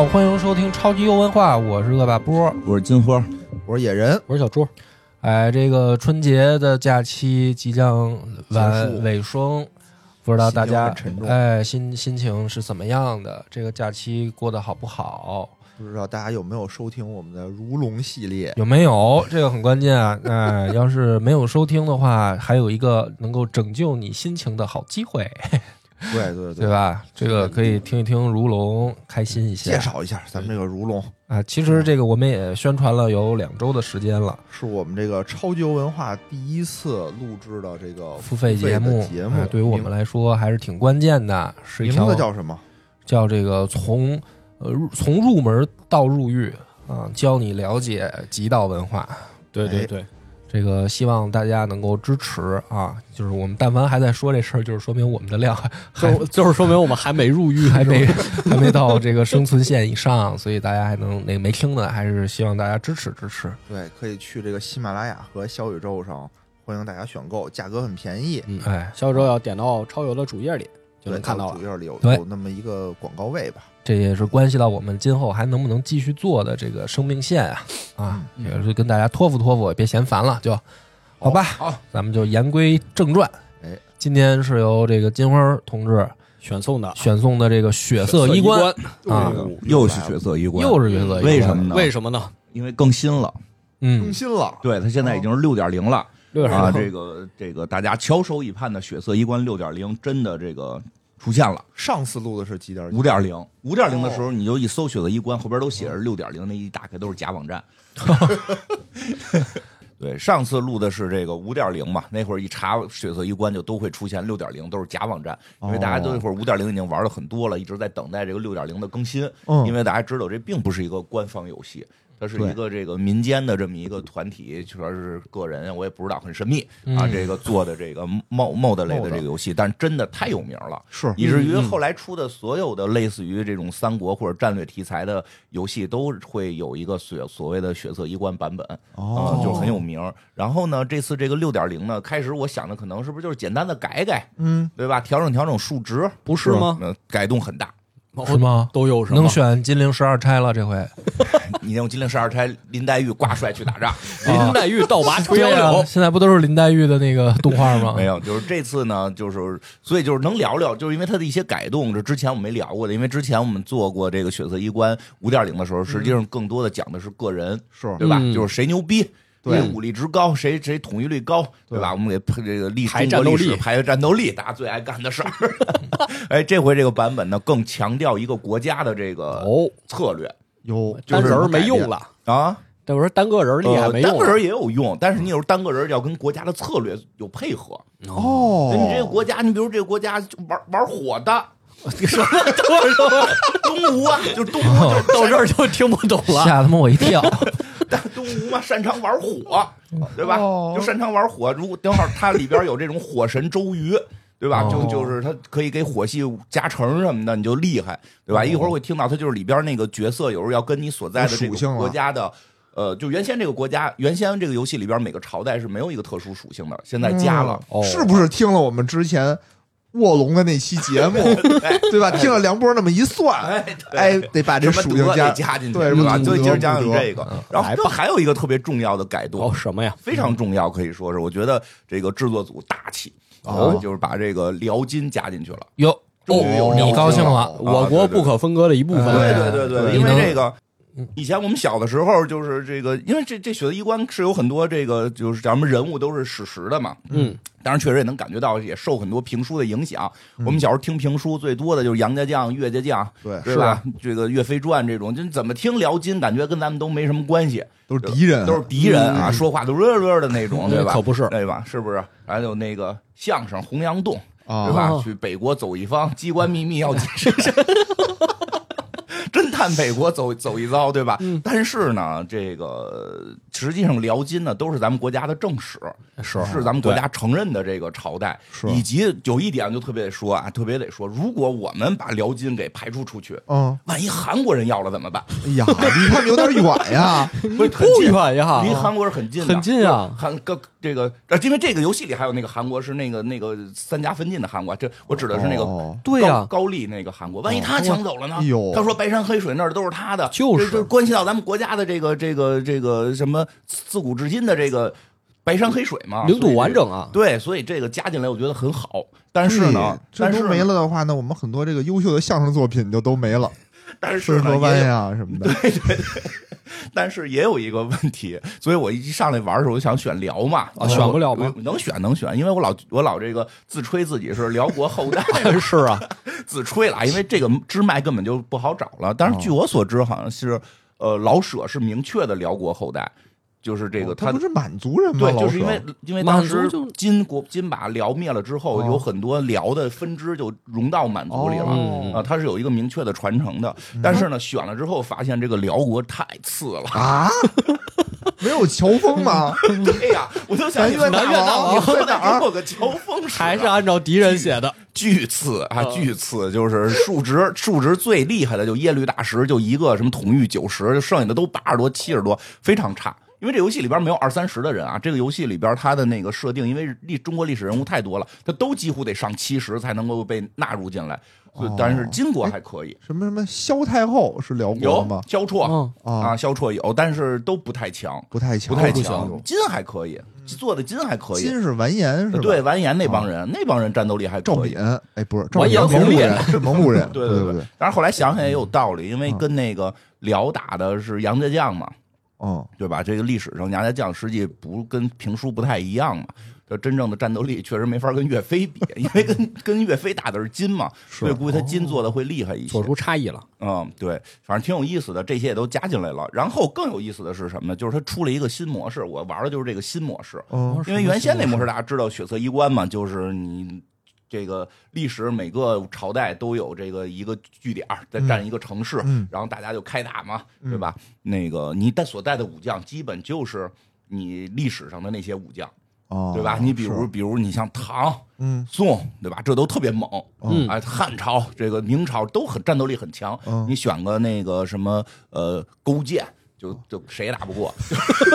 好，欢迎收听超级优文化，我是恶霸波， 我是金花， 我是野人， 我是小朱。 哎，这个春节的假期即将尾声，不知道大家心情是怎么样的？这个假期过得好不好？ 不知道大家有没有收听我们的如龙系列？ 有没有？这个很关键啊！哎，要是没有收听的话，还有一个能够拯救你心情的好机会。对吧？这个可以听一听如龙，开心一下。 介绍一下咱们这个如龙啊，其实这个我们也宣传了有2周的时间了， 是我们这个超级优文化第一次录制的这个付费节目，对于我们来说还是挺关键的。是名字叫什么？ 叫这个从入门到入狱啊，教你了解极道文化。 对对对。 这个希望大家能够支持啊！就是我们但凡还在说这事儿，就是说明我们的量就是说明我们还没入狱， 还没到这个生存线以上，所以大家还能那个没听的，还是希望大家支持。 对，可以去这个喜马拉雅和小宇宙上，欢迎大家选购，价格很便宜。 小宇宙要点到超游的主页里就能看到了， 主页里有那么一个广告位吧。 这也是关系到我们今后还能不能继续做的这个生命线也是跟大家托付，也别嫌烦了，就好吧。 好， 咱们就言归正传。今天是由这个金花同志选送的这个血色衣冠啊， 又是血色衣冠， 又是血色衣冠， 为什么呢？ 为什么呢？ 因为更新了， 更新了。 对，它现在已经是 6.0 了。 啊， 这个大家翘首以盼的血色衣冠 6.0 真的这个出现了。 上次录的是几点 ？5.0 的时候，你就一搜血色衣冠，后边都写着 6.0， 那一打开都是假网站。对，上次录的是这个 5.0 嘛，那会儿一查血色衣冠就都会出现 6.0， 都是假网站，因为大家都一会儿 5.0 已经玩了很多了，一直在等待这个 6.0 的更新。因为大家知道这并不是一个官方游戏。它是一个这个民间的这么一个团体，主要是个人，我也不知道，很神秘啊。这个做的这个 mod 类的这个游戏，但真的太有名了， 是以至于后来出的所有的类似于这种三国或者战略题材的游戏，都会有一个所谓的血色衣冠版本，就很有名。然后呢，这次这个 6.0 呢，开始我想的可能是不是就是简单的改，对吧？调整数值， 不是吗？ 改动很大。 是吗？ 都有什么？ 能选金陵12钗了这回。 你用金陵12钗，林黛玉挂帅去打仗， 林黛玉倒拔垂杨柳， 现在不都是林黛玉的那个动画吗？ 没有，就是这次呢，所以能聊聊，就是因为它的一些改动，这之前我们没聊过的，因为之前我们做过这个血色衣冠 5.0 的时候，实际上更多的讲的是个人，对吧？就是谁牛逼。谁武力值高，谁统一率高，对吧？我们给这个排战斗力， 排战斗力，大家最爱干的事儿。哎，这回这个版本呢，更强调一个国家的这个策略。 单人没用了啊！ 但我说单个人厉害没用， 单个人也有用，但是你有时候单个人要跟国家的策略有配合。你这个国家，你比如这个国家玩火的。 什么东吴啊，就是东吴， 到这儿就听不懂了， 吓他妈我一跳。 东吴嘛，擅长玩火，对吧？就擅长玩火。如果正好它里边有这种火神周瑜，对吧？就是它可以给火系加成什么的，你就厉害，对吧？一会儿会听到它就是里边那个角色，有时候要跟你所在的这个国家的。就原先这个国家，原先这个游戏里边每个朝代是没有一个特殊属性的，现在加了。 是不是听了我们之前卧龙的那期节目，对吧？听了梁波那么一算，得把这属性加进去， 对吧？所以今儿讲讲这个。然后还有一个特别重要的改动， 什么呀？ 非常重要，可以说是我觉得这个制作组大气就是把这个辽金加进去了。 你高兴了？ 我国不可分割的一部分。 对，因为这个。以前我们小的时候就是这个，因为这血色衣冠是有很多这个就是咱们人物都是史实的嘛，当然确实也能感觉到也受很多评书的影响。我们小时候听评书最多的就是杨家将、岳家将，对吧？这个岳飞传这种，就怎么听辽金，感觉跟咱们都没什么关系， 都是敌人啊，说话都的那种，对吧？ 可不是， 对吧？是不是？还有那个相声洪阳洞，对吧？去北国走一方，机关秘密要解释。侦探北国走一遭，对吧？但是呢，这个实际上辽金呢都是咱们国家的正史，是咱们国家承认的这个朝代，以及有一点就特别得说，如果我们把辽金给排除出去，万一韩国人要了怎么办？ 哎呀，离他们有点远呀， 不远呀， 离韩国是很近的， 很近啊。 这个，因为这个游戏里还有那个韩国是那个三家分晋的韩国，这我指的是那个对呀高丽那个韩国，万一他抢走了呢？ 哎呦， 他说白山黑水水那儿都是他的， 就是这关系到咱们国家的这个什么自古至今的这个白山黑水嘛， 领土完整啊。 对，所以这个加进来我觉得很好。但是呢， 这都没了的话，那我们很多这个优秀的相声作品就都没了。 但是河湾呀什么的， 对对对。但是也有一个问题，所以我一上来玩的时候，我想选辽嘛， 选不了吗？ 能选，因为我老这个自吹自己是辽国后代， 是啊， 自吹了，因为这个支脉根本就不好找了。但是据我所知，好像是老舍是明确的辽国后代。就是这个， 他不是满族人吗？ 对，就是因为当时金把辽灭了之后，有很多辽的分支就融到满族里了他是有一个明确的传承的。但是呢，选了之后发现这个辽国太次了啊！ 没有乔峰吗？ 对呀，我就想南越大王在哪儿有个乔峰？ 还是按照敌人写的， 巨次啊，巨次就是数值最厉害的就耶律大石，就一个什么统御90，就剩下的都80多、70多，非常差。因为这游戏里边没有20-30的人啊，这个游戏里边它的那个设定，因为中国历史人物太多了，它都几乎得上70才能够被纳入进来。但是金国还可以， 什么萧太后是辽国吗？ 萧绰啊，萧绰有，但是都不太强，不太强。金还可以，做的金还可以。 金是完颜是吧？ 对，完颜那帮人战斗力还可以。 赵敏，哎，不是完颜蒙古人，是蒙古人。 对。但是后来想想也有道理，因为跟那个辽打的是杨家将嘛。对吧？这个历史上杨家将实际不跟评书不太一样嘛，这真正的战斗力确实没法跟岳飞比，因为跟岳飞打的是金嘛，所以估计他金做的会厉害一些， 做出差异了。 对，反正挺有意思的，这些也都加进来了。然后更有意思的是什么呢？就是他出了一个新模式，我玩的就是这个新模式。因为原先那模式大家知道血色衣冠嘛，就是你。这个历史每个朝代都有这个一个据点，再占一个城市，然后大家就开打嘛，对吧？那个你所带的武将基本就是你历史上的那些武将，对吧？你比如你像唐、宋，对吧？这都特别猛，汉朝、这个明朝都战斗力很强。你选个那个什么勾践，就谁也打不过。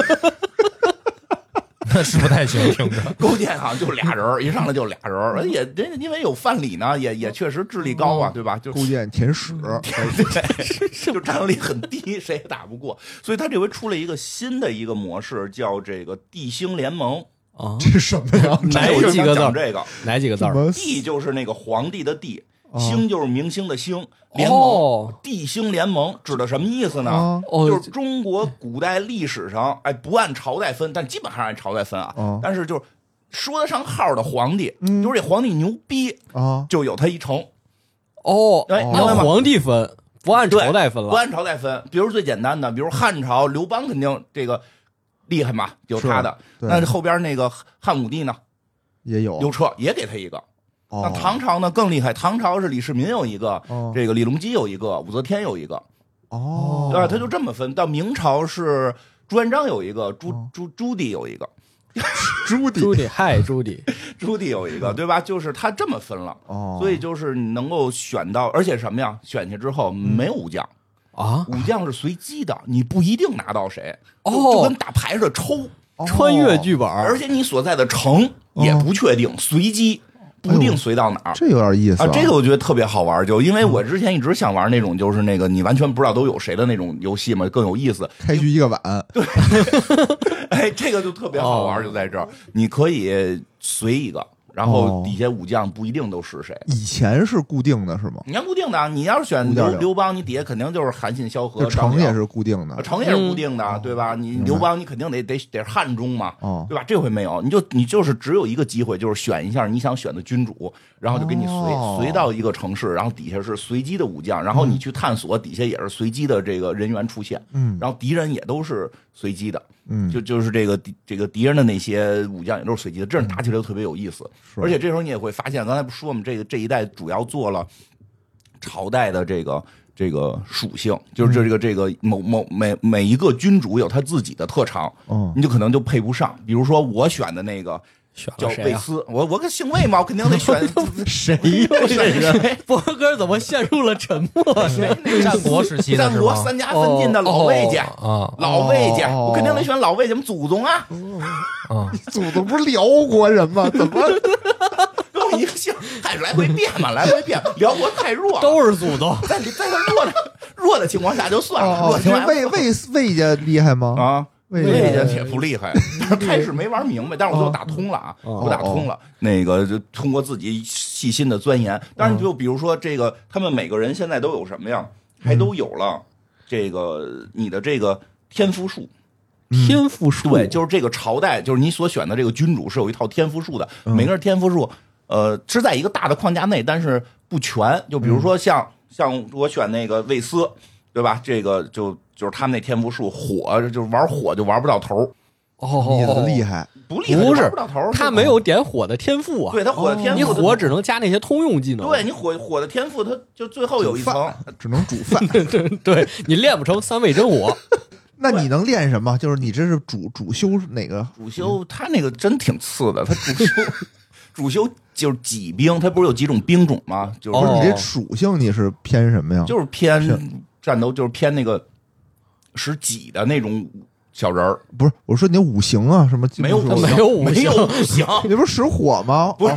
那是不太行，听着。 勾践好像就俩人，一上来就俩人，也因为有范蠡呢，也确实智力高啊，对吧？就勾践填史， 对，就战斗力很低，谁也打不过。所以他这回出了一个新的一个模式，叫这个地兴联盟啊，这是什么呀？ 哪几个字？ 这个哪几个字？ 地就是那个皇帝的帝。兴就是明星的兴，联盟地兴联盟指的什么意思呢？就是中国古代历史上，不按朝代分，但基本上按朝代分啊。但是就是说得上号的皇帝，就是这皇帝牛逼就有他一城。 按皇帝分，不按朝代分了。 不按朝代分，比如最简单的，比如汉朝刘邦肯定这个厉害嘛，有他的。那后边那个汉武帝呢， 也有刘彻也给他一个。那唐朝呢更厉害，唐朝是李世民有一个，这个李隆基有一个，武则天有一个，他就这么分。到明朝是朱元璋有一个，朱棣有一个， 朱棣有一个，对吧？就是他这么分了，所以就是你能够选到，而且什么呀？选去之后没有武将啊， 武将是随机的，你不一定拿到谁，就跟打牌似的抽， 穿越剧本， 而且你所在的城也不确定，随机。不定随到哪儿， 这有点意思啊！这个我觉得特别好玩，就因为我之前一直想玩那种，就是那个你完全不知道都有谁的那种游戏嘛，更有意思。 开局一个碗， 对，这个就特别好玩，就在这儿，你可以随一个，然后底下武将不一定都是谁。 以前是固定的是吗？ 你要固定的，你要是选刘邦，你底下肯定就是韩信、萧何。 城也是固定的， 城也是固定的，对吧？你刘邦，你肯定得汉中嘛，对吧？这回没有，你就是只有一个机会，就是选一下你想选的君主，然后就给你随到一个城市，然后底下是随机的武将，然后你去探索，底下也是随机的这个人员出现，然后敌人也都是随机的。就是这个敌人的那些武将也都是随机的，这样打起来就特别有意思。而且这时候你也会发现，刚才不说我们这一代主要做了朝代的这个属性，就是这个每一个君主有他自己的特长，你就可能就配不上。比如说我选的那个。叫魏斯，我跟姓魏嘛，我肯定得选谁？ 谁？波哥怎么陷入了沉默？ 战国时期的战国三家分晋的老魏家老魏家，我肯定得选老魏家，我们祖宗啊！ 祖宗不是辽国人吗？怎么？ 一个姓，还是来回变嘛，来回变。辽国太弱了， 都是祖宗， 在他弱的情况下就算了。 魏家厉害吗？ 啊，魏家也不厉害，但是开始没玩明白，但是我就打通了啊，我打通了。那个就通过自己细心的钻研，当然就比如说这个，他们每个人现在都有什么呀？还都有了这个你的这个天赋树。 天赋树对，就是这个朝代，就是你所选的这个君主是有一套天赋树的，每个人天赋树，是在一个大的框架内，但是不全。就比如说像我选那个魏斯，对吧？这个就是他们那天赋树，火就是玩火就玩不到头。 你的厉害不厉害？ 不是不到头， 他没有点火的天赋啊。 对他火的天赋， 你火只能加那些通用技能。 对你火的天赋，他就最后有一层只能煮饭。 对你练不成三味真火。 那你能练什么？就是你这是主修哪个？ 主修他那个真挺次的，他主修就是己兵，他不是有几种兵种吗？就是你这属性你是偏什么呀？ 就是偏战斗，就是偏那个使己的那种小人儿。 不是，我说你五行啊，什么没有五行， 你不是使火吗？ 不是。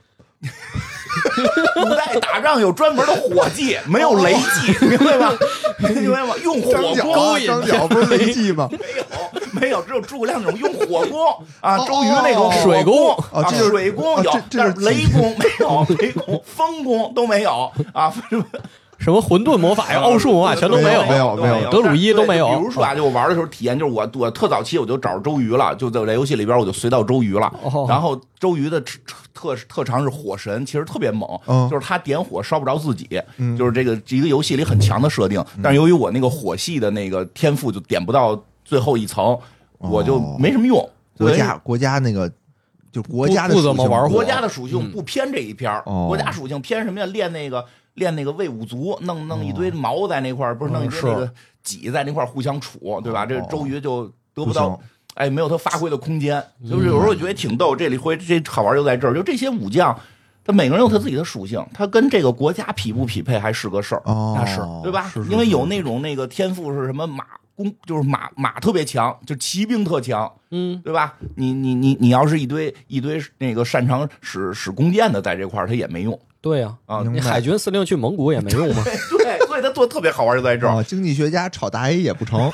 古代打仗有专门的火技，没有雷技，明白吗？明白吗？用火攻， 张角不是雷技吗？ 没有，只有诸葛亮那种用火攻啊，周瑜那种水攻啊，水攻有，但是雷攻没有，雷攻、风攻都没有啊。 什么混沌魔法呀、奥数魔法全都没有，德鲁伊都没有。 比如说啊，就我玩的时候体验就是我特早期我就找着周瑜了，就在游戏里边我就随到周瑜了。然后周瑜的特长是火神，其实特别猛，就是他点火烧不着自己，就是这个一个游戏里很强的设定。但是由于我那个火系的那个天赋就点不到最后一层，我就没什么用。 国家那个。就国家的不怎么玩火， 国家的属性不偏这一篇，国家属性偏什么呀？练那个魏武卒，弄一堆矛在那块儿，不是弄一堆那个戟在那块儿互相杵，对吧？这周瑜就得不到，哎，没有他发挥的空间。就是有时候我觉得挺逗，这好玩就在这儿，就这些武将，他每个人有他自己的属性，他跟这个国家匹不匹配还是个事儿， 那是对吧？因为有那种那个天赋是什么就是马特别强，就骑兵特强，对吧？你要是一堆那个擅长使弓箭的在这块儿，他也没用。 对呀，你海军司令去蒙古也没用吗？ 对，所以他做特别好玩就在这儿。 经济学家炒大 A 也不成。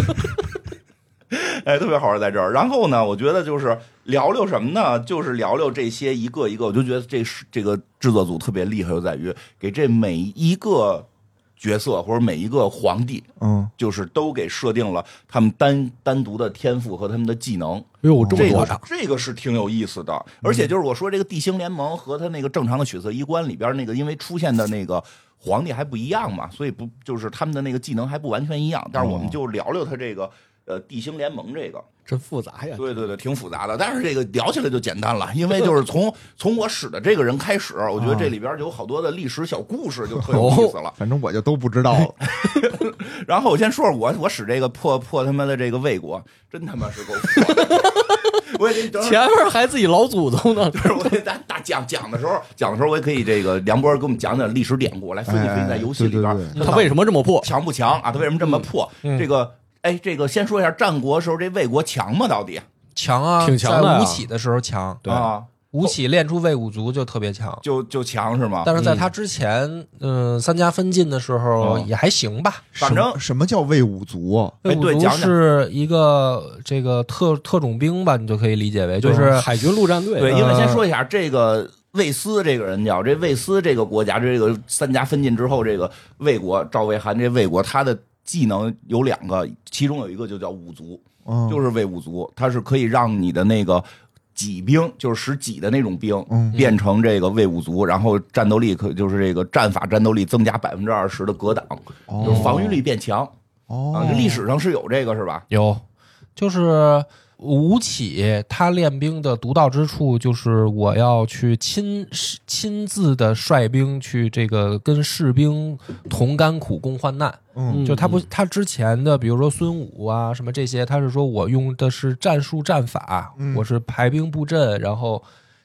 哎，特别好玩在这儿。然后呢，我觉得就是聊聊什么呢？就是聊聊这些一个一个，我就觉得这个制作组特别厉害，就在于给这每一个角色或者每一个皇帝，就是都给设定了他们单独的天赋和他们的技能。 哟，这么多场， 这个是挺有意思的。而且就是我说这个地星联盟和他那个正常的血色衣冠里边那个，因为出现的那个皇帝还不一样嘛，所以不就是他们的那个技能还不完全一样。但是我们就聊聊他这个地星联盟这个。 真复杂呀！ 对，挺复杂的，但是这个聊起来就简单了，因为就是从我使的这个人开始，我觉得这里边就有好多的历史小故事，就特有意思了。 反正我就都不知道了。 然后我先说说我使这个破他妈的这个魏国，真他妈是够破。我也给你前面还自己老祖宗呢， 就是我给大讲的时候，我也可以这个梁波给我们讲讲历史典故，来分析分析在游戏里边他为什么这么破， 强不强啊？他为什么这么破？这个。哎，这个先说一下战国时候这魏国强吗？到底强啊， 挺强的。 在吴起的时候强， 对啊， 吴起练出魏武卒就特别强， 就强是吗？ 但是在他之前，三家分晋的时候也还行吧。 反正什么叫魏武卒啊？ 魏武卒是一个这个特种兵吧，你就可以理解为就是海军陆战队。 对，因为先说一下这个。魏斯这个人叫这魏斯这个国家，这个三家分晋之后，这个魏国赵魏韩这魏国，他的技能有2个，其中有一个就叫武卒，就是魏武卒，它是可以让你的那个己兵，就是使己的那种兵，变成这个魏武卒，然后战斗力就是这个战法战斗力增加20%的格挡，就是防御力变强。这历史上是有这个是吧？ 有，就是吴起他练兵的独到之处，就是我要去亲自的率兵去这个跟士兵同甘苦共患难。就他之前的比如说孙武啊什么这些，他是说我用的是战术战法，我是排兵布阵，然后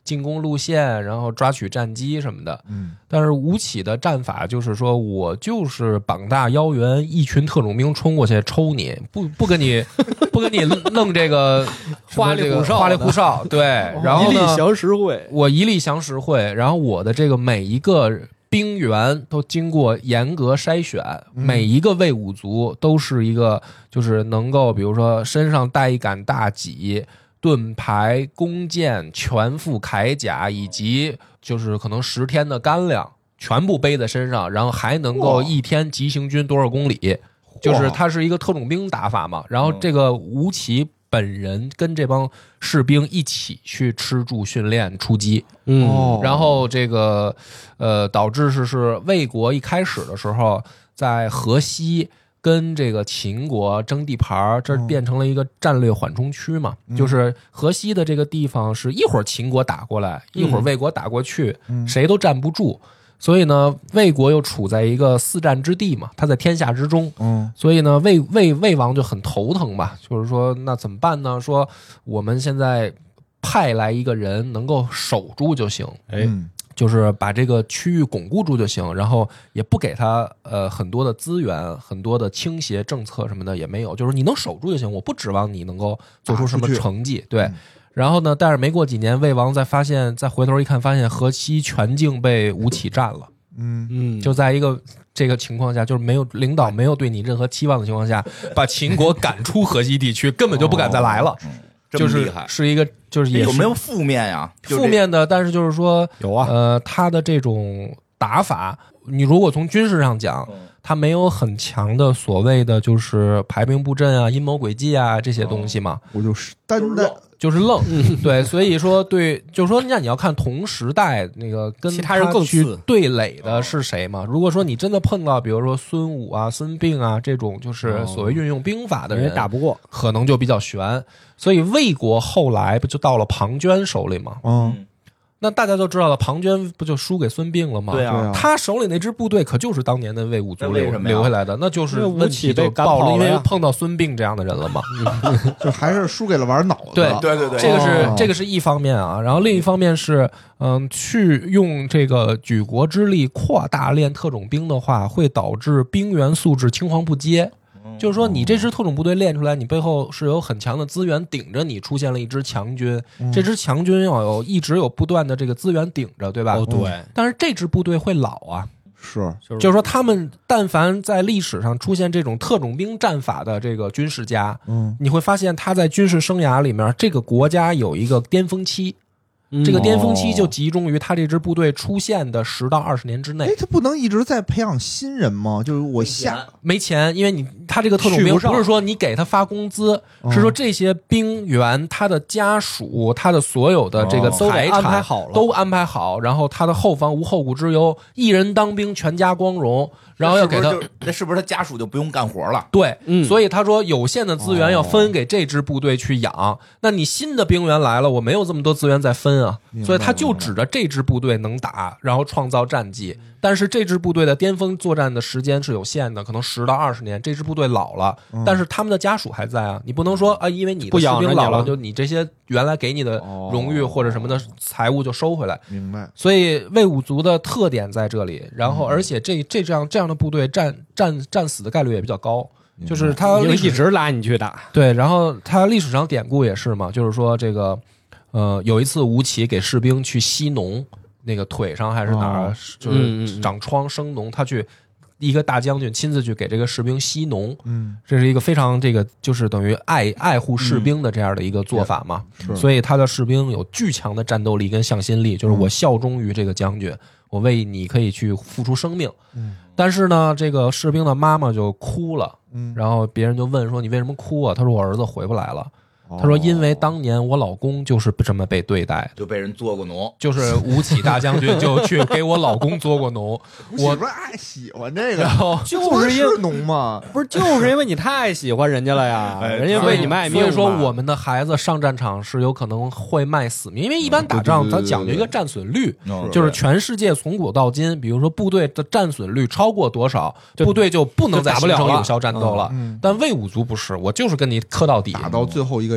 进攻路线，然后抓取战机什么的。但是吴起的战法就是说我就是膀大腰圆，一群特种兵冲过去抽你，不跟你弄这个花里胡哨，对，然后呢， 一力降十会， 我一力降十会，然后我的这个每一个兵员都经过严格筛选，每一个魏武卒都是一个就是能够比如说身上带一杆大戟、盾牌、弓箭、全副铠甲，以及就是可能10天的干粮全部背在身上，然后还能够一天急行军多少公里，就是它是一个特种兵打法嘛。然后这个吴起本人跟这帮士兵一起去吃住训练出击，然后这个导致是魏国一开始的时候在河西跟这个秦国争地盘，这变成了一个战略缓冲区嘛，就是河西的这个地方是一会儿秦国打过来，一会儿魏国打过去，谁都站不住。所以呢，魏国又处在一个四战之地嘛，他在天下之中，所以呢，魏王就很头疼吧，就是说那怎么办呢？说我们现在派来一个人能够守住就行，就是把这个区域巩固住就行，然后也不给他很多的资源，很多的倾斜政策什么的也没有，就是你能守住就行，我不指望你能够做出什么成绩，对。然后呢，但是没过几年，魏王再回头一看，发现河西全境被吴起占了。就在一个这个情况下，就是没有领导没有对你任何期望的情况下，把秦国赶出河西地区，根本就不敢再来了。就是是一个，就是也是有没有负面呀？ 负面的，但是就是说有啊， 他的这种打法，你如果从军事上讲，他没有很强的所谓的就是排兵布阵啊、阴谋诡计啊这些东西嘛。 我就是单单。 就是愣，对，所以说对，就是说，那你要看同时代那个跟其他人更去对垒的是谁嘛？如果说你真的碰到，比如说孙武啊、孙膑啊这种，就是所谓运用兵法的人， 打不过， 可能就比较悬。所以魏国后来不就到了庞涓手里吗？那大家都知道了，庞涓不就输给孙膑了吗？ 对啊， 他手里那支部队可就是当年的魏武卒留下来的，那就是问题就爆了，因为碰到孙膑这样的人了嘛。 就还是输给了玩脑子。 对，这个是一方面啊，然后另一方面是，去用这个举国之力扩大练特种兵的话，会导致兵员素质青黄不接。就是说，你这支特种部队练出来，你背后是有很强的资源顶着你，出现了一支强军。这支强军要一直有不断的这个资源顶着，对吧？ 对。 但是这支部队会老啊， 就是说他们但凡在历史上出现这种特种兵战法的这个军事家，你会发现他在军事生涯里面，这个国家有一个巅峰期。这个巅峰期就集中于他这支部队出现的10到20年之内。 他不能一直在培养新人吗？就是我没钱，因为他这个特种兵不是说你给他发工资，是说这些兵员他的家属，他的所有的这个财产都安排好，然后他的后方无后顾之忧，一人当兵全家光荣。然后要给他， 那是不是他家属就不用干活了？ 对，所以他说有限的资源要分给这支部队去养。那你新的兵员来了，我没有这么多资源再分啊，所以他就指着这支部队能打，然后创造战绩。但是这支部队的巅峰作战的时间是有限的，可能10到20年。这支部队老了，但是他们的家属还在啊，你不能说啊，因为你的士兵老了，就你这些原来给你的荣誉或者什么的财物就收回来。 明白。 所以魏武卒的特点在这里，然后而且这样的部队战死的概率也比较高，就是他一直拉你去打。 对，然后他历史上典故也是嘛，就是说这个有一次吴起给士兵去吸脓。那个腿上还是哪儿，就是长疮生脓，他去一个大将军亲自去给这个士兵吸脓，这是一个非常这个就是等于爱护士兵的这样的一个做法嘛，所以他的士兵有巨强的战斗力跟向心力，就是我效忠于这个将军，我为你可以去付出生命。但是呢，这个士兵的妈妈就哭了，然后别人就问说你为什么哭啊？他说我儿子回不来了。他说：“因为当年我老公就是这么被对待， 就被人做过脓， 就是吴起大将军就去给我老公做过脓。 我不是爱喜欢这个， 就是因为脓嘛， 不是就是因为你太喜欢人家了呀，人家为你卖命。 所以说我们的孩子上战场是有可能会卖死命，因为一般打仗它讲究一个战损率，就是全世界从古到今，比如说部队的战损率超过多少，部队就不能再形成有效战斗了。但魏武卒不是，我就是跟你磕到底， 打到最后一个。”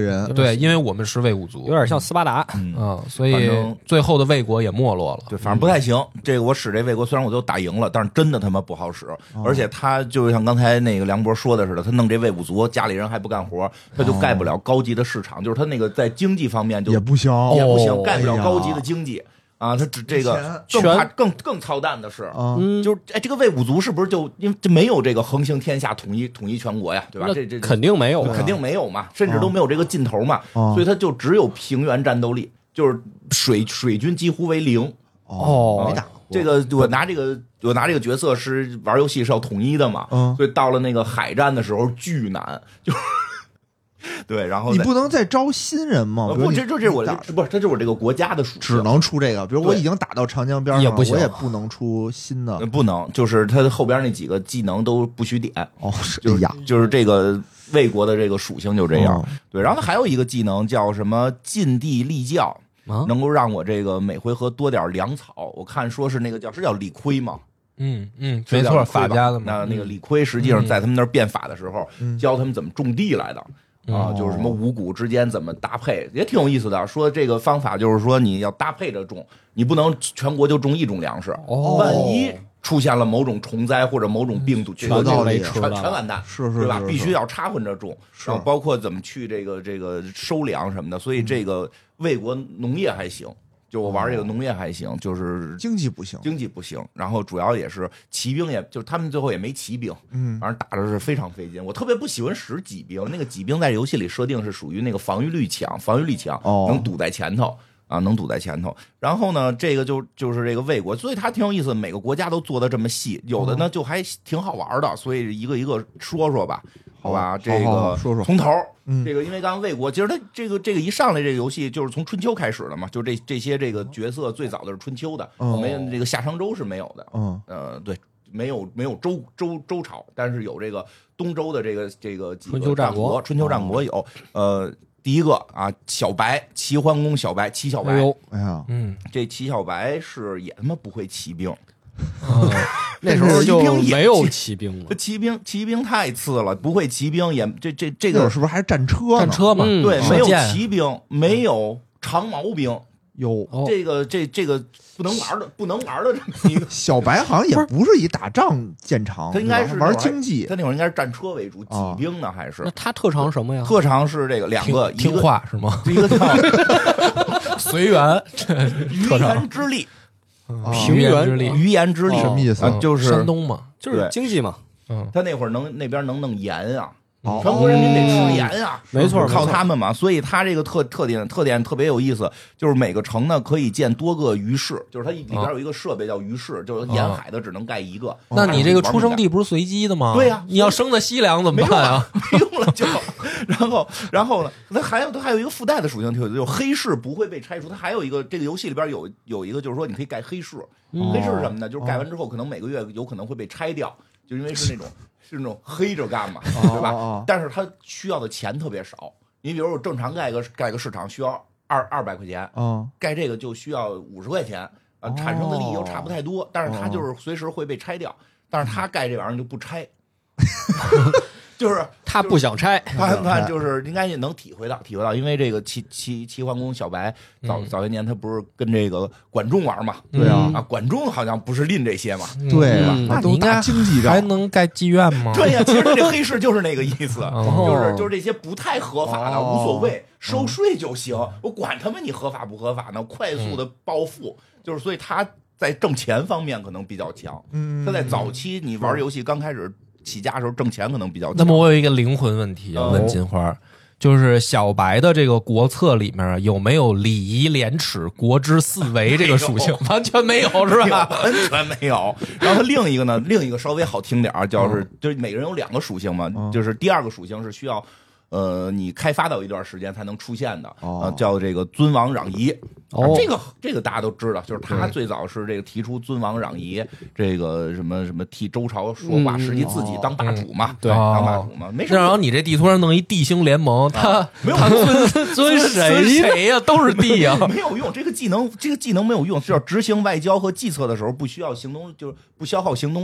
人。 对，因为我们是魏武族， 有点像斯巴达， 所以最后的魏国也没落了。 对，反正不太行。这个我使这魏国，虽然我都打赢了，但是真的他妈不好使。而且他就像刚才那个梁博说的似的，他弄这魏武族，家里人还不干活，他就盖不了高级的市场，就是他那个在经济方面就也不行， 盖不了高级的经济。啊，他这个更操蛋的是，就是这个魏武族是不是就因为这没有这个横行天下、统一全国呀，对吧？这肯定没有， 肯定没有嘛，甚至都没有这个劲头嘛，所以他就只有平原战斗力，就是水军几乎为零。 没打过这个我拿这个角色是玩游戏是要统一的嘛，所以到了那个海战的时候巨难，就。对，然后你不能再招新人吗？ 不，这是我不是，这就是我这个国家的属性， 只能出这个。比如我已经打到长江边上了，我也不能出新的， 不能，就是他后边那几个技能都不许点。就是这个魏国的这个属性就这样。对，然后他还有一个技能叫什么禁地立教，能够让我这个每回合多点粮草。我看说是那个叫李亏吗？ 没错，法家的嘛。 那个李亏实际上在他们那儿变法的时候，教他们怎么种地来的。就是什么五谷之间怎么搭配，也挺有意思的。说这个方法就是说你要搭配着种，你不能全国就种一种粮食，万一出现了某种虫灾或者某种病毒，全完蛋， 是对吧？必须要插混着种，然后包括怎么去这个收粮什么的。所以这个魏国农业还行。就我玩这个农业还行，就是经济不行， 然后主要也是骑兵，也就是他们最后也没骑兵，反正打的是非常费劲。我特别不喜欢使骑兵，那个骑兵在游戏里设定是属于那个防御力强，能堵在前头啊，能堵在前头。然后呢，这个就是这个魏国，所以它挺有意思，每个国家都做的这么细，有的呢就还挺好玩的，所以一个一个说吧。好吧，这个说从头，这个因为刚刚魏国，其实它这个一上来这个游戏就是从春秋开始的嘛，就这些这个角色最早的是春秋的，没有这个夏商周是没有的，对，没有周朝，但是有这个东周的这个春秋战国有，第一个啊，小白齐桓公小白齐小白， 哎呀， 这齐小白是也他妈不会骑兵。 那时候就没有骑兵了， 骑兵太次了，不会骑兵也这个是不是还是战车嘛？ 对，没有骑兵，没有长矛兵， 有这个不能玩的这么一个小白好像也不是以打仗见长， 他应该是玩经济， 他那会儿应该是战车为主，骑兵呢还是？ 那他特长什么呀？ 特长是这个两个， 听话是吗？ 一个叫随缘， 余言之力。 平原之力， 余言之力什么意思？ 就是山东嘛， 就是经济嘛。 他那会儿那边能弄盐啊，全国人民得吃盐啊， 没错， 靠他们嘛。所以他这个特点特别有意思，就是每个城呢可以建多个鱼市，就是它里边有一个设备叫鱼市，就是沿海的只能盖一个。 那你这个出生地不是随机的吗？ 对呀， 你要生在西凉怎么办啊？ 没用了就。然后呢？它还有一个附带的属性，就是黑市不会被拆除。它还有一个这个游戏里边有一个，就是说你可以盖黑市。黑市是什么呢？就是盖完之后，可能每个月有可能会被拆掉，就因为是那种黑着干嘛，对吧？但是它需要的钱特别少。你比如我正常盖个市场需要200块钱，盖这个就需要50块钱，产生的利益又差不太多，但是它就是随时会被拆掉。但是他盖这玩意儿就不拆。就是他不想拆， 他就是应该也能体会到，因为这个齐桓公小白早些年他不是跟这个管仲玩嘛？ 对啊， 管仲好像不是吝这些嘛？ 对吧？ 那你应该经济还能盖妓院吗？ 对呀，其实这黑市就是那个意思，就是这些不太合法的无所谓，收税就行，我管他们你合法不合法呢？快速的暴富，就是所以他在挣钱方面可能比较强。他在早期你玩游戏刚开始起家的时候挣钱可能比较强。 那么我有一个灵魂问题要问金花，就是小白的这个国策里面有没有礼仪廉耻国之四维这个属性？完全没有是吧？ 完全没有。然后另一个呢，另一个稍微好听点，就是每个人有2个属性嘛，就是第2个属性是需要你开发到一段时间才能出现的，叫这个尊王攘夷。这个大家都知道，就是他最早是这个提出尊王攘夷，这个什么替周朝说话，实际自己当霸主嘛， 对， 当霸主嘛，没事。 然后你这地图上弄一地星联盟，他尊谁呀？都是地呀， 没有用。这个技能没有用，就是执行外交和计策的时候不需要行动，就是不消耗行动力。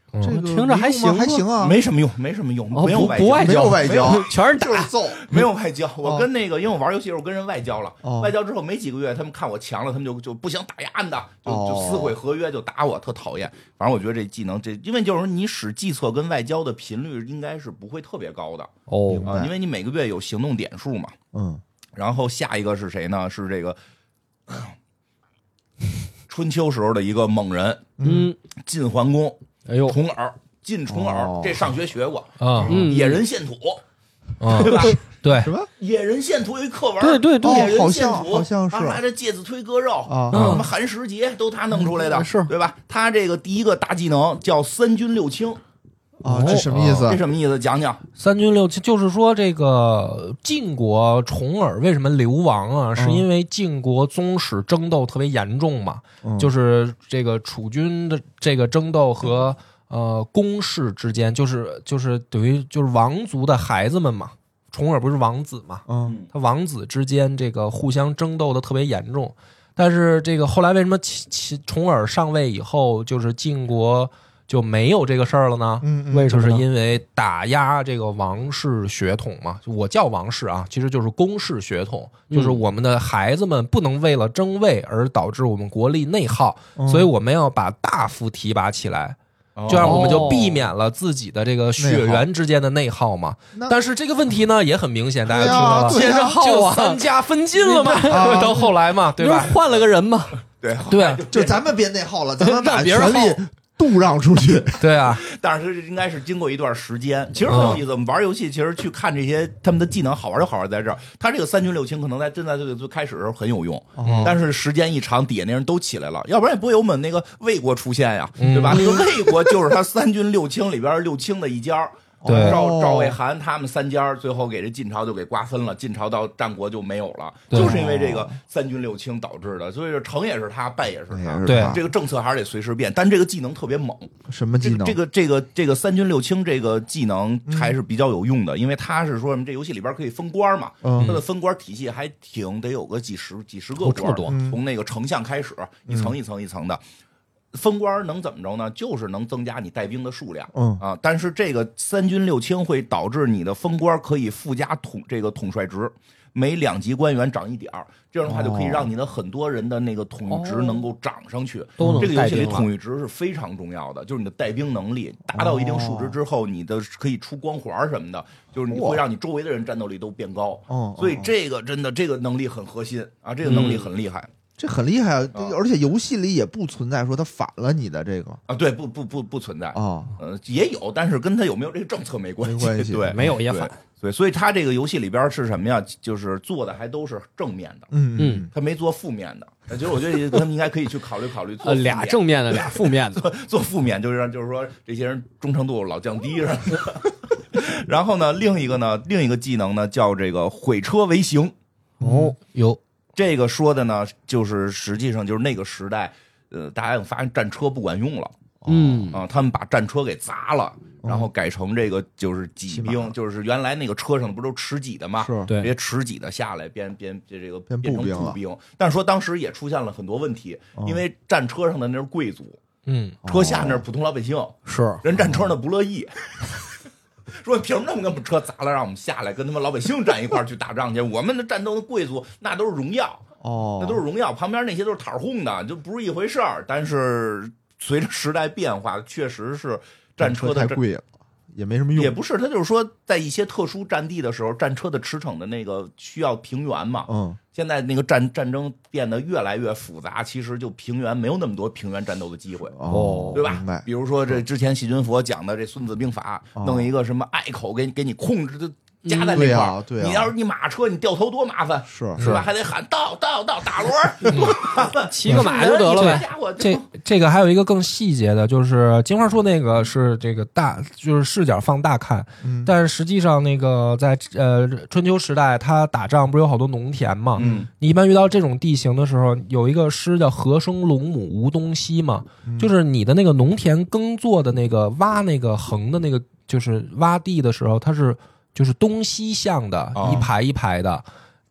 这个听着还行， 还行啊， 没什么用，没什么用，没有不外交，全是就是揍， 没有外交。我跟那个，因为我玩游戏时候跟人外交了，外交之后没几个月，他们看我强了，他们就不行，打压的，就撕毁合约，就打我，特讨厌。反正我觉得这技能，因为就是你使计策跟外交的频率应该是不会特别高的因为你每个月有行动点数嘛。然后下一个是谁呢？是这个春秋时候的一个猛人，晋桓公，重耳，晋重耳，这上学学过啊，野人献土，对吧？ 对， 什么野人献土有一课文， 对， 野人献土好像是还这介子推割肉什么寒食节都他弄出来的， 是对吧？他这个第一个大技能叫三军六卿。 这什么意思？ 这什么意思？讲讲。 三军六卿就是说，这个晋国重耳为什么流亡啊？是因为晋国宗室争斗特别严重嘛，就是这个楚军的这个争斗和公室之间，就是等于就是王族的孩子们嘛。重耳不是王子嘛？他王子之间这个互相争斗的特别严重。但是这个后来为什么重耳上位以后，就是晋国就没有这个事儿了呢？ 为什么？ 就是因为打压这个王室血统嘛。我叫王室啊，其实就是公室血统，就是我们的孩子们不能为了争位而导致我们国力内耗，所以我们要把大夫提拔起来。这样我们就避免了自己的这个血缘之间的内耗嘛。但是这个问题呢也很明显，大家听到了， 接着耗啊， 三家分晋了嘛，到后来嘛，对吧？ 换了个人嘛， 对， 就咱们别内耗了，咱们把权力度让出去。 对啊， 但是应该是经过一段时间，其实很有意思。我们玩游戏，其实去看这些他们的技能，好玩就好玩在这儿。他这个三军六卿可能在最开始的时候很有用，但是时间一长，底下那人都起来了，要不然也不会有我们那个魏国出现呀，对吧？那个魏国就是他三军六卿里边六卿的一家。 对， 赵魏韩他们三家最后给这晋朝就给瓜分了，晋朝到战国就没有了，就是因为这个三军六卿导致的。所以说成也是他，败也是他。 对， 这个政策还是得随时变，但这个技能特别猛。 什么技能？ 这个三军六卿这个技能还是比较有用的，因为他是说什么这游戏里边可以分官嘛，它的分官体系还得有个几十个官，从那个丞相开始，一层一层一层的。分官能怎么着呢？就是能增加你带兵的数量，但是这个三军六卿会导致你的分官可以附加统帅值，每2级官员涨1点，这样的话就可以让你的很多人的那个统御值能够涨上去。这个游戏里统御值是非常重要的，就是你的带兵能力达到一定数值之后，你的可以出光环什么的，就是你会让你周围的人战斗力都变高。所以这个真的这个能力很核心啊，这个能力很厉害。 这很厉害啊！而且游戏里也不存在说他反了你的这个啊，对，不存在啊，也有，但是跟他有没有这个政策没关系，对， 没有也反， 对，所以他这个游戏里边是什么呀？就是做的还都是正面的，他没做负面的。其实我觉得他们应该可以去考虑做俩正面的，俩负面的， 做负面就是说这些人忠诚度老降低了。然后呢，另一个技能呢叫这个毁车为刑。 有。 这个说的呢，就是实际上就是那个时代，大家发现战车不管用了，他们把战车给砸了，然后改成这个就是骑兵，就是原来那个车上不都持戟的吗？ 是， 这些持戟的下来变成步兵。但是说当时也出现了很多问题，因为战车上的那是贵族，车下那是普通老百姓， 是人战车那不乐意。说凭什么那么跟车砸了，让我们下来跟他们老百姓站一块去打仗去？我们的战斗的贵族那都是荣耀，那都是荣耀，旁边那些都是讨哄的，就不是一回事儿。但是随着时代变化，确实是战车的太贵了，也没什么用。 也不是，他就是说，在一些特殊战地的时候，战车的驰骋的那个需要平原嘛。现在那个战争变得越来越复杂，其实就平原没有那么多平原战斗的机会，对吧？比如说这之前细菌佛讲的这《孙子兵法》，弄一个什么隘口给你控制的。夹在那块儿，你要是你马车，你掉头多麻烦，是吧？还得喊到打轮，多麻烦， 骑个马就得了呗。 这个还有一个更细节的，就是金花说那个是这个就是视角放大看，但是实际上那个在春秋时代，他打仗不是有好多农田嘛？你一般遇到这种地形的时候，有一个诗叫“禾生陇亩无东西”嘛，就是你的那个农田耕作的那个挖那个横的那个，就是挖地的时候，它是。就是东西向的，一排一排的，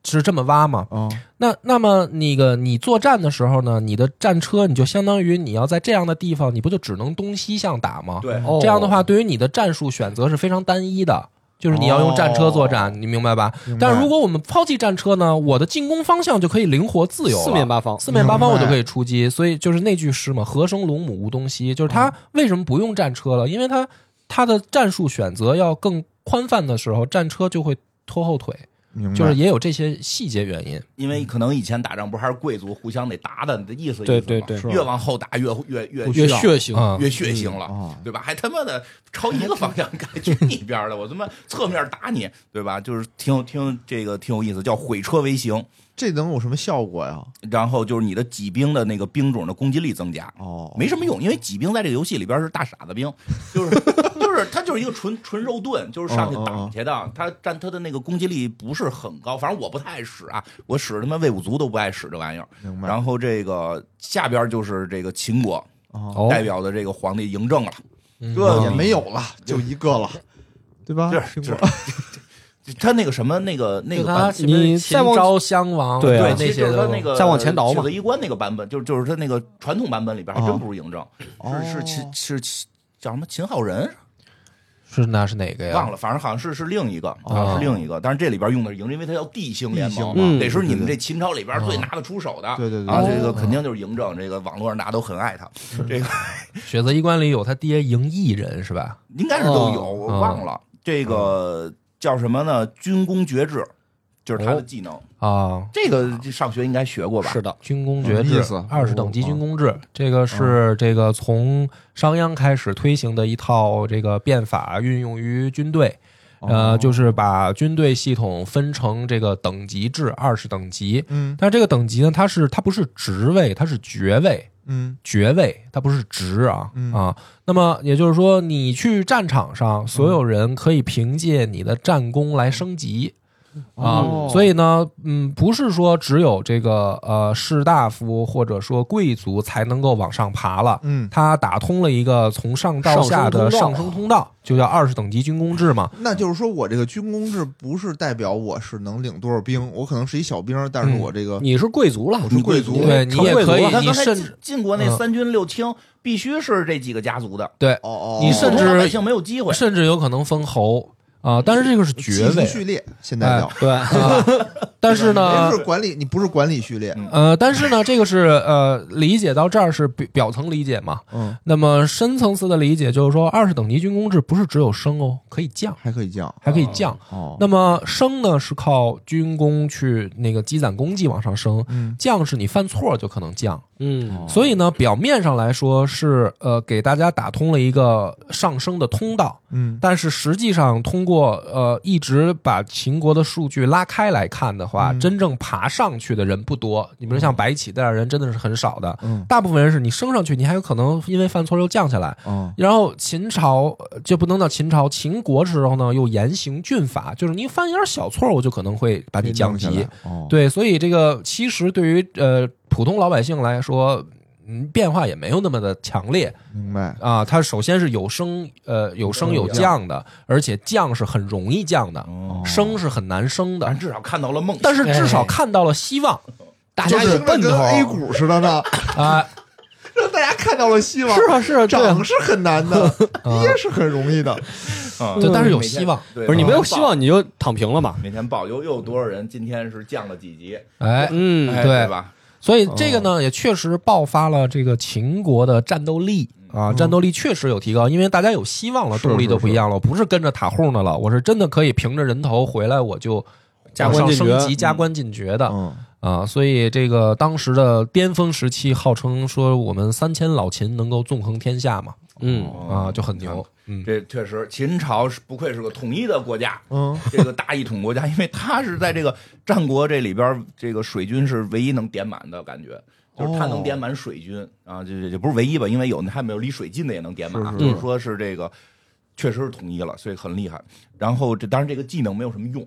是这么挖嘛。那么你作战的时候呢，你的战车你就相当于你要在这样的地方，你不就只能东西向打吗？ 对， 这样的话，对于你的战术选择是非常单一的。就是你要用战车作战，你明白吧？但是如果我们抛弃战车呢，我的进攻方向就可以灵活自由了，四面八方我都可以出击。所以就是那句诗嘛，何生龙母无东西，就是他为什么不用战车了？因为他的战术选择要更宽泛的时候，战车就会拖后腿。就是也有这些细节原因， 因为可能以前打仗不是还是贵族互相得打的，你的意思对， 越往后打越血腥， 越血腥了，对吧？还他妈的朝一个方向改去你一边了，我他妈侧面打你，对吧？就是挺有意思，叫毁车为刑。 这能有什么效果呀？ 然后就是你的骑兵的那个兵种的攻击力增加，没什么用，因为骑兵在这个游戏里边是大傻子兵，就是他就是一个纯肉盾，就是上去挡去的，他的那个攻击力不是很高，反正我不太爱使啊，我使他妈魏武卒都不爱使这玩意儿。然后这个下边就是这个秦国代表的这个皇帝嬴政了， 这也没有了，就一个了，对吧？ 是。他那个什么那个你秦昭襄王对那些他那个再往前倒嘛， 血色衣冠那个版本，就是他那个传统版本里边还真不是嬴政，是叫什么秦浩人？ 那是哪个呀？ 忘了，反正好像是另一个是另一个，但是这里边用的是嬴，因为他叫地兴联盟，得是你们这秦朝里边最拿得出手的。 对这个肯定就是嬴政，这个网络上大家都很爱他。这个血色衣冠里有他爹嬴异人是吧？ 应该是都有，我忘了这个。叫什么呢？军功爵制，就是他的技能这个上学应该学过吧？ 是的， 军功爵制，20等级军功制，这个是这个从商鞅开始推行的一套这个变法，运用于军队。就是把军队系统分成这个等级制，20等级。但是这个等级呢，它不是职位，它是爵位。爵位，它不是职啊。那么也就是说，你去战场上，所有人可以凭借你的战功来升级。所以呢，不是说只有这个士大夫或者说贵族才能够往上爬了。他打通了一个从上到下的上升通道，就叫20等级军功制嘛。 那就是说我这个军功制不是代表我是能领多少兵，我可能是一小兵，但是我这个你是贵族了， 我是贵族， 对你也可以，你甚至进过那3军6卿，必须是这几个家族的。 对，你甚至老百姓没有机会， 甚至有可能封侯。但是这个是爵位序列，现在叫对。 但是呢， 不是管理，你不是管理序列。 但是呢，这个是理解到这儿是表层理解嘛。那么深层次的理解就是说，20等级军功制不是只有升哦，可以降， 还可以降， 还可以降。那么升呢是靠军功去那个积攒功绩往上升，降是你犯错就可能降。所以呢，表面上来说是给大家打通了一个上升的通道。但是实际上通过一直把秦国的数据拉开来看的话，真正爬上去的人不多。你比如像白起这样人真的是很少的，大部分人是你升上去，你还有可能因为犯错又降下来。然后秦朝就不能叫秦朝，秦国的时候呢又严刑峻法，就是你犯一点小错，我就可能会把你降级。对，所以这个其实对于普通老百姓来说，变化也没有那么的强烈。 明白啊？它首先是有升有降的，而且降是很容易降的，升是很难升的。 但至少看到了梦， 但是至少看到了希望。大家有奔头， 跟 A 股似的呢让大家看到了希望。 是啊， 涨是很难的，跌是很容易的。 但是有希望， 不是你没有希望你就躺平了嘛？ 每天报又有多少人今天是降了几级？ 对吧？ 所以这个呢，也确实爆发了这个秦国的战斗力啊，战斗力确实有提高，因为大家有希望了，动力都不一样了。我不是跟着塔户的了，我是真的可以凭着人头回来，我就加官升级、加官进爵的。所以这个当时的巅峰时期，号称说我们3000老秦能够纵横天下嘛。就很牛。 这确实，秦朝是不愧是个统一的国家，这个大一统国家，因为他是在这个战国这里边，这个水军是唯一能点满的感觉，就是他能点满水军啊，这不是唯一吧？因为还没有离水近的也能点满，就是说是这个确实是统一了，所以很厉害。然后当然这个技能没有什么用，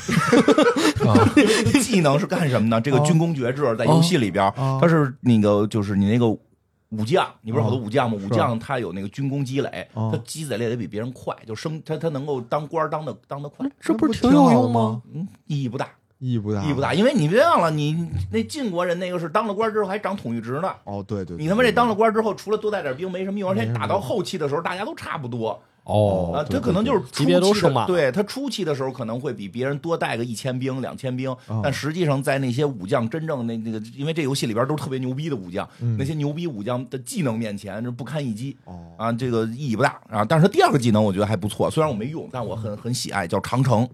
技能是干什么呢？这个军功爵制在游戏里边，它是那个就是你那个。武将，你不是好多武将吗？武将他有那个军功积累，他积累得比别人快，就他能够当官当的快， 这不是挺有用吗？ 意义不大， 意义不大， 意义不大，因为你别忘了，你那晋国人那个是当了官之后还掌统御职呢。 哦，对对， 你他妈这当了官之后，除了多带点兵没什么用，而且打到后期的时候，大家都差不多。他可能就是级别都升满， 对他初期的时候可能会比别人多带个1000兵、2000兵，但实际上在那些武将真正那个，因为这游戏里边都是特别牛逼的武将，那些牛逼武将的技能面前是不堪一击啊，这个意义不大啊。但是他第二个技能我觉得还不错，虽然我没用，但我很喜爱，叫长城。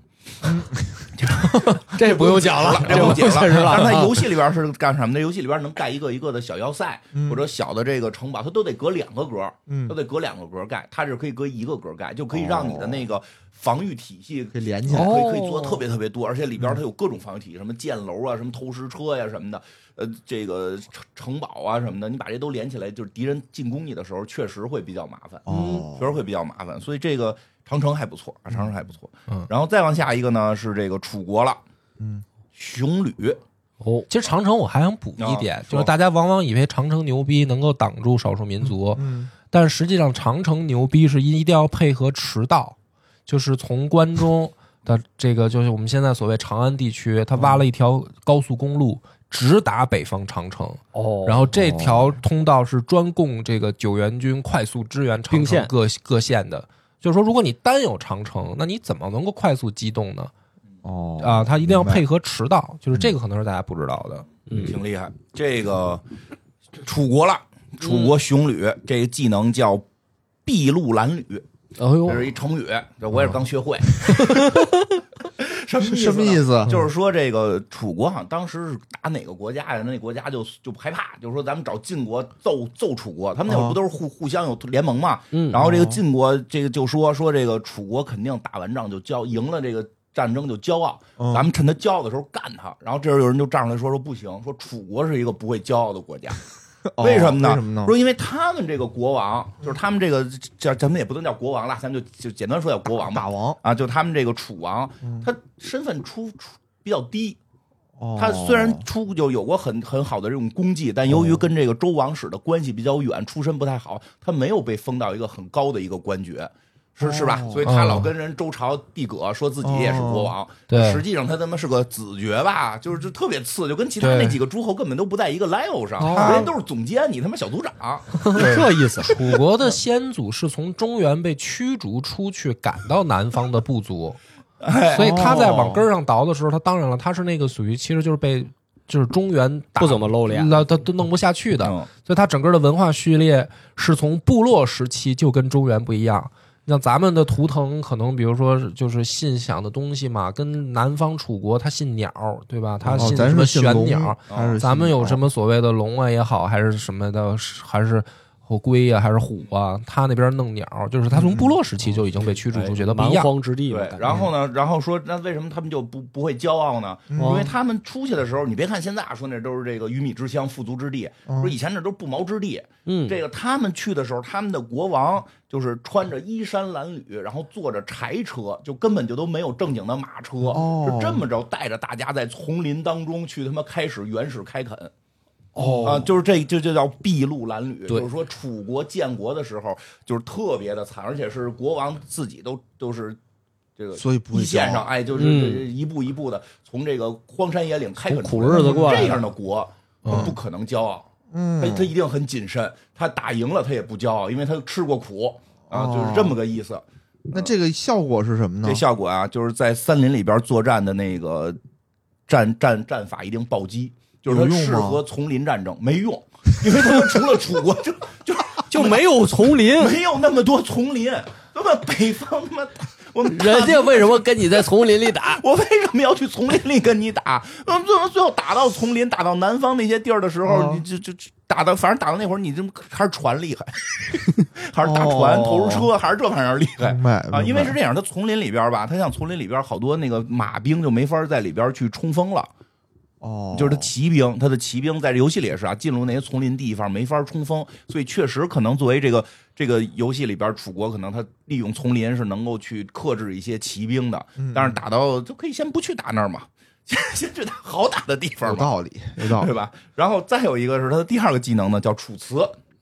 这不用讲了， 这不用讲了。但是它游戏里边是干什么的？游戏里边能盖一个一个的小要塞，或者小的这个城堡，它都得隔2个格，都得隔2个格盖。它是可以隔1个格盖，就可以让你的那个防御体系可以连起来， 可以做特别特别多，而且里边它有各种防御体系，什么箭楼啊，什么投石车呀什么的，这个城堡啊什么的，你把这都连起来，就是敌人进攻你的时候确实会比较麻烦，确实会比较麻烦，所以这个。长城还不错啊，长城还不错。然后再往下一个呢是这个楚国了，熊吕。 其实长城我还想补一点，就是大家往往以为长城牛逼能够挡住少数民族，但实际上长城牛逼是一定要配合驰道，就是从关中的这个就是我们现在所谓长安地区，它挖了一条高速公路。直达北方长城，然后这条通道是专供这个救援军快速支援长城各县的。就是说，如果你单有长城，那你怎么能够快速机动呢？它一定要配合驰道，就是这个可能是大家不知道的， 挺厉害。这个楚国了，楚国熊吕这个技能叫筚路蓝缕，这是一成语，这我也是刚学会。什么意思？就是说这个楚国好像当时是打哪个国家呀？那国家就害怕，就是说咱们找晋国揍楚国，他们那会儿不都是互相有联盟嘛？然后这个晋国这个就说这个楚国肯定打完仗就赢了这个战争就骄傲，咱们趁他骄傲的时候干他。然后这时候有人就站出来说不行，说楚国是一个不会骄傲的国家。为什么呢？说因为他们这个国王，就是他们这个咱们也不能叫国王了，咱们就简单说叫国王吧。 大王啊，就他们这个楚王，他身份比较低。他虽然就有过很好的这种功绩，但由于跟这个周王室的关系比较远，出身不太好，他没有被封到一个很高的一个官爵。是吧？所以他老跟人周朝帝葛说自己也是国王， 对， 实际上他他妈是个子爵吧，就特别次，就跟其他那几个诸侯根本都不在一个 level 上，人家都是总监，你他妈小组长， 这意思。 楚国的先祖是从中原被驱逐出去，赶到南方的部族，所以他在往根上倒的时候，他当然了，他是那个属于其实就是被就是中原不怎么露脸， 他都弄不下去的，所以他整个的文化序列是从部落时期就跟中原不一样。像咱们的图腾可能比如说就是信仰的东西嘛，跟南方楚国他信鸟，对吧？他信什么玄鸟，咱们有什么所谓的龙啊也好，还是什么的，还是龟啊还是虎啊，他那边弄鸟，就是他从部落时期就已经被驱逐出去的，不一样。 蛮荒之地。 对，然后呢，然后说那为什么他们就不会骄傲呢？因为他们出去的时候，你别看现在说那都是这个鱼米之乡、富足之地，说以前那都是不毛之地。这个他们去的时候，他们的国王就是穿着衣衫褴褛，然后坐着柴车，就根本就都没有正经的马车，是这么着带着大家在丛林当中去他妈开始原始开垦。就是这就叫筚路蓝缕，就是说楚国建国的时候就是特别的惨，而且是国王自己都是这个一线上，就是一步一步的从这个荒山野岭开垦苦日子过来， 这样的国不可能骄傲。他一定很谨慎，他打赢了他也不骄傲，因为他吃过苦啊，就是这么个意思。 那这个效果是什么呢？ 这效果啊，就是在森林里边作战的那个战法一定暴击，就是它适合丛林战争，没用，因为他们除了楚国就没有丛林， 没有那么多丛林，他妈北方他妈。 人家为什么跟你在丛林里打？ 我为什么要去丛林里跟你打？最后打到丛林，打到南方那些地儿的时候，你就打到，反正打到那会儿，你就还是船厉害，还是大船、投石车，还是这玩意儿厉害啊！因为是这样，它丛林里边吧，它像丛林里边好多那个马兵就没法在里边去冲锋了。就是他骑兵，他的骑兵在这游戏里也是啊，进入那些丛林地方没法冲锋，所以确实可能作为这个游戏里边，楚国可能他利用丛林是能够去克制一些骑兵的，但是打到就可以先不去打那儿嘛，先去打好打的地方嘛， 有道理， 对吧？然后再有一个是他的第二个技能呢，叫楚辞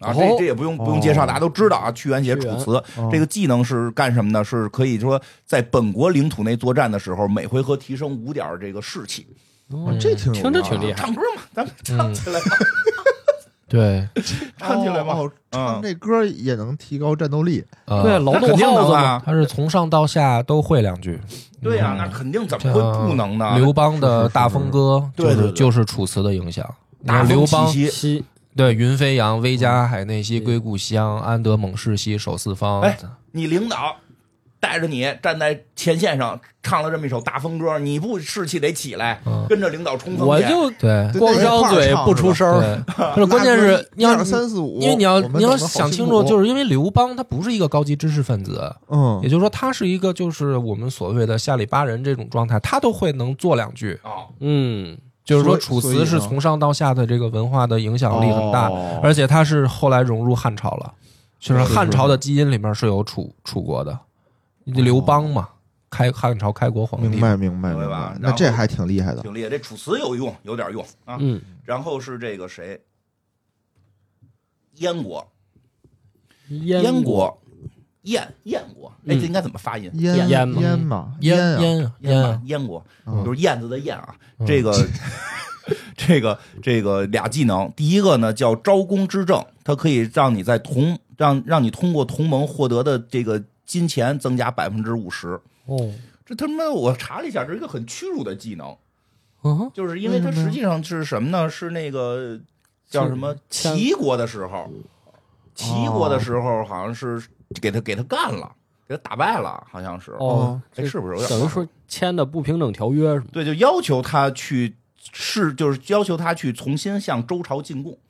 啊，这也不用介绍，大家都知道啊。屈原写《楚辞》，这个技能是干什么呢？是可以说在本国领土内作战的时候，每回合提升5点这个士气。 这听着挺厉害。 唱歌嘛，咱们唱起来吧。 对， 唱起来吧。 唱这歌也能提高战斗力。 对，劳动号子嘛， 他是从上到下都会2句。 对呀，那肯定怎么会不能呢？ 刘邦的大风歌，就是楚辞的影响。你看刘邦对，云飞扬，威加海内兮归故乡，安得猛士兮守四方。 哎，你领导带着你站在前线上唱了这么一首大风歌，你不士气得起来，跟着领导冲锋线。 我就对光张嘴不出声。 关键是你要 3、4、5， 因为你要想清楚，就是因为刘邦他不是一个高级知识分子，也就是说他是一个就是我们所谓的下里巴人这种状态，他都会能做2句就是说楚辞是从上到下的这个文化的影响力很大，而且他是后来融入汉朝了，就是汉朝的基因里面是有楚国的。刘邦嘛，汉朝开国皇帝， 明白吧？那这还挺厉害的， 挺厉害。这楚辞有用，有点用啊。然后是这个谁？燕国，燕国，哎，这应该怎么发音？ 燕国，就是燕子的燕啊。这个俩技能，第一个呢叫招工之政，它可以让你在让你通过同盟获得的这个金钱增加50%。这他妈我查了一下，这是一个很屈辱的技能。就是因为它实际上是什么呢？是那个叫什么齐国的时候，好像是给他干了，给他打败了，好像是。是不是有点等于说签的不平等条约是吗？ 对，就要求他去就是要求他去重新向周朝进贡。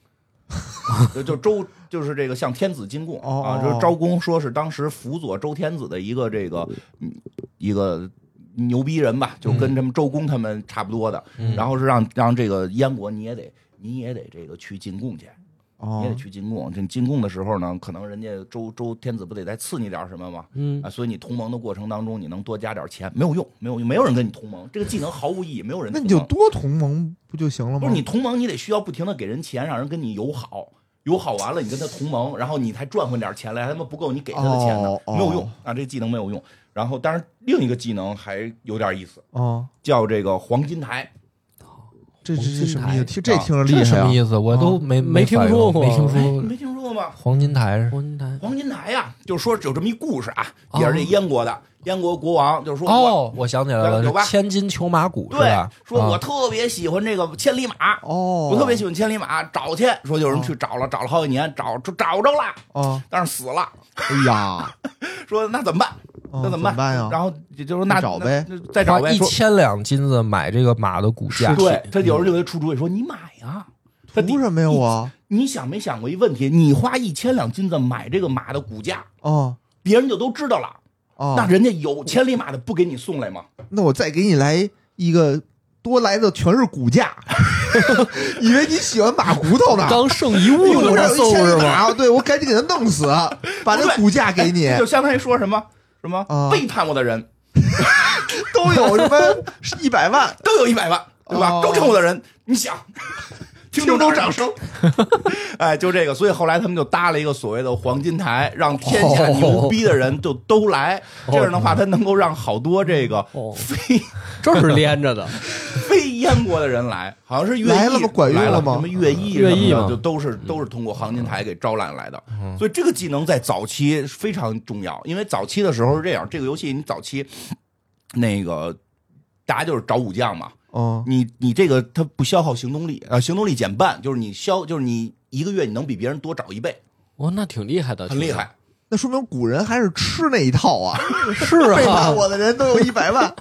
就是这个向天子进贡啊，就是昭公说是当时辅佐周天子的一个一个牛逼人吧，就跟他们周公他们差不多的，然后是让这个燕国你也得这个去进贡去。你也得去进贡。这进贡的时候呢，可能人家周天子不得再赐你点什么吗？所以你同盟的过程当中，你能多加点钱，没有用，没有人跟你同盟，这个技能毫无意义，没有人同盟。 那你就多同盟不就行了吗？ 不是，你同盟你得需要不停的给人钱，让人跟你友好完了，你跟他同盟，然后你才赚回点钱来，他们不够你给他的钱呢，没有用啊，这个技能没有用。然后，当然另一个技能还有点意思叫这个黄金台。 这什么意思？这听着厉害啊！ 什么意思？我都没听说过， 没听说过吗？ 黄金台呀，就是说有这么一故事啊，也是这燕国国王，就是说我想起来了，有吧？千金裘马骨是吧？ 说我特别喜欢这个千里马我特别喜欢千里马，找去，说有人去找了好几年，找着了但是死了。 哎呀， 说那怎么办？那怎么办呀？ 然后就说那找呗， 再找呗。 1000两金子买这个马的骨架， 对，他有人就给他出主意说你买呀， 图什么呀我？ 你想没想过一问题？你花1000两金子买这个马的骨架别人就都知道了那人家有千里马的不给你送来吗？ 那我再给你来一个多来的全是骨架，以为你喜欢马骨头呢， 当剩遗物我这送是吗？对，我赶紧给他弄死，把这骨架给你， 就相当于说什么背叛我的人都有什么100万， 都有100万，对吧？都成我的人，你想？听众掌声，哎，就这个，所以后来他们就搭了一个所谓的黄金台，让天下牛逼的人就都来，这样的话，他能够让好多这个这是连着的非燕国的人来，好像是乐毅来了吗？管用了吗？ 什么乐毅嘛，就都是通过黄金台给招揽来的。所以这个技能在早期非常重要，因为早期的时候是这样，这个游戏你早期那个大家就是找武将嘛。你这个它不消耗行动力行动力减半，就是你1个月你能比别人多找1倍。 那挺厉害的， 很厉害。 那说明古人还是吃那一套啊！ 是啊， 背叛我的人都有100万，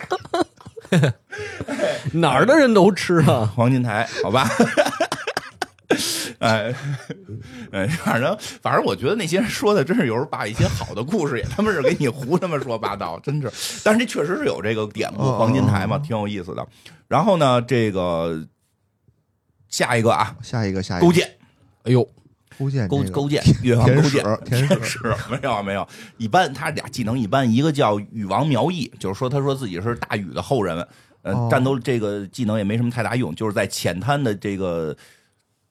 哪儿的人都吃啊！ 黄金台，好吧。反正我觉得那些人说的真是有时候把一些好的故事也他妈是给你胡他妈说八道，真是。但是这确实是有这个典故，黄金台嘛，挺有意思的。然后呢，这个下一个勾践， 哎呦，勾践， 越王勾践， 天使没有。一般他俩技能一般，一个叫禹王苗裔，就是说他说自己是大禹的后人，战斗这个技能也没什么太大用，就是在浅滩的这个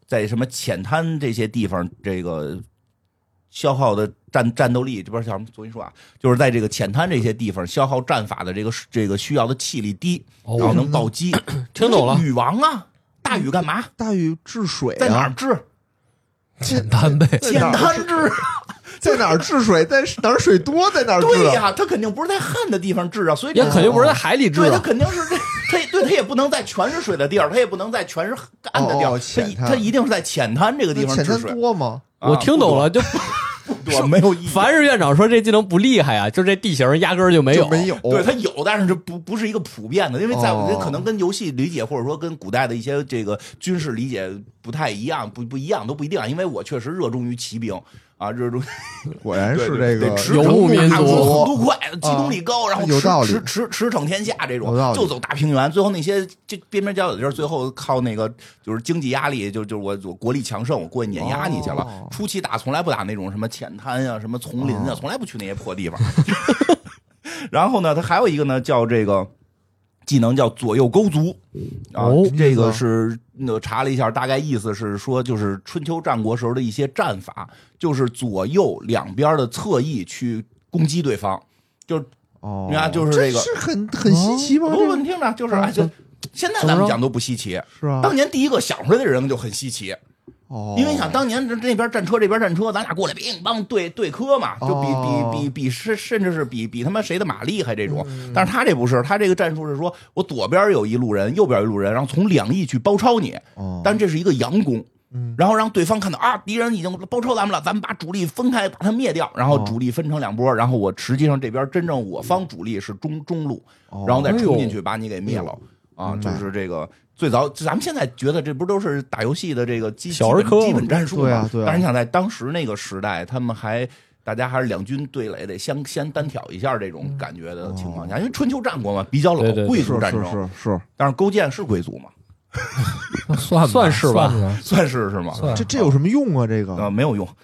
在什么浅滩这些地方，这个消耗的战斗力，这不是叫什么？重新说啊，就是在这个浅滩这些地方消耗战法的这个需要的气力低，然后能暴击。 听懂了， 禹王啊，大禹干嘛？ 大禹治水在哪儿治？ 浅滩呗， 浅滩治。 在哪儿治水？在哪儿水多，在哪儿治。 对呀，他肯定不是在旱的地方治啊，所以也肯定不是在海里治啊。 对，他肯定是他也不能在全是水的地儿，他也不能在全是岸的地儿，他一定是在浅滩这个地方治水。 浅滩多吗？ 我听懂了，就不多，没有意义。 凡是院长说这技能不厉害啊，就这地形压根儿就没有。 对，他有，但是这不是一个普遍的，因为在我觉得可能跟游戏理解或者说跟古代的一些这个军事理解不太一样，不一样都不一定啊。因为我确实热衷于骑兵。啊，这种果然是这个游牧民族， 速度快，机动力高，然后有道理， 驰骋天下这种，就走大平原。最后那些这边边角角的地儿，最后靠那个就是经济压力，就是我国力强盛，我过去碾压你去了。初期打从来不打那种什么浅滩啊、什么丛林啊，从来不去那些破地方。然后呢，它还有一个呢，叫这个技能叫左右勾足啊，这个是查了一下，大概意思是说，就是春秋战国时候的一些战法，就是左右两边的侧翼去攻击对方，就是你看，就是这个是很稀奇吗？ 不，你听着，就是就现在咱们讲都不稀奇， 是啊， 当年第一个想出来的人就很稀奇。因为你想当年那边战车这边战车，咱俩过来乒乓对磕嘛，就比甚至是比他妈谁的马厉害这种。但是他这不是，他这个战术是说我左边有一路人，右边有一路人，然后从两翼去包抄你。但这是一个佯攻，然后让对方看到啊，敌人已经包抄咱们了，咱们把主力分开，把他灭掉，然后主力分成两波，然后我实际上这边真正我方主力是中路，然后再冲进去把你给灭了啊，就是这个。最早，咱们现在觉得这不都是打游戏的这个基本战术吗？ 对啊。 但是你想在当时那个时代，他们大家还是两军对垒，得先单挑一下这种感觉的情况下，因为春秋战国嘛，比较老贵族战争是。 但是勾践是贵族嘛？ 算是吧， 算是吗？ 这有什么用啊？这个没有用，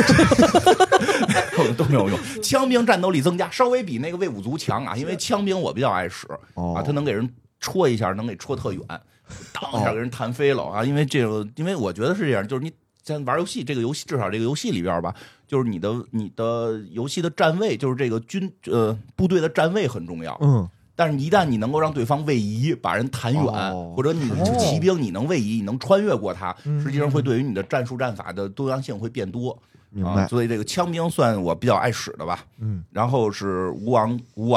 都没有用。枪兵战斗力增加，稍微比那个魏武卒强啊，因为枪兵我比较爱使啊，他能给人戳一下，能给戳特远。当一下给人弹飞了啊！因为我觉得是这样，就是你像玩游戏，这个游戏至少这个游戏里边吧，就是你的游戏的站位，就是这个部队的站位很重要。但是一旦你能够让对方位移，把人弹远，或者你骑兵你能位移，你能穿越过他，实际上会对于你的战术战法的多样性会变多。 明白。 所以这个枪兵算我比较爱使的吧。然后是吴王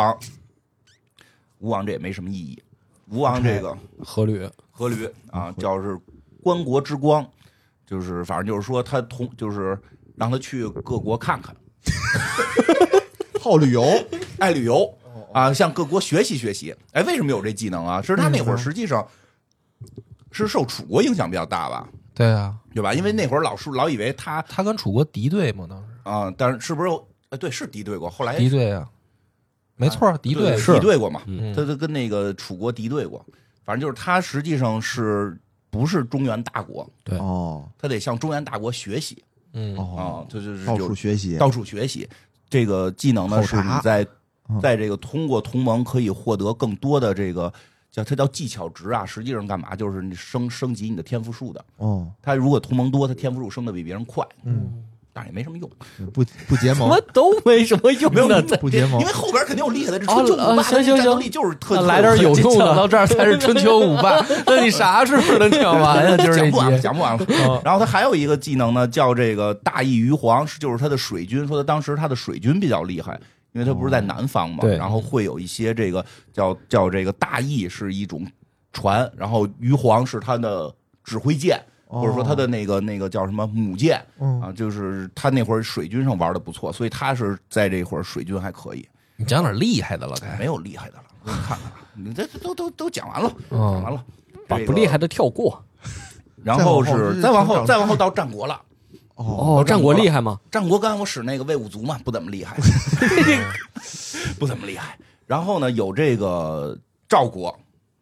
这也没什么意义。吴王这个阖闾啊，叫是关国之光，就是反正就是说他就是让他去各国看看， 好旅游， 爱旅游啊，向各国学习学习。哎，为什么有这技能啊？是他那会儿实际上是受楚国影响比较大吧？ 对啊， 对吧？因为那会儿老以为他跟楚国敌对嘛，当时啊，但是不是对是敌对过，后来敌对啊。没错，敌对是敌对过嘛？他跟那个楚国敌对过，反正就是他实际上不是中原大国？ 对他得向中原大国学习。就是到处学习。 这个技能呢，是你在这个通过同盟可以获得更多的这个叫技巧值啊。实际上干嘛？就是你升级你的天赋树的。他如果同盟多，他天赋树升的比别人快。但是也没什么用， 不结盟， 什么都没什么用的， 不结盟， 因为后边肯定有厉害的。春秋五霸行， 战斗力就是特来点有用的， 到这儿才是春秋五霸。那你啥时候能讲完呀？就是讲不完了。然后他还有一个技能呢，叫这个大义于皇，就是他的水军。说他当时他的水军比较厉害，因为他不是在南方嘛，然后会有一些这个叫这个大义是一种船，然后于皇是他的指挥舰。或者说他的那个叫什么母舰啊，就是他那会儿水军上玩的不错，所以他是在这会儿水军还可以。 你讲点厉害的了，该没有厉害的了，你看看，你这都讲完了，讲完了， 把不厉害的跳过。 然后是再往后到战国了。 战国厉害吗？ 战国刚才我使那个魏武卒嘛，不怎么厉害，不怎么厉害。然后呢，有这个赵国。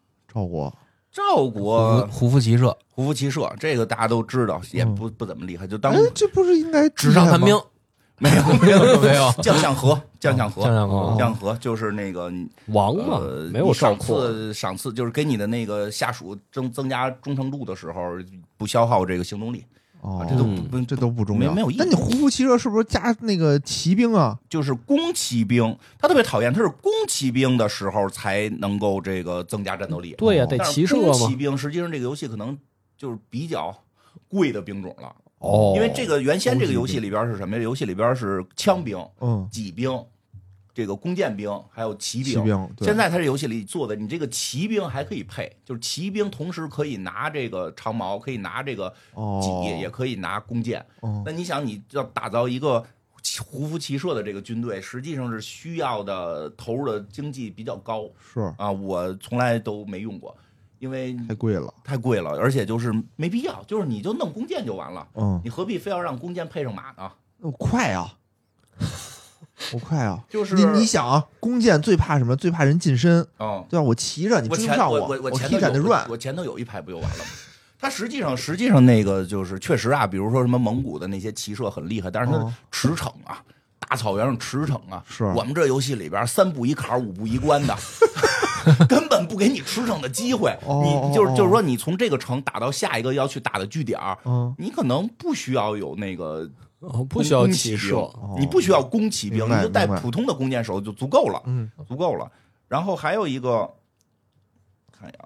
胡服骑射， 这个大家都知道，也不怎么厉害。就当这不是应该纸上谈兵， 没有将相和就是那个王嘛，没有赏赐就是给你的那个下属增加忠诚度的时候不消耗这个行动力。这都不重要， 没有意义。 那你胡服骑射是不是加那个骑兵啊？ 就是弓骑兵，他特别讨厌，他是弓骑兵的时候才能够这个增加战斗力。 对呀，得骑射嘛。 弓骑兵实际上这个游戏可能就是比较贵的兵种了。因为这个原先这个游戏里边是什么呀？游戏里边是枪兵、戟兵。这个弓箭兵还有骑兵，现在他这游戏里做的，你这个骑兵还可以配，就是骑兵同时可以拿这个长矛，可以拿这个戟，也可以拿弓箭。那你想，你要打造一个胡服骑射的这个军队，实际上是需要的投入的经济比较高。 是啊， 我从来都没用过，因为太贵了， 而且就是没必要，就是你就弄弓箭就完了。你何必非要让弓箭配上马呢？ 快啊！我快啊！ 就是你想啊，弓箭最怕什么？最怕人近身。对吧？我骑着你追不上我踢赶着转。 我前头有一排不就完了吗？它实际上那个就是确实啊，比如说什么蒙古的那些骑射很厉害，但是它驰骋啊，大草原上驰骋啊， 是我们这游戏里边3步一坎5步一关的。根本不给你驰骋的机会，你就是说，你从这个城打到下一个要去打的据点，你可能不需要有那个。 不需要骑射， 你不需要弓骑兵，你就带普通的弓箭手就足够了，足够了。然后还有一个，看一下啊，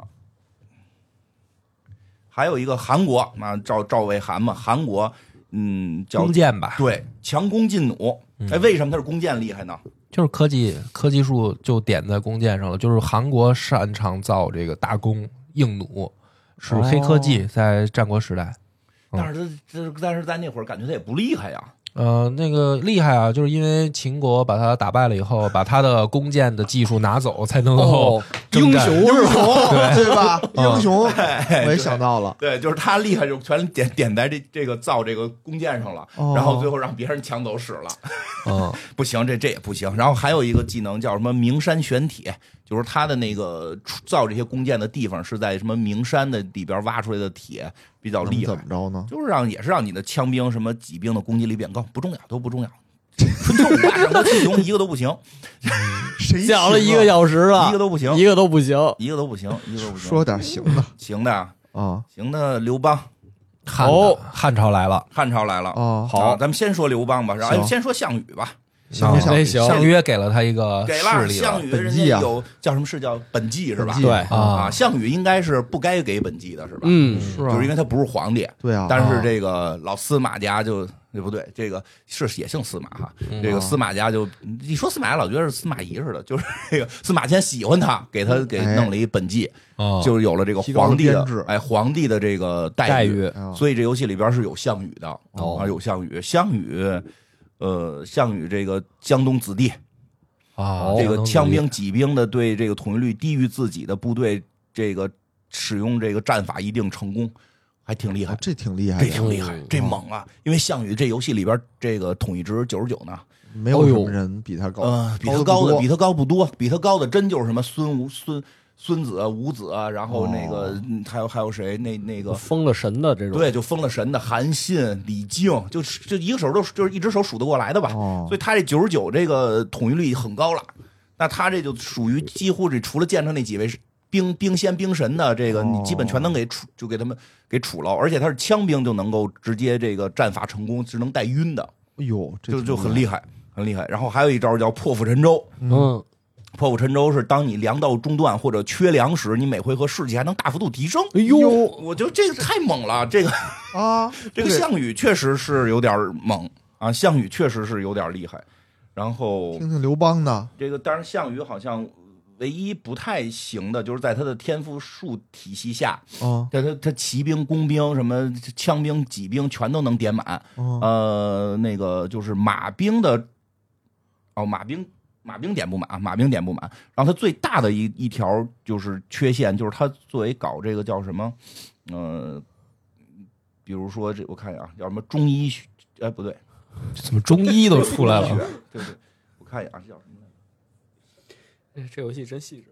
还有一个韩国啊，赵魏韩嘛，韩国叫弓箭吧， 对，强弓劲弩。为什么它是弓箭厉害呢？ 就是科技树就点在弓箭上了，就是韩国擅长造这个大弓硬弩，是黑科技，在战国时代。 但是在那会儿感觉他也不厉害呀。 那个厉害啊，就是因为秦国把他打败了以后，把他的弓箭的技术拿走，才能够英雄是吧？对吧？英雄，我也想到了。 对，就是他厉害，就全点在这个造这个弓箭上了，然后最后让别人抢走使了。不行，这也不行。然后还有一个技能叫什么名山玄铁，就是他的那个造这些弓箭的地方是在什么名山的里边挖出来的铁，比较厉害。 怎么着呢？ 就是也是让你的枪兵什么戟兵的攻击力变高，不重要，都不重要。春秋五霸战国七雄一个都不行。 谁讲了1个小时了， 一个都不行， 一个都不行， 一个都不行，一个都不行。 说点行的， 行的啊， 行的。刘邦， 汉朝来了， 汉朝来了。 好， 咱们先说刘邦吧，然后先说项羽吧。 项羽给了他一个给了项羽，人家有叫什么是叫本纪是吧？ 对啊，项羽应该是不该给本纪的是吧？ 是啊， 就是因为他不是皇帝。 对啊， 但是这个老司马家就不对，这个是也姓司马哈。这个司马家就一说司马家老觉得是司马懿似的，就是这个司马迁喜欢他，给弄了一本纪，就有了这个皇帝的皇帝的这个待遇。所以这游戏里边是有项羽的有项羽，项羽这个江东子弟这个枪兵戟兵的对这个统一率低于自己的部队，这个使用这个战法一定成功，还挺厉害。 这挺厉害， 这挺厉害，这猛啊！因为项羽这游戏里边这个统一值99呢， 没有什么人比他高， 比他高不多，比他高的真就是什么孙子、伍子，然后那个还有谁？那个封了神的这种， 对，就封了神的韩信、李靖，就一个手就是一只手数得过来的吧。所以他这99这个统一率很高了。那他这就属于几乎这除了见着那几位兵仙兵神的这个，你基本全能给他们给处了。而且他是枪兵就能够直接这个战法成功，是能带晕的。 哎呦， 就很厉害，很厉害。然后还有一招叫破釜沉舟，破釜沉舟是当你粮道中断或者缺粮时，你每回合士气还能大幅度提升。 哎呦， 我觉得这个太猛了，这个这个项羽确实是有点猛啊，项羽确实是有点厉害。然后听听刘邦的这个，当然项羽好像唯一不太行的就是在他的天赋树体系下，他骑兵、工兵、什么枪兵、戟兵全都能点满。那个就是马兵的，马兵点不满，马兵点不满。然后他最大的一条就是缺陷，就是他作为搞这个叫什么，比如说这我看一下啊，叫什么中医学，不对， 怎么中医都出来了？ 对，我看一眼啊，叫什么来着？ 这游戏真细致。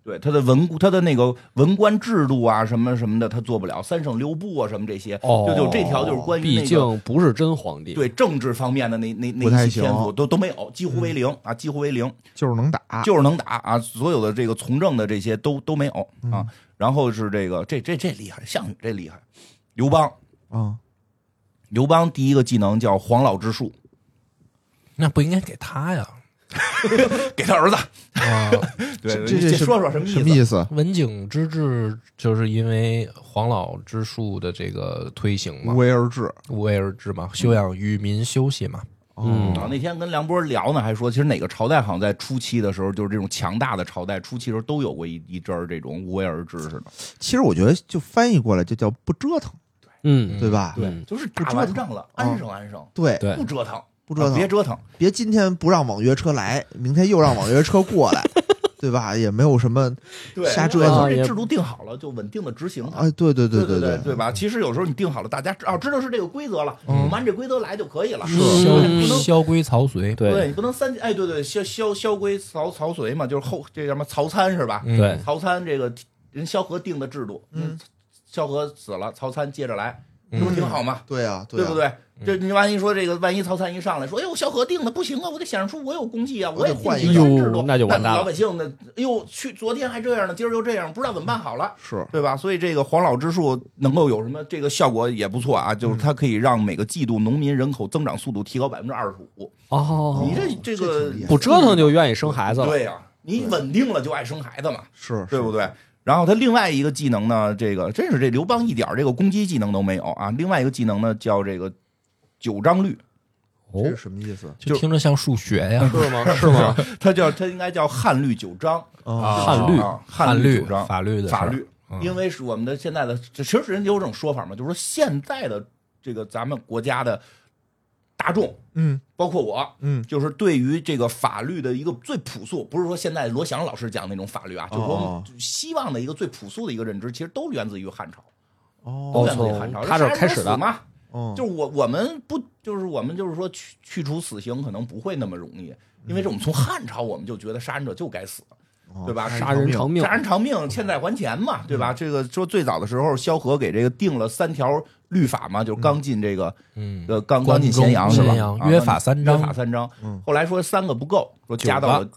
对他的那个文官制度啊，什么什么的，他做不了3省6部啊，什么这些，就这条就是关于那个， 毕竟不是真皇帝， 对政治方面的那一些天赋都没有，几乎为零啊，几乎为零， 就是能打啊，所有的这个从政的这些都没有啊。然后是这个这厉害，项羽这厉害，刘邦啊， 刘邦第一个技能叫黄老之术， 那不应该给他呀。 给他儿子啊， 对， 这说什么意思？ 文景之治就是因为黄老之术的这个推行嘛， 无为而治嘛，休养与民休息嘛。 那天跟梁波聊呢，还说其实哪个朝代好像在初期的时候，就是这种强大的朝代初期的时候都有过一阵儿这种无为而治似的。 其实我觉得就翻译过来就叫不折腾，对吧？ 对，就是打完仗了，安生， 对， 不折腾。 别折腾，别今天不让网约车来，明天又让网约车过来，对吧？也没有什么瞎折腾。 这制度定好了，就稳定的执行它。 对吧？其实有时候你定好了，大家知道是这个规则了，我们按这规则来就可以了。 萧规曹随， 对你不能萧规曹随嘛，就是这叫什么曹参是吧？ 对， 曹参这个人萧何定的制度，萧何死了，曹参接着来。这不挺好吗？ 对啊， 对不对？这你万一说这个，万一曹参一上来说，哎呦，萧何定的不行啊，我得显示出我有功绩啊，我也换一个制度， 那就完蛋了。 老百姓呢，哎呦，昨天还这样呢，今儿又这样，不知道怎么办好了， 是对吧？所以这个黄老之术能够有什么这个效果也不错啊，就是它可以让每个季度农民人口增长速度提高25%。 哦， 你这个不折腾就愿意生孩子了， 对呀，你稳定了就爱生孩子嘛， 是对不对？然后他另外一个技能呢，这个真是这刘邦一点这个攻击技能都没有啊。另外一个技能呢叫这个九章律， 这是什么意思？ 就听着像数学呀， 是吗？ 他应该叫汉律九章， 汉律九章， 法律， 因为是我们的现在的，其实人有这种说法嘛，就是说现在的这个咱们国家的大众，包括我，就是对于这个法律的一个最朴素，不是说现在罗翔老师讲那种法律啊，就是说希望的一个最朴素的一个认知，其实都源自于汉朝，都源自于汉朝， 他这开始的嘛，就是我们不，就是我们就是说去除死刑可能不会那么容易，因为这我们从汉朝我们就觉得杀人者就该死。对吧？ 杀人偿命，欠债还钱嘛，对吧？这个说最早的时候，萧何给这个定了3条律法嘛，就是刚进这个，刚进咸阳是吧？ 约法三章，后来说3个不够，说加到了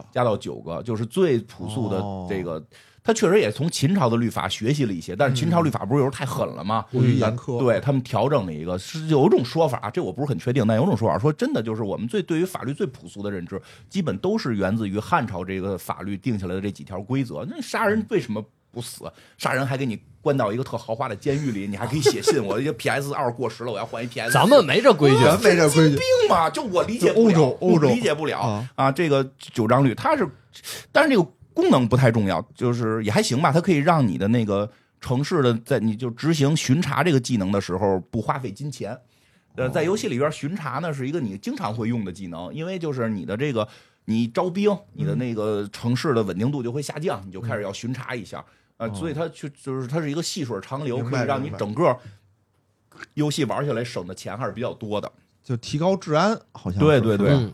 9个，就是最朴素的这个。他确实也从秦朝的律法学习了一些，但是秦朝律法不是有时候太狠了吗？ 过于严苛。 对他们调整了一个，是有一种说法，这我不是很确定，但有种说法说，真的就是我们对于法律最朴素的认知，基本都是源自于汉朝这个法律定下来的这几条规则。那杀人为什么不死？杀人还给你关到一个特豪华的监狱里，你还可以写信，我一个 PS2 过时了，我要换一 PS4。 咱们没这规矩， 没这规矩， 病嘛，就我理解不了， 欧洲理解不了啊。这个九章律，它是，但是这个功能不太重要，就是也还行吧。它可以让你的那个城市的，在你就执行巡查这个技能的时候不花费金钱。在游戏里边巡查呢是一个你经常会用的技能，因为就是你的这个你招兵，你的那个城市的稳定度就会下降，你就开始要巡查一下。所以它就是它是一个细水长流，可以让你整个游戏玩下来省的钱还是比较多的， 就提高治安，好像对。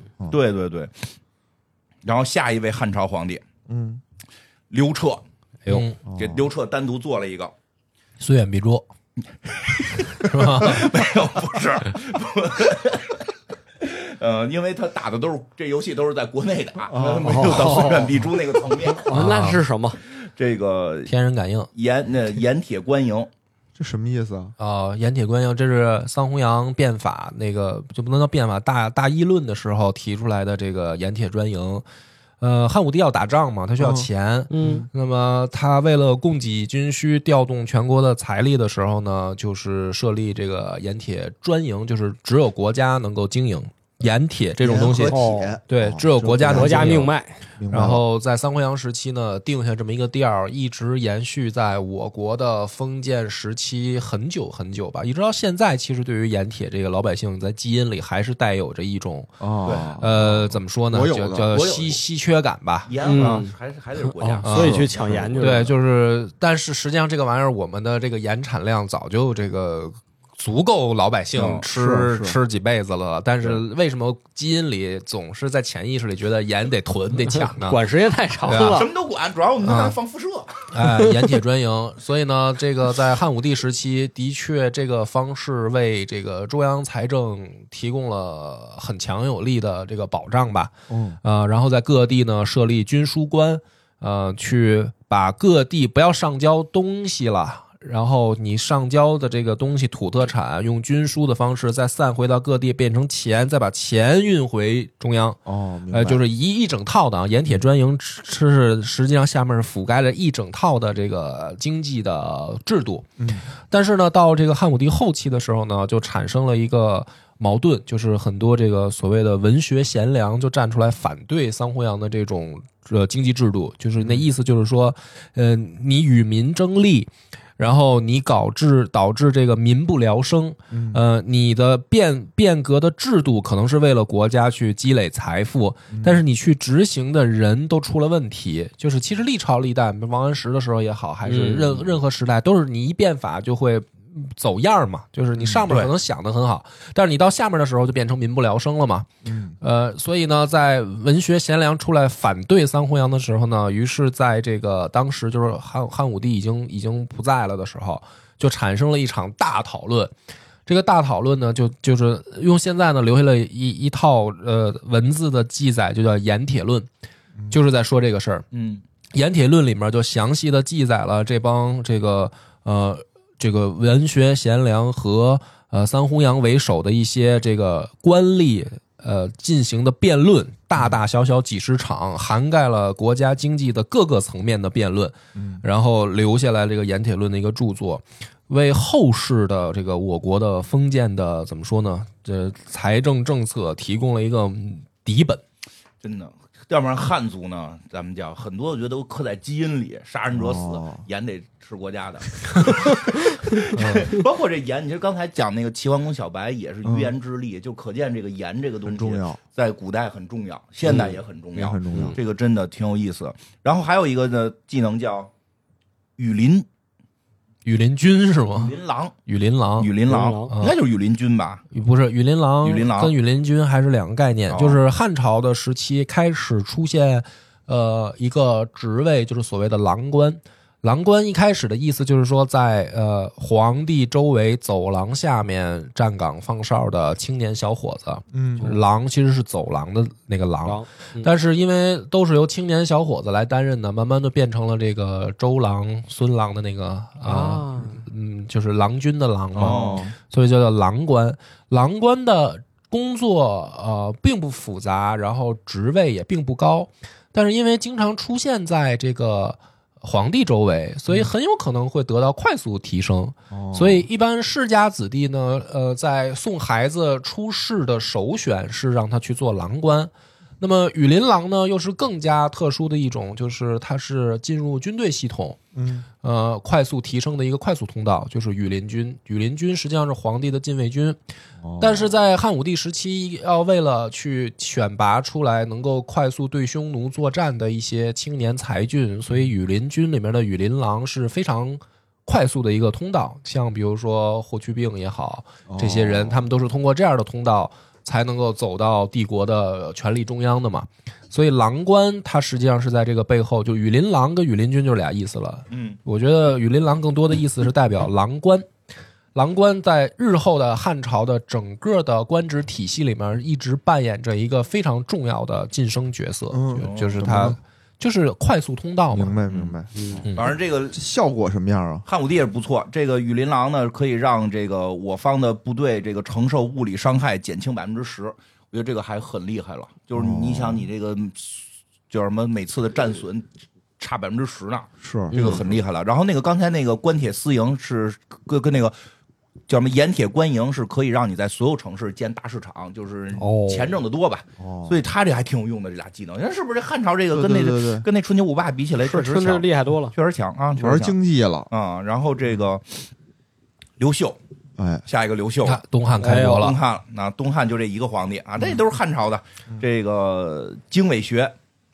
然后下一位汉朝皇帝，刘彻， 哎呦， 给刘彻单独做了一个虽远必诛，是吧？ 没有，不是。因为他打的都是这游戏都是在国内打，没有到虽远必诛那个层面。 那是什么？ 这个天人感应， 盐铁官营， 这什么意思啊？ 盐铁官营，这是桑弘羊变法那个就不能叫变法，大议论的时候提出来的这个盐铁专营。汉武帝要打仗嘛，他需要钱，那么他为了供给军需，调动全国的财力的时候呢，就是设立这个盐铁专营，就是只有国家能够经营盐铁这种东西，对，只有国家命脉。 然后在桑弘羊时期呢，定下这么一个调，一直延续在我国的封建时期很久很久吧，一直到现在。其实对于盐铁这个老百姓在基因里还是带有着一种怎么说呢，叫稀缺感吧。 盐还得是国家， 所以去抢盐去了。 对，就是，但是实际上这个玩意儿，我们的这个盐产量早就这个足够老百姓吃几辈子了，但是为什么基因里总是在潜意识里觉得盐得囤得抢呢？ 管时间太长了， 什么都管，主要我们在放辐射。 盐铁专营，所以呢，这个在汉武帝时期，的确这个方式为这个中央财政提供了很强有力的这个保障吧。然后在各地呢设立军书官，去把各地不要上交东西了。然后你上交的这个东西土特产用军书的方式再散回到各地变成钱，再把钱运回中央。就是一整套的盐铁专营是实际上下面覆盖了一整套的这个经济的制度。但是呢，到这个汉武帝后期的时候呢，就产生了一个矛盾，就是很多这个所谓的文学贤良就站出来反对桑弘羊的这种经济制度，就是那意思就是说，你与民争利。然后你导致这个民不聊生，你的变革的制度可能是为了国家去积累财富，但是你去执行的人都出了问题。就是其实历朝历代，王安石的时候也好，还是任何时代，都是你一变法就会走样嘛，就是你上面可能想得很好，但是你到下面的时候就变成民不聊生了嘛。所以呢，在文学贤良出来反对桑弘羊的时候呢，于是在这个当时就是汉武帝已经不在了的时候，就产生了一场大讨论。这个大讨论呢，就是用现在呢留下了一套文字的记载，就叫《盐铁论》，就是在说这个事儿。《盐铁论》里面就详细的记载了这帮这个文学贤良和桑弘羊为首的一些这个官吏进行的辩论，大大小小几十场，涵盖了国家经济的各个层面的辩论，然后留下来这个《盐铁论》的一个著作，为后世的这个我国的封建的怎么说呢？这财政政策提供了一个底本， 真的。要不然汉族呢，咱们讲很多，我觉得都刻在基因里，杀人者死，盐得吃国家的。包括这盐，你就刚才讲那个齐桓公小白也是鱼盐之力，就可见这个盐这个东西在古代很重要，现代也很重要，这个真的挺有意思。然后还有一个呢技能叫羽林军是吗？ 羽林郎应该就是羽林军吧？ 不是，羽林郎跟羽林军还是两个概念。就是汉朝的时期开始出现一个职位，就是所谓的郎官。郎官一开始的意思就是说，在皇帝周围走廊下面站岗放哨的青年小伙子。就是郎其实是走廊的那个郎，但是因为都是由青年小伙子来担任的，慢慢就变成了这个周郎、孙郎的那个就是郎君的郎嘛，所以叫做郎官。郎官的工作并不复杂，然后职位也并不高，但是因为经常出现在这个皇帝周围，所以很有可能会得到快速提升。所以一般世家子弟呢，在送孩子出仕的首选是让他去做郎官。那么羽林郎呢，又是更加特殊的一种，就是他是进入军队系统，快速提升的一个快速通道，就是羽林军。羽林军实际上是皇帝的禁卫军，但是在汉武帝时期，要为了去选拔出来能够快速对匈奴作战的一些青年才俊，所以羽林军里面的羽林郎是非常快速的一个通道。像比如说霍去病也好，这些人他们都是通过这样的通道才能够走到帝国的权力中央的嘛。所以郎官它实际上是在这个背后，就羽林郎跟羽林军就是俩意思了。我觉得羽林郎更多的意思是代表郎官。郎官在日后的汉朝的整个的官职体系里面一直扮演着一个非常重要的晋升角色，就是他就是快速通道嘛。 明白。 反正这个效果什么样啊？ 汉武帝也不错，这个羽林郎呢可以让这个我方的部队这个承受物理伤害减轻10%，我觉得这个还很厉害了。就是你想你这个叫什么每次的战损差10%呢， 是这个很厉害了。然后那个刚才那个关铁私营是跟那个叫什么盐铁官营是可以让你在所有城市建大市场，就是钱挣得多吧。所以他这还挺有用的，这俩技能。是不是这汉朝这个跟那春秋五霸比起来，确实春秋厉害多了， 确实强啊， 确实经济了啊。然后这个刘秀，下一个刘秀， 东汉开国了。 东汉就这一个皇帝啊，这都是汉朝的。这个经纬学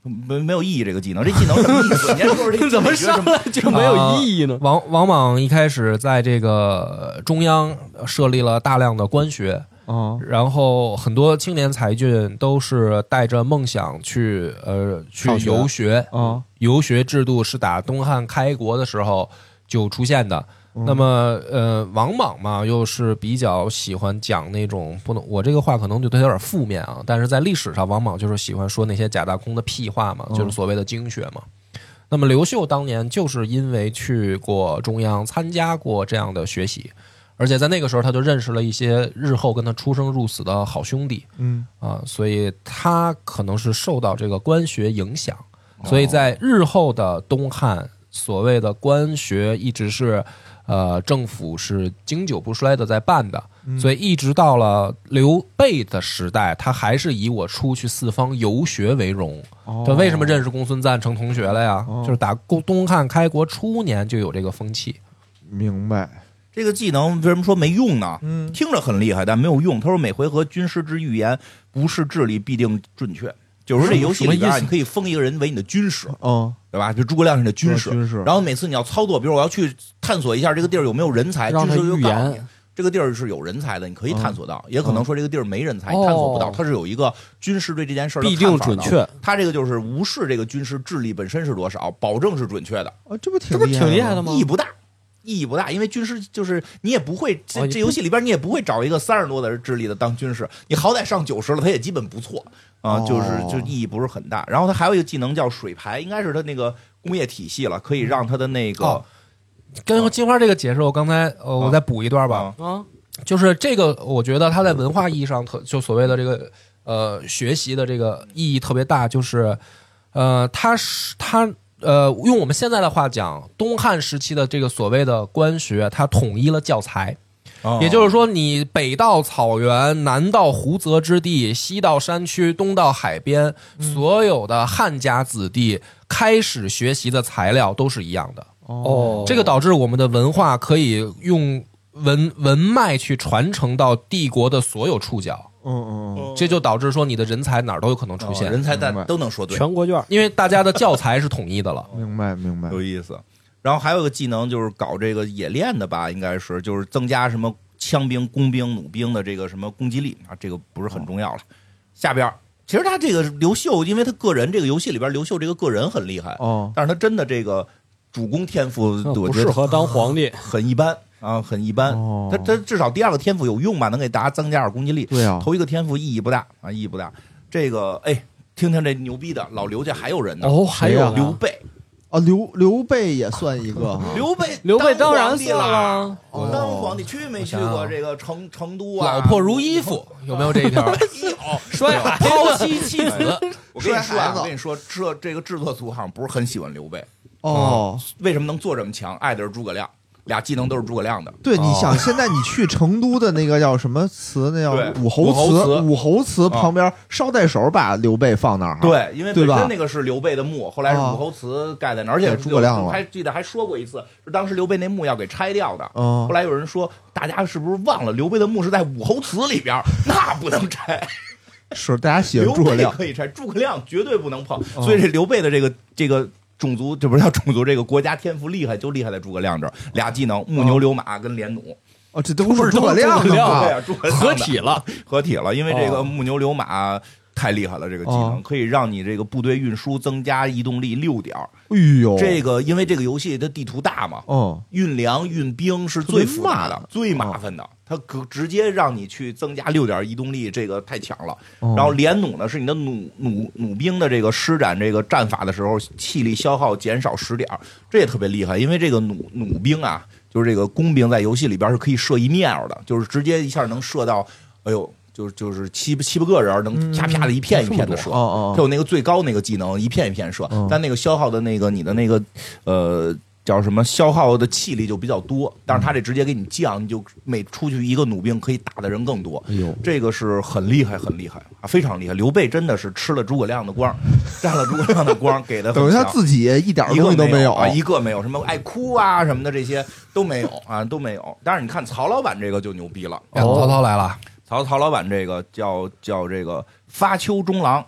没有意义。这个技能，这技能什么意思？你先说说这怎么上来就没有意义呢？ 王莽一开始在这个中央设立了大量的官学。然后很多青年才俊都是带着梦想去游学。游学制度是打东汉开国的时候就出现的。那么王莽嘛，又是比较喜欢讲那种不能，我这个话可能就对他有点负面啊，但是在历史上王莽就是喜欢说那些假大空的屁话嘛，就是所谓的经学嘛。那么刘秀当年就是因为去过中央参加过这样的学习，而且在那个时候他就认识了一些日后跟他出生入死的好兄弟。所以他可能是受到这个官学影响，所以在日后的东汉所谓的官学一直是政府是经久不衰的在办的，所以一直到了刘备的时代，他还是以我出去四方游学为荣。他为什么认识公孙瓒成同学了呀？就是打东汉开国初年就有这个风气。 明白。 这个技能为什么说没用呢？听着很厉害，但没有用。他说每回合军师之预言不是智力必定准确，就是说这游戏里边你可以封一个人为你的军师，对吧？就诸葛亮是你的军师，然后每次你要操作，比如我要去探索一下这个地儿有没有人才， 让他预言这个地儿是有人才的，你可以探索到，也可能说这个地儿没人才，探索不到。他是有一个军师对这件事儿的必定准确， 他这个就是无视这个军师智力本身是多少，保证是准确的。 这不挺厉害的吗？ 意义不大，因为军师就是你也不会这游戏里边你也不会找一个30多的智力的当军师，你好歹上90了，他也基本不错啊，就意义不是很大。然后他还有一个技能叫水排，应该是他那个工业体系了，可以让他的那个跟金花这个解释，我刚才我再补一段吧。就是这个，我觉得他在文化意义上就所谓的这个学习的这个意义特别大，就是他用我们现在的话讲，东汉时期的这个所谓的官学，它统一了教材。也就是说，你北到草原，南到湖泽之地，西到山区，东到海边，所有的汉家子弟开始学习的材料都是一样的。这个导致我们的文化可以用文脉去传承到帝国的所有触角。这就导致说你的人才哪儿都有可能出现， 人才都能说对， 全国卷， 因为大家的教材是统一的了。 明白， 有意思。然后还有一个技能就是搞这个冶炼的吧，应该是就是增加什么枪兵、工兵、弩兵的这个什么攻击力啊，这个不是很重要了。下边其实他这个刘秀，因为他个人这个游戏里边刘秀这个个人很厉害，但是他真的这个主攻天赋不适合当皇帝， 很一般。很一般。他至少第2个天赋有用吧，能给大家增加点攻击力。 对啊， 头一个天赋意义不大。这个听听这牛逼的老刘家还有人呢。 还有刘备。 刘备也算一个。 刘备当然算了。 当皇帝去没去过这个成都啊？ 老婆如衣服，有没有这一条？ 摔孩子， 抛妻弃子。 我跟你说，这个制作组好像不是很喜欢刘备。为什么能做这么强？爱的是诸葛亮。俩技能都是诸葛亮的。 对，你想现在你去成都的那个叫什么祠，那叫武侯祠旁边捎带手把刘备放那儿。 对，因为本身那个是刘备的墓，后来是武侯祠盖在那儿，而且诸葛亮还记得还说过一次，是当时刘备那墓要给拆掉的。后来有人说，大家是不是忘了刘备的墓是在武侯祠里边，那不能拆。 是大家喜欢诸葛亮可以拆，诸葛亮绝对不能碰。所以这刘备的这个。种族，这不是叫种族，这个国家天赋厉害就厉害在诸葛亮这儿，俩技能木牛流马跟连弩。 这都是诸葛亮的啊， 合体了， 因为这个木牛流马太厉害了，这个技能可以让你这个部队运输增加移动力6点。这个因为这个游戏的地图大嘛，运粮运兵是最复杂的、最麻烦的，它可直接让你去增加6点移动力，这个太强了。然后连弩呢，是你的弩兵的这个施展这个战法的时候，气力消耗减少10点，这也特别厉害。因为这个弩兵啊，就是这个工兵在游戏里边是可以射一面的，就是直接一下能射到，就是七八个人能啪啪的一片一片的射，它有那个最高那个技能一片一片射，但那个消耗的那个你的那个叫什么消耗的气力就比较多，但是它这直接给你降，你就每出去一个弩兵可以打的人更多。这个是很厉害啊，非常厉害。刘备真的是吃了诸葛亮的光，占了诸葛亮的光，给的等于他自己一点东西都没有啊，一个没有，什么爱哭啊什么的这些都没有啊，都没有。但是你看曹老板这个就牛逼了， 曹操来了。 曹老板这个叫这个发丘中郎，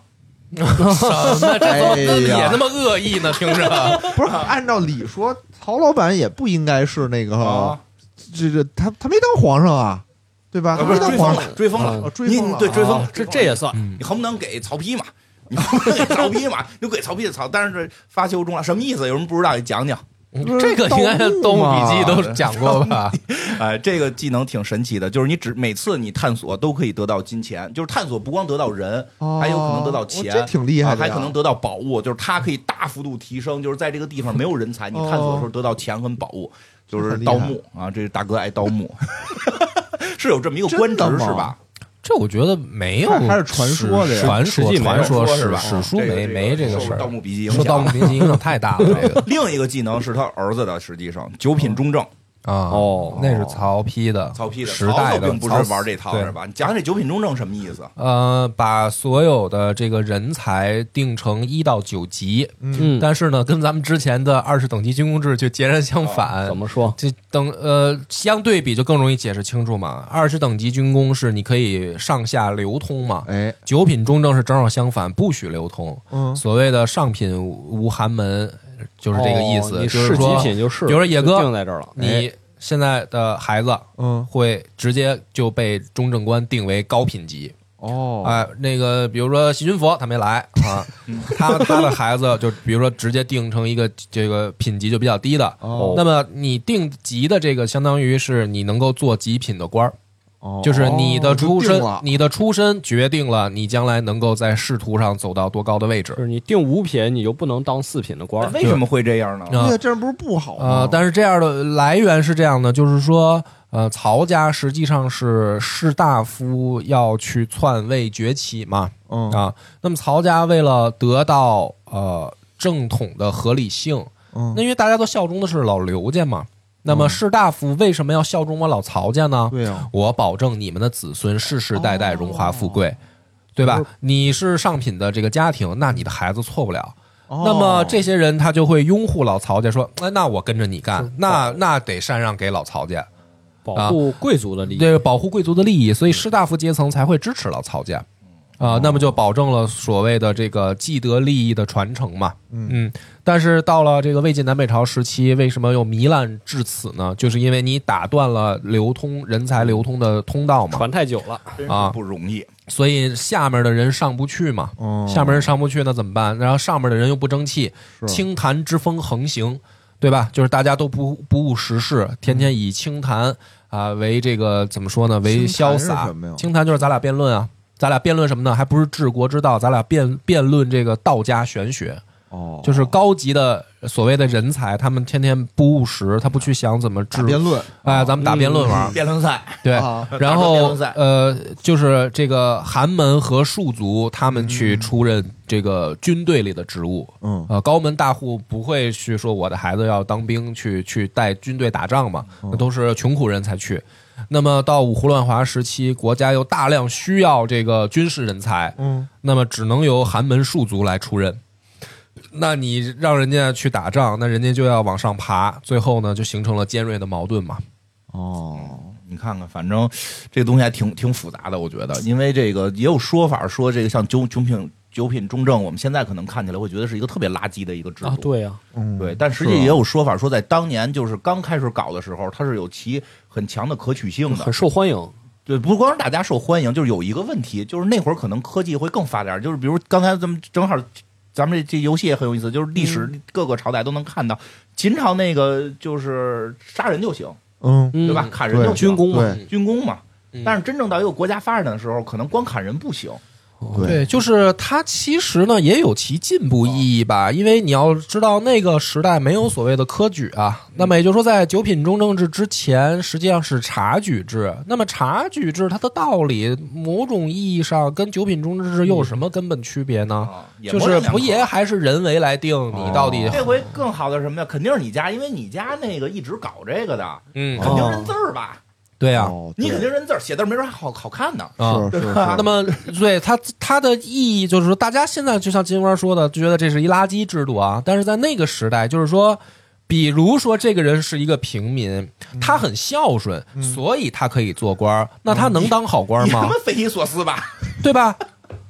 那这也那么恶意呢？听着， 不是按照理说，曹老板也不应该是那个，这他没当皇上啊，对吧？ 不是追封了， 追封了， 对，追封了， 这也算。 你恨不能给曹丕嘛？你恨不能给曹丕嘛？你给曹丕的曹，但是发丘中了，什么意思？有人不知道，你讲讲。 这个应该《盗墓笔记》都讲过吧？ 这个技能挺神奇的，就是你每次你探索都可以得到金钱，就是探索不光得到人，还有可能得到钱， 这挺厉害的， 还可能得到宝物，就是它可以大幅度提升，就是在这个地方没有人才，你探索的时候得到钱和宝物，就是盗墓啊，这大哥爱盗墓，是有这么一个官职是吧？ 这我觉得没有， 还是传说的， 传说是吧？ 史书没这个事儿。 盗墓笔记受盗墓笔记影响太大了。这个另一个技能是他儿子的，实际上九品中正。 那是曹丕的时代的， 并不是玩这套是吧？你讲讲这九品中正什么意思？ 把所有的这个人才定成1到9级，但是呢，跟咱们之前的20等级军功制就截然相反。 怎么说？ 这相对比就更容易解释清楚嘛。20等级军功是你可以上下流通嘛，9品中正是正好相反，不许流通。所谓的上品无寒门。就是这个意思， 你是说， 极品就是， 比如说野哥定在这儿了， 你现在的孩子，会直接就被中正官定为高品级。那个比如说细菌佛他没来啊，他的孩子就比如说直接定成一个这个品级就比较低的。那么你定级的这个相当于是你能够做极品的官儿。就是你的出身决定了你将来能够在仕途上走到多高的位置。 就是你定5品，你就不能当4品的官。 为什么会这样呢？ 对，这不是不好吗？ 但是这样的来源是这样的，就是说，曹家实际上是士大夫要去篡位崛起嘛，那么曹家为了得到正统的合理性，那因为大家都效忠的是老刘家嘛。那么士大夫为什么要效忠我老曹家呢？ 对啊， 我保证你们的子孙世世代代荣华富贵，对吧？你是上品的这个家庭，那你的孩子错不了。那么这些人他就会拥护老曹家，说，那我跟着你干，那得禅让给老曹家， 保护贵族的利益， 对，保护贵族的利益，所以士大夫阶层才会支持老曹家。那么就保证了所谓的这个既得利益的传承嘛。但是到了这个魏晋南北朝时期，为什么又糜烂至此呢？就是因为你打断了人才流通的通道嘛， 传太久了啊，不容易。 所以下面的人上不去嘛，下面人上不去那怎么办？然后上面的人又不争气，清谈之风横行，对吧？就是大家都不务实事，天天以清谈为这个怎么说呢？为潇洒。清谈就是咱俩辩论啊。咱俩辩论什么呢？还不是治国之道，咱俩辩论这个道家玄学。就是高级的所谓的人才，他们天天不务实，他不去想怎么治辩论。 咱们打辩论玩， 辩论赛。 对，然后就是这个寒门和庶族，他们去出任这个军队里的职务。高门大户不会去说我的孩子要当兵去带军队打仗嘛，那都是穷苦人才去。那么到五胡乱华时期，国家又大量需要这个军事人才，那么只能由寒门庶族来出任。那你让人家去打仗，那人家就要往上爬，最后呢就形成了尖锐的矛盾嘛。 你看看，反正这个东西还挺复杂的，我觉得，因为这个也有说法说这个像九品中正，我们现在可能看起来会觉得是一个特别垃圾的一个制度。 对呀， 对，但实际也有说法说，在当年就是刚开始搞的时候，它是有其很强的可取性的， 很受欢迎。 对，不光是大家受欢迎，就是有一个问题，就是那会儿可能科技会更发达，就是比如刚才咱们这游戏也很有意思，就是历史各个朝代都能看到，秦朝那个就是杀人就行，对吧？砍人就行，军功嘛。但是真正到一个国家发展的时候，可能光砍人不行。 对，就是它其实呢也有其进步意义吧，因为你要知道那个时代没有所谓的科举啊，那么也就是说在九品中正制之前实际上是察举制，那么察举制它的道理某种意义上跟九品中正制又有什么根本区别呢？就是不也还是人为来定你到底。 这回更好的什么呀？肯定是你家，因为你家那个一直搞这个的，肯定认字儿吧。 对啊， 你肯定认字，写字没准还好看呢。 是。 那么，对它的意义就是说，大家现在就像金花说的，就觉得这是一垃圾制度啊。但是在那个时代，就是说，比如说这个人是一个平民，他很孝顺，所以他可以做官，那他能当好官吗？ 你他妈匪夷所思吧， 对吧？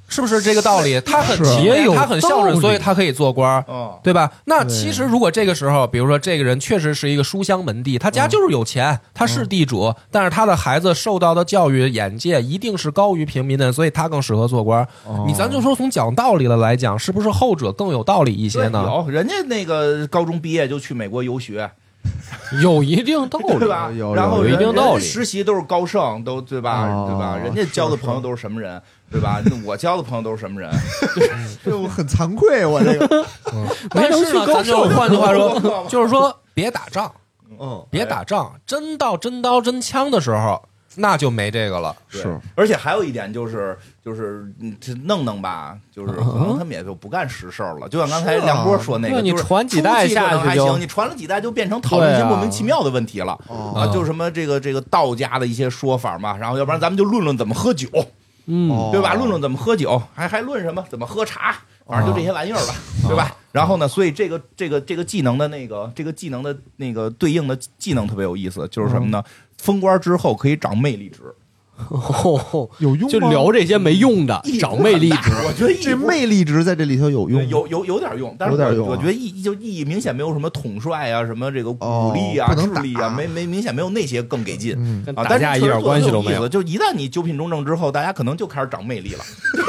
是不是这个道理？他很也有他很孝顺，所以他可以做官，对吧？那对其实如果这个时候，比如说这个人确实是一个书香门第，他家就是有钱，他是地主，但是他的孩子受到的教育眼界一定是高于平民的，所以他更适合做官。咱就说从讲道理的来讲，是不是后者更有道理一些呢？ 有人家那个高中毕业就去美国游学。 有一定道理， 对吧？ 有然后有一定道理， 实习都是高盛，都对吧？对吧？人家交的朋友都是什么人，对吧？我交的朋友都是什么人？ 这我很惭愧，我这个， 但是呢，咱就换句话说，就是说别打仗，别打仗，真到真刀真枪的时候，那就没这个了。 是， 而且还有一点就是这弄吧，就是可能他们也就不干实事了。就像刚才梁波说那个， 你传几代下去还行，你传了几代就变成讨论一些莫名其妙的问题了啊，就是什么这个道家的一些说法嘛，然后要不然咱们就论论怎么喝酒，对吧？论论怎么喝酒，还论什么怎么喝茶，反正就这些玩意儿吧，对吧？然后呢，所以这个技能的那个对应的技能特别有意思，就是什么呢？封官之后可以长魅力值。 有用吗？ 就聊这些没用的，长魅力值。 我觉得这魅力值在这里头有用， 有点用，但是我觉得意义明显没有什么统帅啊，什么这个武力啊、智力啊，没明显没有那些更给劲啊。打架一点关系都没有。 就一旦你九品中正之后，大家可能就开始长魅力了。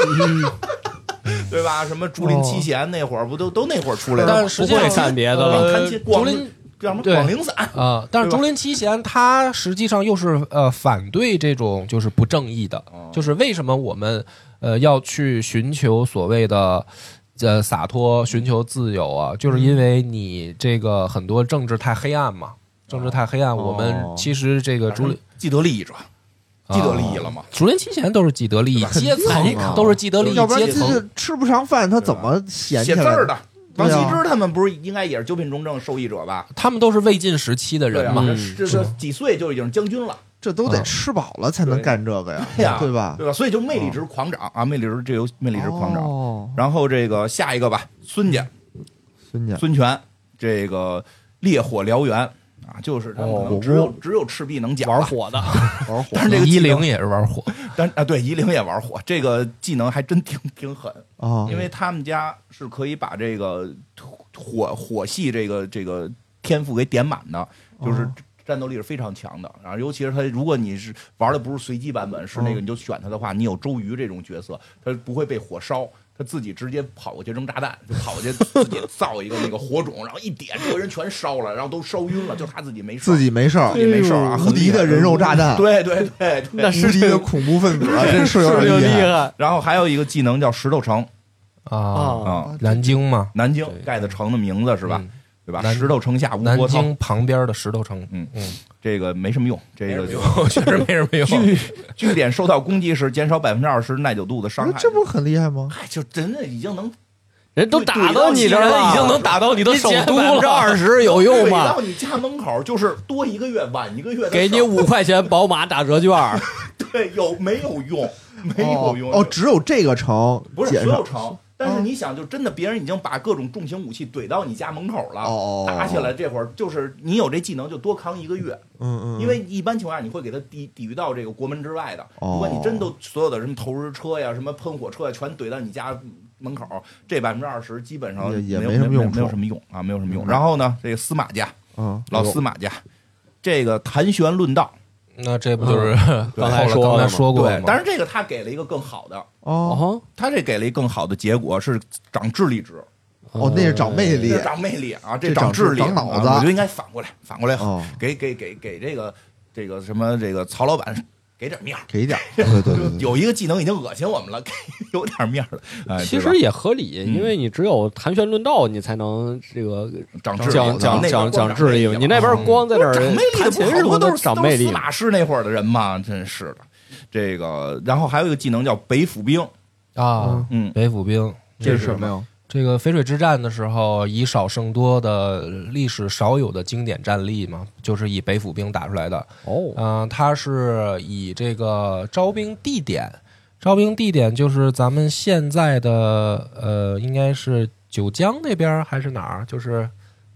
对吧？什么竹林七贤那会儿不都那会儿出来的？ 但实际上看别的了。 竹林叫什么广陵散啊？但是竹林七贤他实际上又是反对这种就是不正义的，就是为什么我们要去寻求所谓的洒脱，寻求自由啊？就是因为你这个很多政治太黑暗嘛，政治太黑暗，我们其实这个竹林既得利益者。既得利益了吗？ 竹林七贤都是既得利益阶层，都是既得利益阶层。 吃不上饭，他怎么写字儿的？王羲之他们不是应该也是九品中正受益者吧？ 他们都是魏晋时期的人嘛， 这几岁就已经是将军了， 这都得吃饱了才能干这个呀，对吧？ 对吧？所以就魅力值狂涨啊，魅力值狂涨。然后这个下一个吧，孙权，这个烈火燎原。啊，就是他们只有赤壁能讲玩火的， 玩火。 但是这个夷陵也是玩火， 对，夷陵也玩火。这个技能还真挺狠啊， 因为他们家是可以把这个火系这个天赋给点满的，就是战斗力是非常强的。然后尤其是他，如果你是玩的不是随机版本，是那个你就选他的话，你有周瑜这种角色，他不会被火烧。他自己直接跑过去扔炸弹，就跑过去自己造一个那个火种，然后一点，这个人全烧了，然后都烧晕了，就他自己没事啊， 无敌的人肉炸弹， 对， 那无敌的恐怖分子，真是有点厉害。 然后还有一个技能叫石头城南京嘛， 南京盖的城的名字是吧？对吧？石头城下无波涛， 南京旁边的石头城， 这个没什么用，这个就确实没什么用。 据点受到攻击时减少20%耐久度的伤害， 这不很厉害吗？ 就真的已经能， 人都打到你这儿了， 已经能打到你的首都了 ，20%有用吗？ 到你家门口就是多1个月晚1个月， 给你5块钱宝马打折券。 对，没有用？没有用哦，只有这个城， 不是所有城。但是你想，就真的别人已经把各种重型武器怼到你家门口了，打起来这会儿就是你有这技能就多扛1个月，因为一般情况下你会给他抵御到这个国门之外的。如果你真都所有的什么投石车呀、什么喷火车呀，全怼到你家门口，这20%基本上也没什么用， 没有什么用啊，没有什么用。然后呢，这个司马家，老司马家，这个谈玄论道。 那这不就是刚才说过吗？ 但是这个他给了一个更好的他这给了一个更好的结果是长智力值。 那是长魅力， 长魅力啊！这长智力， 长脑子， 我觉得应该反过来给这个什么这个曹老板。给点面， 给点，对， 有一个技能已经恶心我们了，有点面了。 其实也合理，因为你只有谈玄论道，你才能这个讲智力。你那边光在这儿弹琴什么的，长魅力。 司马师那会儿的人嘛，真是的。这个，然后还有一个技能叫北府兵啊，北府兵这是什么呀？ 这个淝水之战的时候，以少胜多的历史少有的经典战例嘛，就是以北府兵打出来的。它是以这个招兵地点就是咱们现在的应该是九江那边还是哪儿？就是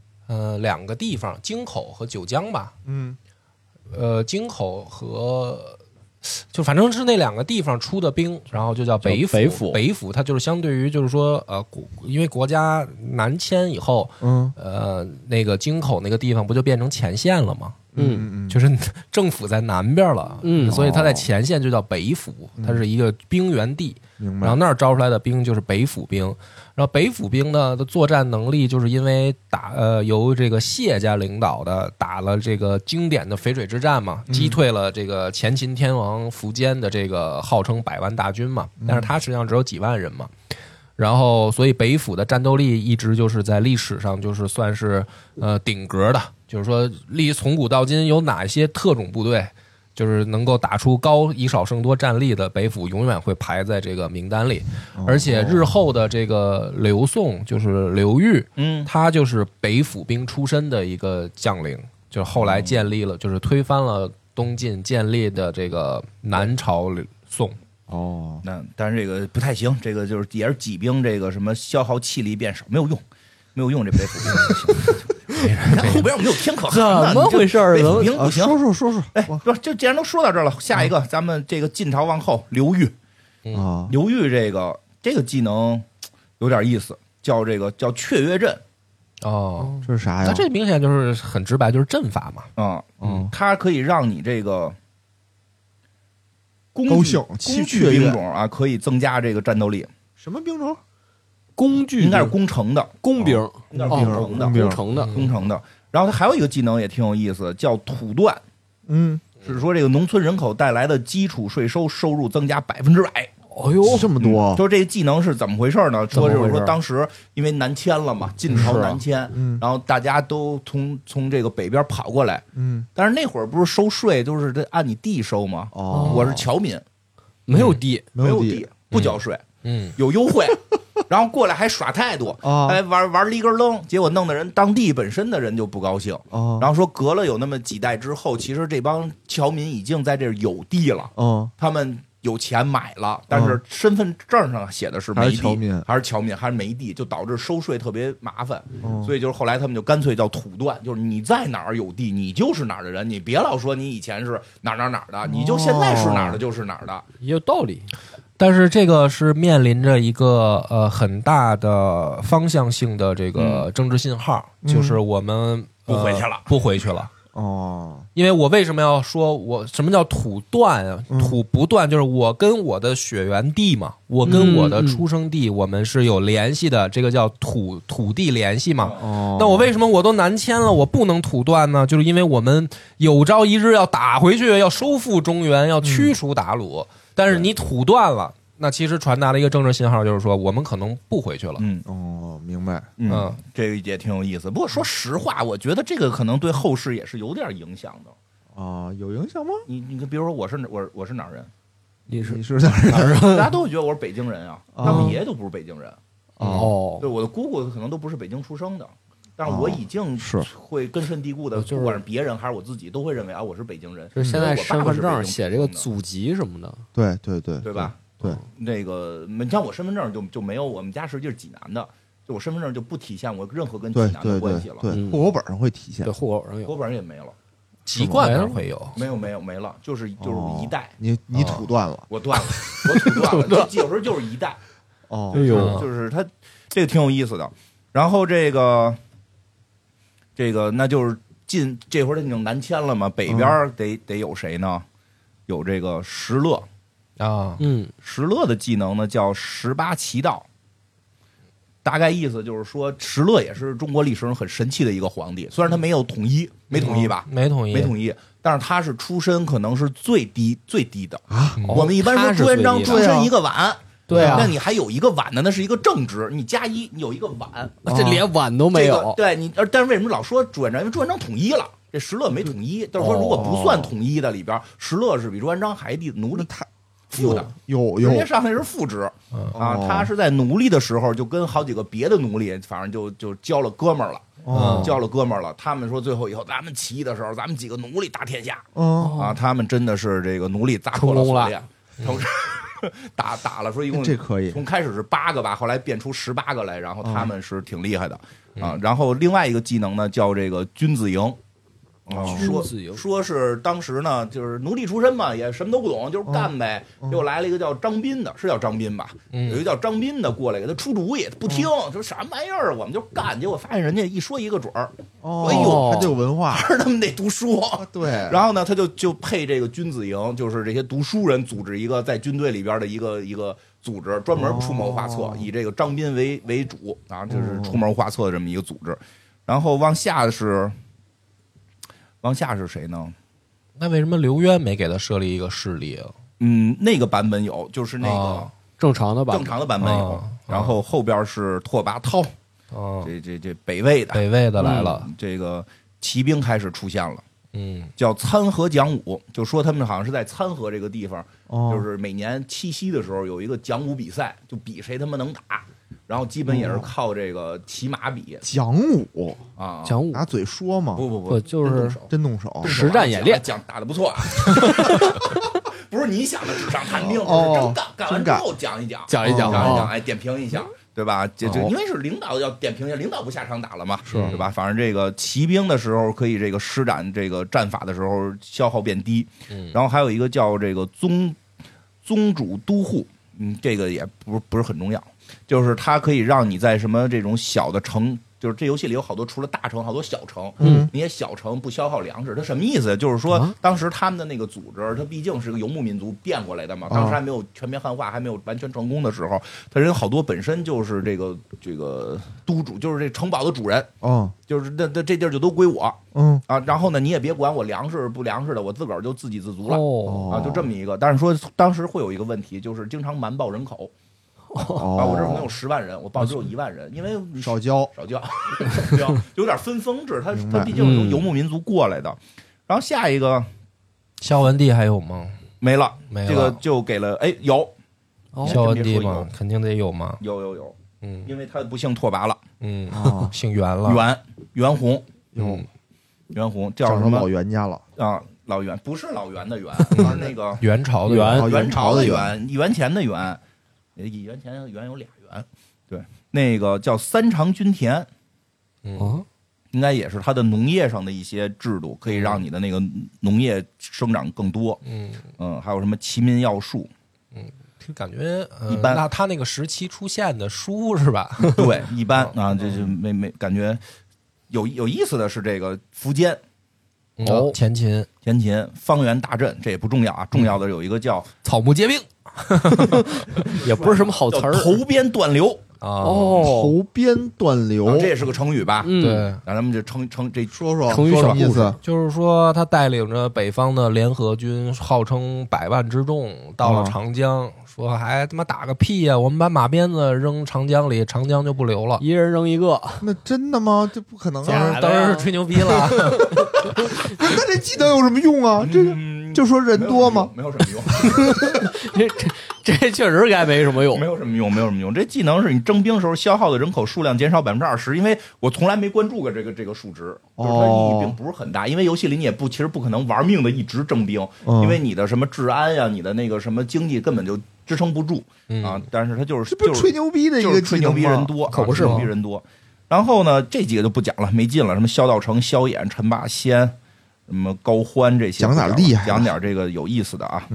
2个地方，京口和九江吧。京口和就反正是那2个地方出的兵，然后就叫北府。北府它就是相对于就是说因为国家南迁以后，那个京口那个地方不就变成前线了吗？就是政府在南边了，所以它在前线就叫北府，它是一个兵源地。然后那儿招出来的兵就是北府兵，然后北府兵呢的作战能力就是因为由这个谢家领导的打了这个经典的淝水之战嘛，击退了这个前秦天王苻坚的这个号称100万大军嘛，但是他实际上只有几万人嘛。然后所以北府的战斗力一直就是在历史上就是算是顶格的，就是说从古到今有哪些特种部队就是能够打出高以少胜多战力的，北府永远会排在这个名单里。而且日后的这个刘宋就是刘裕，他就是北府兵出身的一个将领，就后来建立了就是推翻了东晋建立的这个南朝宋。 那但是这个不太行，这个就是也是己兵，这个什么消耗气力变少，没有用，这北府兵不行。后边我们有天可汗， 怎么回事？ 北府兵不行， 说。 哎，不，就既然都说到这儿了，下一个咱们这个晋朝王后刘裕刘裕这个技能有点意思，叫雀跃阵。 这是啥呀？ 那这明显就是很直白，就是阵法嘛。 它可以让你这个工具兵种啊，可以增加这个战斗力。 什么兵种？ 工具应该是攻城的工兵， 应该是攻城的。然后它还有一个技能也挺有意思，叫土断。是说这个农村人口带来的基础税收入增加100%。 哎呦，这么多！ 就是这个技能是怎么回事呢？说就是说当时因为南迁了嘛，晋朝南迁，然后大家都从这个北边跑过来，但是那会儿不是收税都是按你地收吗？我是侨民， 没有地， 不交税，有优惠，然后过来还耍态度，还玩立根楞，结果弄的人当地本身的人就不高兴，然后说隔了有那么几代之后，其实这帮侨民已经在这儿有地了，他们有钱买了，但是身份证上写的是没地，还是侨民，还是没地，就导致收税特别麻烦，所以就是后来他们就干脆叫土断，就是你在哪儿有地，你就是哪儿的人，你别老说你以前是哪儿的，你就现在是哪儿的就是哪儿的， 也有道理。 但是这个是面临着一个很大的方向性的这个政治信号，就是我们不回去了。 因为我为什么要说我什么叫土断啊？土不断就是我跟我的血缘地嘛，我跟我的出生地我们是有联系的，这个叫土地联系嘛。那我为什么我都南迁了，我不能土断呢？就是因为我们有朝一日要打回去，要收复中原，要驱除鞑虏。但是你土断了，那其实传达了一个政治信号，就是说我们可能不回去了。 明白。 这个也挺有意思。不过说实话，我觉得这个可能对后世也是有点影响的。 有影响吗？ 你比如说我是哪儿人？ 你是哪儿人？ 大家都会觉得我是北京人啊，但我爷爷都不是北京人。对，我的姑姑可能都不是北京出生的。但是我已经会根深蒂固的，不管是别人还是我自己，都会认为我是北京人。 就是现在身份证写这个祖籍什么的， 对吧？对，那个你像我身份证就没有，我们家实际是济南的，就我身份证就不体现我任何跟济南的关系了。 对，户口本上会体现， 对，户口本上有， 户口本上也没了， 籍贯上会有， 没了，就是一代。 你土断了， 我断了，我土断了，有时候就是一代。就是他这个挺有意思的。然后这个那就是这会儿他已经南迁了嘛，北边得有谁呢？有这个石勒石勒的技能呢叫18奇道，大概意思就是说石勒也是中国历史上很神奇的一个皇帝，虽然他没有统一，没统一吧？ 没统一， 但是他是出身可能是最低的啊。我们一般说朱元璋出身一个碗。 对啊， 那你还有一个碗呢，那是一个正职，你加一，你有一个碗， 这连碗都没有。 对你，但是为什么老说朱元璋？因为朱元璋统一了，这石勒没统一。但是说如果不算统一的里边，石勒是比朱元璋还低，奴隶副的，直接上来是副职啊。他是在奴隶的时候就跟好几个别的奴隶，反正就交了哥们儿了。他们说最后以后咱们起义的时候，咱们几个奴隶打天下啊。他们真的是这个奴隶砸破了锁链，打了，说一共这可以， 从开始是8个吧，后来变出18个来，然后他们是挺厉害的啊。然后另外一个技能呢叫这个君子营， 说是当时呢，就是奴隶出身嘛，也什么都不懂，就是干呗。又来了一个叫张斌的，是叫张斌吧？有一个叫张斌的过来给他出主意，不听，说什么玩意儿，我们就干。结果发现人家一说一个准儿，哎呦， 他就有文化， 他们得读书。 对， 然后呢，他就配这个君子营，就是这些读书人组织一个在军队里边的一个组织，专门出谋划策，以这个张斌为主啊，就是出谋划策的这么一个组织。然后往下是谁呢？ 那为什么刘渊没给他设立一个势力啊？ 那个版本有，就是那个正常的版本有。然后后边是拓跋焘，这北魏的来了， 这个骑兵开始出现了。叫参合讲武，就说他们好像是在参合这个地方，就是每年七夕的时候有一个讲武比赛，就比谁他妈能打。然后基本也是靠这个骑马比讲武啊， 讲武拿嘴说嘛？ 不，就是真动手， 实战演练， 打得不错。不是你想的纸上谈兵，干完之后讲一讲，哎，点评一下，对吧？就因为是领导要点评一下，领导不下场打了嘛，对吧？反正这个骑兵的时候可以这个施展这个战法的时候消耗变低。然后还有一个叫这个宗主都护，这个也不是很重要。就是它可以让你在什么这种小的城，就是这游戏里有好多除了大城好多小城，那些小城不消耗粮食，它什么意思？就是说当时他们的那个组织，它毕竟是个游牧民族变过来的嘛，当时还没有全面汉化，还没有完全成功的时候，他人好多本身就是这个都主，就是这城堡的主人，就是这地儿就都归我，然后呢你也别管我粮食不粮食的，我自个儿就自给自足了，就这么一个。但是说当时会有一个问题，就是经常瞒报人口。我这可能有10万人，我报只有1万人，因为少交， 有点分封制，他毕竟是游牧民族过来的。然后下一个孝文帝还有吗？ 没了，这个就给了有孝文帝吗？肯定得有吗？ 有，因为他不姓拓跋了， 姓袁了， 袁弘，袁弘叫什么？ 老袁家了啊，老袁不是老袁的袁，是那个元朝的元朝的元，1元钱的元。1元钱元有2元，对，那个叫三长均田，应该也是它的农业上的一些制度，可以让你的那个农业生长更多。还有什么齐民要术， 就感觉一般。 那他那个时期出现的书是吧？ 对，一般啊，这就没感觉有意思的是这个苻坚。 前秦方圆大阵，这也不重要啊，重要的有一个叫草木皆兵。 也不是什么好词儿， 头边断流头边断流， 这也是个成语吧？ 对， 让咱们就这说成语小意思， 就是说他带领着北方的联合军，号称100万之众，到了长江，说还他妈打个屁呀！我们把马鞭子扔长江里，长江就不流了， 一人扔一个。 那真的吗？这不可能啊！ 当然是吹牛逼了。 那这技能有什么用啊？这个就说人多吗？ 没有什么用。 这确实该没什么用， 没有什么用。这技能是你征兵时候消耗的人口数量减少20%，因为我从来没关注过这个数值，就是它意义并不是很大。因为游戏里你也其实不可能玩命的一直征兵，因为你的什么治安呀，你的那个什么经济根本就支撑不住啊。但是它就是吹牛逼的一个吹牛逼人多， 可不是吹牛逼人多。然后呢，这几个就不讲了，没劲了。什么萧道成、萧衍、陈霸先，什么高欢这些， 讲点厉害， 讲点这个有意思的啊。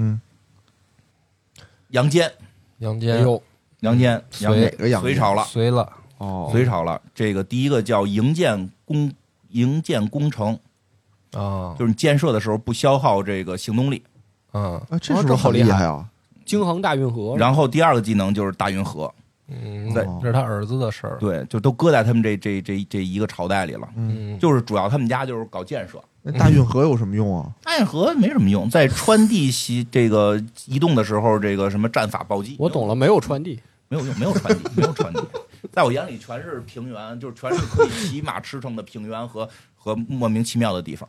杨坚， 杨哪个隋朝了， 隋了。这个第一个叫营建工程就是你建设的时候不消耗这个行动力。 这是不是好厉害啊？ 京杭大运河。 然后第二个技能就是大运河。 对，这是他儿子的事儿。 对，就都搁在他们这一个朝代里了。就是主要他们家就是搞建设。 那大运河有什么用啊？ 大运河没什么用，在川地这个移动的时候，这个什么战法暴击。 我懂了，没有川地， 没有用，没有川地，在我眼里全是平原，就是全是可以骑马驰骋的平原和莫名其妙的地方。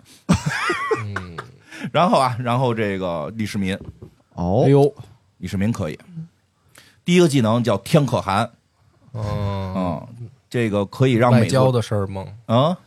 然后这个李世民，李世民可以。第一个技能叫天可汗，这个可以让外交的事儿吗？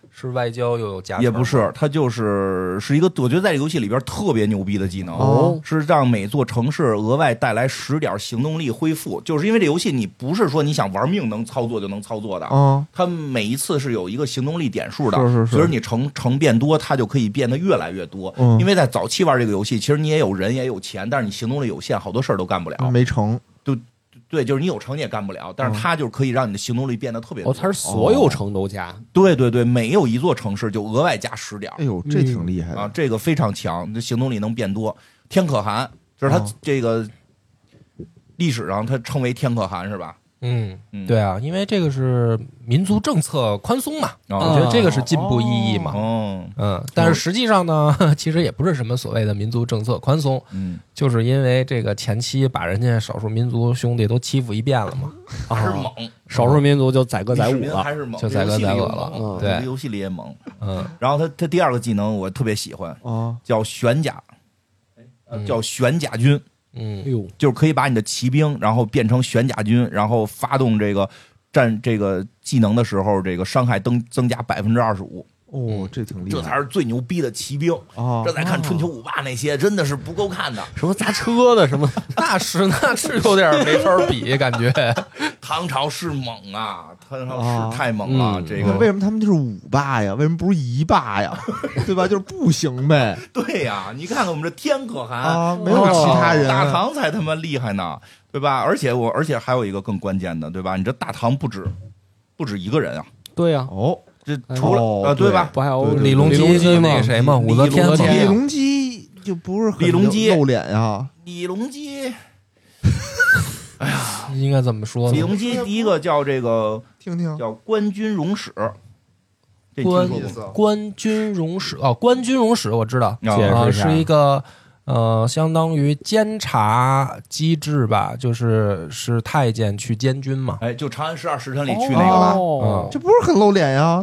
是外交又有加成？ 也不是，它是一个，我觉得在这个游戏里边特别牛逼的技能，是让每座城市额外带来10点行动力恢复。就是因为这游戏你不是说你想玩命能操作就能操作的，它每一次是有一个行动力点数的，所以你城变多，它就可以变得越来越多。因为在早期玩这个游戏，其实你也有人也有钱，但是你行动力有限，好多事儿都干不了， 没成。 对，就是你有城你也干不了，但是它就可以让你的行动力变得特别多。 它是所有城都加。 对对对，每有一座城市就额外加10点。 哎呦，这挺厉害的啊，这个非常强，这行动力能变多。天可汗就是它这个历史上它称为天可汗是吧？ 对啊，因为这个是民族政策宽松嘛，我觉得这个是进步意义嘛。但是实际上呢，其实也不是什么所谓的民族政策宽松，就是因为这个前期把人家少数民族兄弟都欺负一遍了嘛， 还是猛， 少数民族就载歌载舞了， 还是猛， 就载歌载舞了。对， 游戏里也猛。然后他第二个技能我特别喜欢，叫玄甲，叫玄甲军。就是可以把你的骑兵然后变成玄甲军，然后发动这个这个技能的时候，这个伤害增加25%。 这挺厉害， 这才是最牛逼的骑兵。这再看春秋五霸那些，真的是不够看的。 什么砸车的什么， 那是有点没法比，感觉。 唐朝是猛啊，唐朝是太猛了。这个为什么他们就是五霸呀？为什么不是一霸呀？对吧？就是不行呗。 对呀，你看看我们这天可汗没有其他人， 大唐才他妈厉害呢，对吧？而且还有一个更关键的，对吧？你这大唐不止一个人啊。 对呀。 这除了对吧？ 不还有李隆基跟那个谁吗？武则天。 李隆基就不是很露脸呀。 李隆基，哎呀， 应该怎么说呢？ 李隆基第一个叫这个， 听听叫官军容使。 官军容使官军容使我知道，是一个相当于监察机制吧，是太监去监军嘛。 就长安12时辰里去那个吧。 这不是很露脸呀？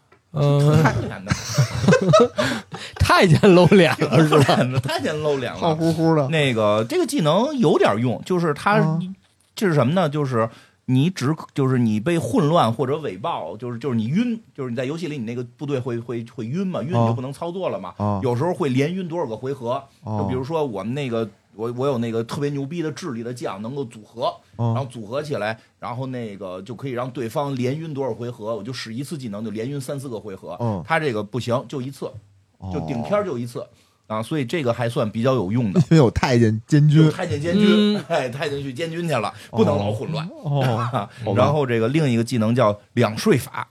太监露脸了是吧？ 太监露脸了， 胖乎乎的。 那个这个技能有点用，就是它这是什么呢？就是你被混乱或者伪报，就是你晕，就是你在游戏里你那个部队会晕嘛，晕你就不能操作了嘛。有时候会连晕多少个回合，就比如说我们那个我有那个特别牛逼的智力的将能够组合，然后组合起来，然后那个就可以让对方连晕多少回合，我就使一次技能就连晕3-4个回合。他这个不行，就一次，就顶天就一次。所以这个还算比较有用的， 因为有太监监军， 太监去监军去了，不能老混乱。然后这个另一个技能叫两税法，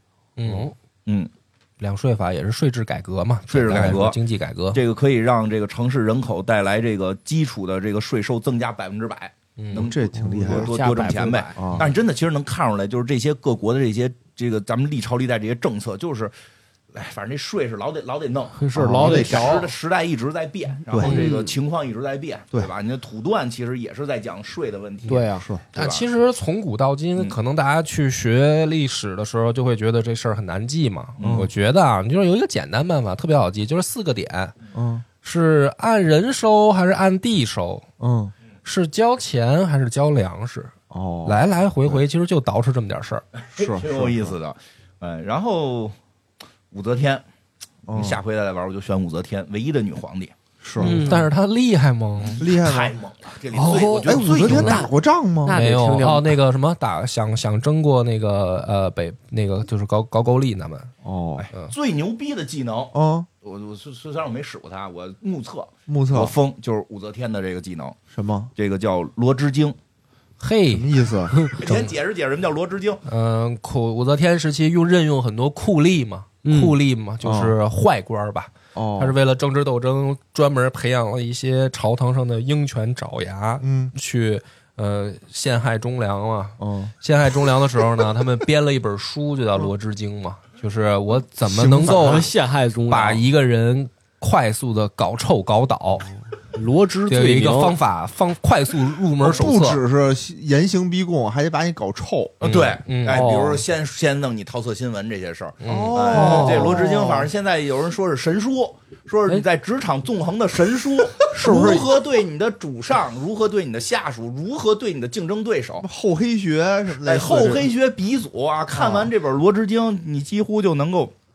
两税法也是税制改革嘛， 税制改革、 经济改革， 这个可以让这个城市人口带来这个基础的这个税收增加100%， 这挺厉害的， 多挣钱呗。但是真的其实能看出来，就是这些各国的这个咱们历朝历代这些政策，就是。反正这税是老得弄， 是老得调， 时代一直在变，然后这个情况一直在变，对吧？你的土段其实也是在讲税的问题， 对啊， 是。 但其实从古到今，可能大家去学历史的时候，就会觉得这事儿很难记嘛。我觉得你就是有一个简单办法，特别好记，就是4个点，是按人收还是按地收？是交钱还是交粮食？来来回回其实就捯饬这么点事儿， 是挺有意思的。然后。武则天，下回再来玩我就选武则天，唯一的女皇帝。 是， 但是她厉害吗？ 厉害， 太猛了！这里我觉得武则天打过仗吗？ 没有。那个什么想争过那个北那个就是高句丽他们。 最牛逼的技能我虽然我没使过它，我目测我疯就是武则天的这个技能。 什么？这个叫罗织经。 嘿， 什么意思？ 先解释什么叫罗织经。 武则天时期任用很多酷吏嘛，就是坏官吧。他是为了政治斗争，专门培养了一些朝堂上的鹰犬爪牙，去陷害忠良嘛。陷害忠良的时候呢，他们编了一本书，就叫《罗织经》嘛，就是我怎么能够陷害忠良， 把一个人快速的搞臭搞倒。 罗织有一个方法，快速入门手册， 不只是严刑逼供，还得把你搞臭。 对，比如说先弄你桃色新闻这些事儿。这罗织经，反正现在有人说是神书，说是你在职场纵横的神书，如何对你的主上，如何对你的下属，如何对你的竞争对手。 厚黑学什么的， 厚黑学鼻祖啊！看完这本罗织经，你几乎就能够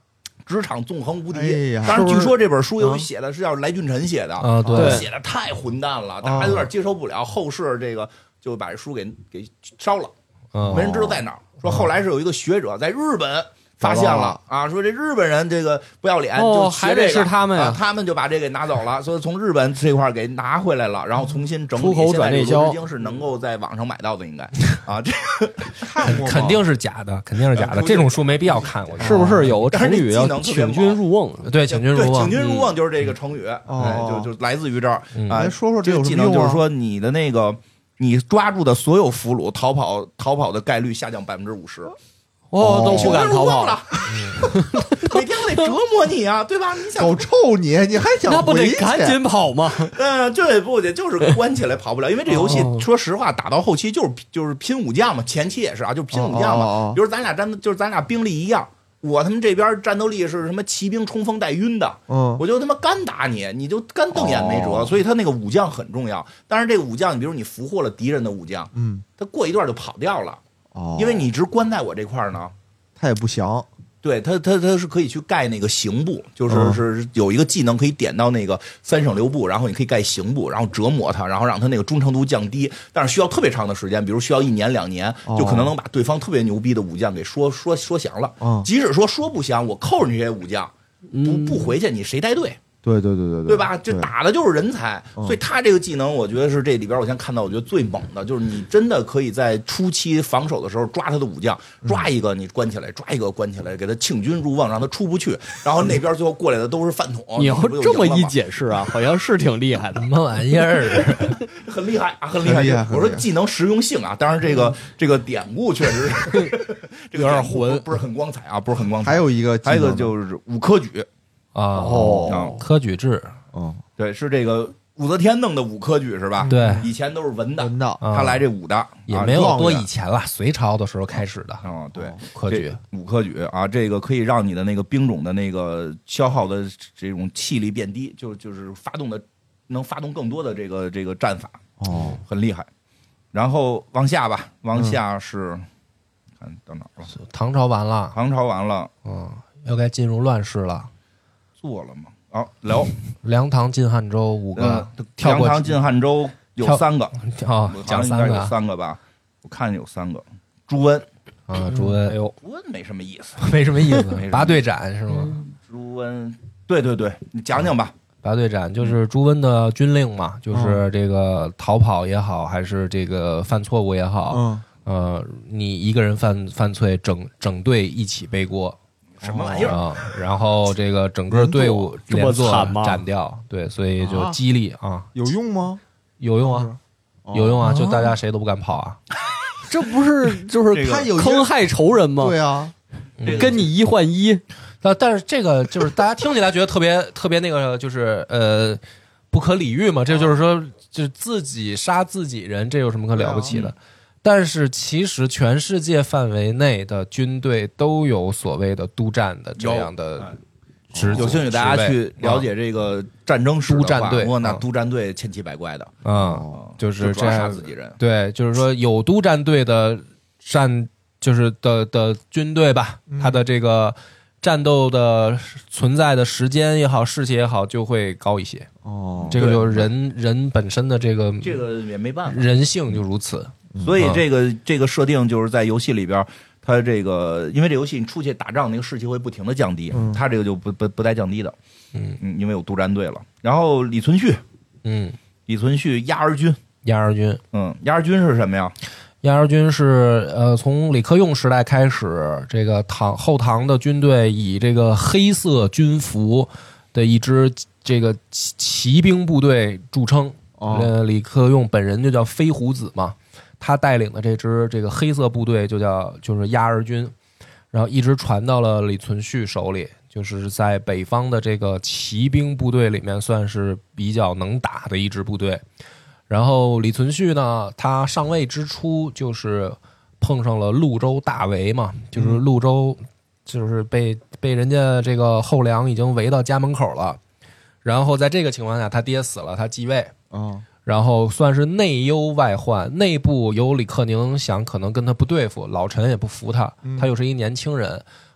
职场纵横无敌。当然，据说这本书由于写的是叫来俊臣写的啊，对， 写的太混蛋了，大家有点接受不了。后世这个就把这书给烧了，没人知道在哪儿。说后来是有一个学者在日本发现了啊，说这日本人这个不要脸，就还得是他们他们就把这给拿走了，所以从日本这块给拿回来了，然后重新整理。 出口转内销， 罗织经是能够在网上买到的，应该啊，这个肯定是假的，肯定是假的。这种书没必要看，我是不是有成语叫请君入瓮？ 对，请君入瓮， 请君入瓮就是这个成语，就来自于这儿啊。 说说这个技能，就是说你的那个你抓住的所有俘虏逃跑的概率下降50%。 都不敢逃跑了，每天我得折磨你啊，对吧？你想狗臭你还想那不得赶紧跑吗？ 这不得就是关起来跑不了，因为这游戏说实话打到后期就是拼武将嘛，前期也是啊，就是拼武将嘛。比如咱俩兵力一样，我他们这边战斗力是什么骑兵冲锋带晕的，我就他妈干打你，你就干瞪眼没辙。所以他那个武将很重要，但是这个武将，你比如你俘获了敌人的武将，他过一段就跑掉了。因为你一直关在我这块呢， 他也不降。 对他是可以去盖那个刑部，是有一个技能可以点到那个3省6部，然后你可以盖刑部，然后折磨他，然后让他那个忠诚度降低，但是需要特别长的时间，比如需要1年2年，就可能把对方特别牛逼的武将给说降了。即使说不降，我扣着这些武将不回去，你谁带队？ 对吧？这打的就是人才，所以他这个技能，我觉得是这里边我先看到，我觉得最猛的就是你真的可以在初期防守的时候抓他的武将，抓一个你关起来，抓一个关起来，给他请君入瓮，让他出不去，然后那边最后过来的都是饭桶。 你要这么一解释啊，好像是挺厉害的， 什么玩意儿？ 很厉害啊，很厉害！我说技能实用性啊，当然这个典故确实是这个有点混，不是很光彩啊，不是很光彩。 还有一个就是武科举。 科举制， 对，是这个武则天弄的武科举是吧？ 对， 以前都是文的，他来这武的， 也没有多以前了，隋朝的时候开始的。 对，武科举啊，这个可以让你的那个兵种的那个消耗的这种气力变低，就是能发动更多的这个战法，很厉害。然后往下吧，往下是看到哪了？ 唐朝完了， 要该进入乱世了。 做了吗？聊梁唐晋汉周5个， 梁唐晋汉周有3个讲3个， 有3个吧？我看见有3个。朱温朱温， 哎呦，朱温没什么意思， 没什么意思，拔队斩是吗？ 朱温，对，你讲讲吧。 拔队斩就是朱温的军令嘛，就是这个逃跑也好，还是这个犯错误也好，你一个人犯错，整队一起背锅。 什么玩意儿？ 然后这个整个队伍连坐斩掉，对，所以就激励啊。 有用吗？ 有用啊，有用啊，就大家谁都不敢跑啊。 这不是就是他有坑害仇人吗？ 对啊， 跟你1换1。 但是这个就是大家听起来觉得特别那个，就是不可理喻嘛。这就是说，就自己杀自己人，这有什么可了不起的？但是其实全世界范围内的军队都有所谓的督战的这样的职责， 有兴趣大家去了解这个战争史的话， 督战队， 那督战队千奇百怪的就是这样杀自己人。 对，就是说有督战队的就是的军队吧，它的这个战斗的存在的时间也好，士气也好，就会高一些。这个就是人本身的这个也没办法， 人性就如此。 所以这个设定就是在游戏里边，它这个因为这游戏你出去打仗那个士气会不停的降低，它这个就不带降低的，因为有督战队了。然后李存勖，李存勖压儿军，压儿军是什么呀？ 压儿军是从李克用时代开始，这个后唐的军队以这个黑色军服的一支这个骑兵部队著称。李克用本人就叫飞虎子嘛。他带领的这支这个黑色部队就是压儿军，然后一直传到了李存勖手里，就是在北方的这个骑兵部队里面算是比较能打的一支部队。然后李存勖呢，他上位之初就是碰上了潞州大围嘛，就是潞州就是被人家这个后梁已经围到家门口了，然后在这个情况下他爹死了，他继位。然后算是内忧外患，内部有李克宁想可能跟他不对付，老臣也不服他，他又是一年轻人。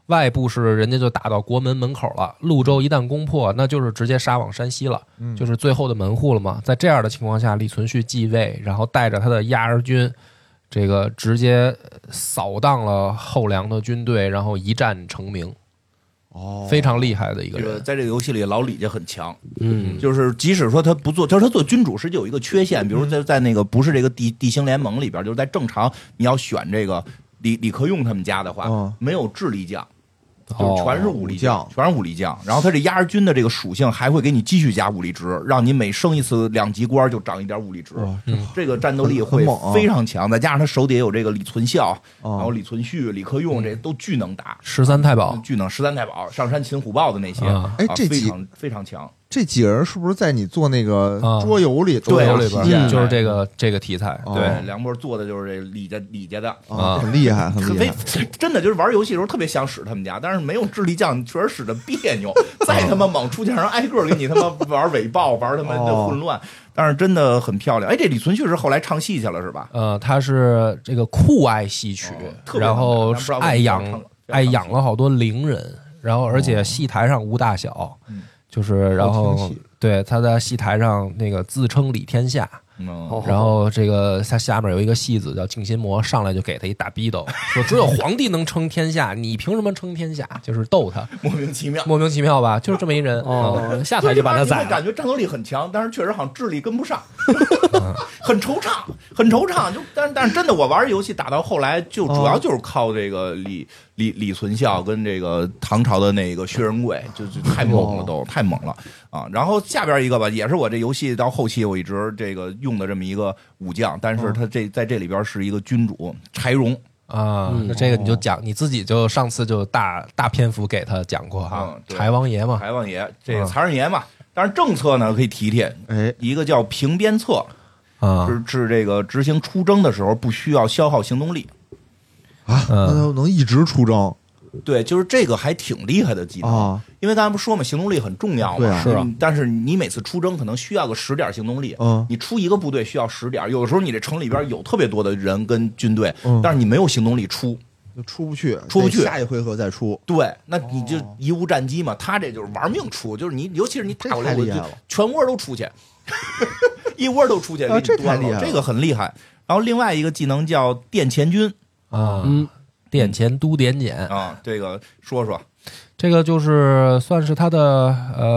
外部是人家就打到国门门口了，潞州一旦攻破，那就是直接杀往山西了，就是最后的门户了嘛。在这样的情况下，李存勖继位，然后带着他的亚儿军，这个直接扫荡了后梁的军队，然后一战成名。非常厉害的一个人。 在这个游戏里，老李家很强。就是即使说他不做，就是他做君主实际有一个缺陷，比如在那个不是这个地形联盟里边，就是在正常你要选这个李克用他们家的话，没有智力将。就是全是武力将，全是武力将。然后他这亚儿军的这个属性还会给你继续加武力值，让你每升一次2级官就涨一点武力值。这个战斗力会非常强。再加上他手底下有这个李存孝，然后李存勖、李克用，这都巨能打。 13太保， 巨能13太保，上山擒虎豹的那些， 这非常强。 这几个人是不是在你做那个桌游里？ 桌游里边就是这个题材。 对，梁波做的就是这李家的很厉害，很厉害。 真的就是玩游戏的时候特别想使他们家，但是没有智力将，确实使的别扭。再他妈猛出去，让挨个给你他妈玩尾爆，玩他妈的混乱。但是真的很漂亮。这李存勖是后来唱戏去了是吧？ 他是这个酷爱戏曲，然后爱养了好多伶人，然后而且戏台上无大小。就是然后对他在戏台上那个自称李天下，然后这个他下面有一个戏子叫静心魔，上来就给他一大逼斗，说只有皇帝能称天下，你凭什么称天下？就是逗他，莫名其妙吧，就是这么一人。 下台就把他宰了。 感觉战斗力很强，但是确实好像智力跟不上，很惆怅。就但是真的，我玩游戏打到后来，就主要就是靠这个李存孝跟这个唐朝的那个薛仁贵，就太猛了，都太猛了啊！然后下边一个吧，也是我这游戏到后期我一直这个用的这么一个武将，但是他在这里边是一个君主柴荣啊。那这个你就讲，你自己就上次就大篇幅给他讲过哈，柴王爷嘛， 柴王爷这个财神爷嘛。但是政策呢可以提提，一个叫平边策啊，是这个执行出征的时候不需要消耗行动力。 那他能一直出征？ 对，就是这个还挺厉害的技能，因为刚才不说嘛，行动力很重要嘛。 是啊。 但是你每次出征可能需要个10点行动力，你出一个部队需要10点，有的时候你这城里边有特别多的人跟军队，但是你没有行动力出不去，下一回合再出。 对，那你就贻误战机嘛。他这就是玩命出，就是你，尤其是你打过来，全窝都出去，一窝都出去， 这太厉害了， 这个很厉害。然后另外一个技能叫殿前军。 殿前都点检啊，这个说说， 这个就是算是他的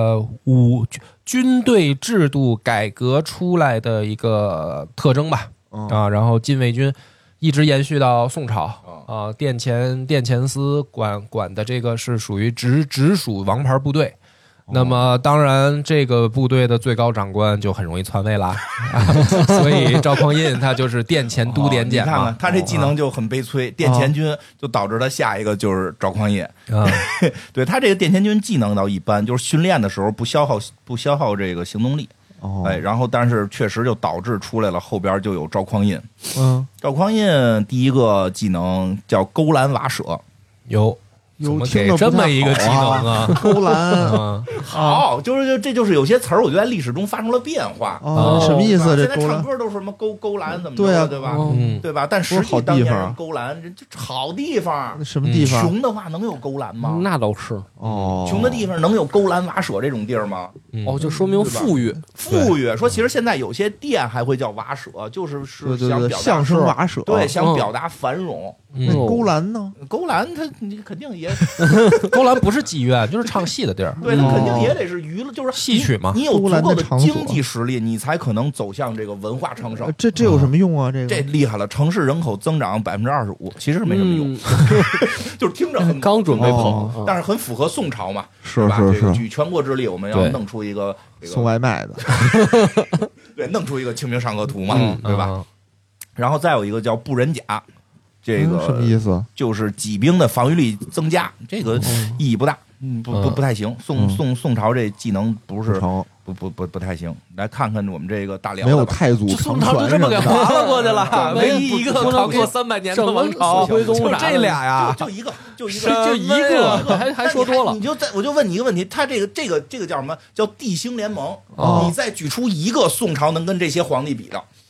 军队制度改革出来的一个特征吧。然后禁卫军一直延续到宋朝啊，殿前司管的这个是属于直属王牌部队。那么当然这个部队的最高长官就很容易篡位啦，所以赵匡胤他就是殿前都点检嘛。 你看看他这技能就很悲催，殿前军就导致他下一个就是赵匡胤。对，他这个殿前军技能倒一般，就是训练的时候不消耗这个行动力。然后但是确实就导致出来了，后边就有赵匡胤。赵匡胤第一个技能叫勾栏瓦舍。 怎么给这么一个技能啊？ 勾栏好，这就是有些词儿，我觉得在历史中发生了变化。 什么意思？这现在唱歌都是什么勾栏怎么着，对吧？对吧？但实际当年勾栏这好地方， 什么地方？ 穷的话能有勾栏吗？ 那倒是穷的地方能有勾栏瓦舍这种地儿吗？ 就说明富裕。 说其实现在有些店还会叫瓦舍，就是想表达相声瓦舍， 对，想表达繁荣。 勾栏呢？ 勾栏你肯定也勾栏不是妓院，就是唱戏的地儿。 对，他肯定也得是娱乐，就是戏曲嘛。 你有足够的经济实力，你才可能走向这个文化昌盛。 这有什么用啊？这厉害了！城市人口增长25%，其实没什么用，就是听着很刚准备跑， 但是很符合宋朝嘛， 是吧？举全国之力，我们要弄出一个送外卖的， 对，弄出一个清明上河图嘛，对吧？然后再有一个叫布人甲。这个什么意思？ 就是己兵的防御力增加，这个意义不大，不太行。宋朝这技能不是不太行。来看看我们这个大辽， 没有太祖唐传， 就这么给划了过去了。唯一一个扛过300年的王朝，就这俩呀， 就一个， 还说多了。 我就问你一个问题，他这个叫什么？叫地兴联盟。你再举出一个宋朝能跟这些皇帝比的？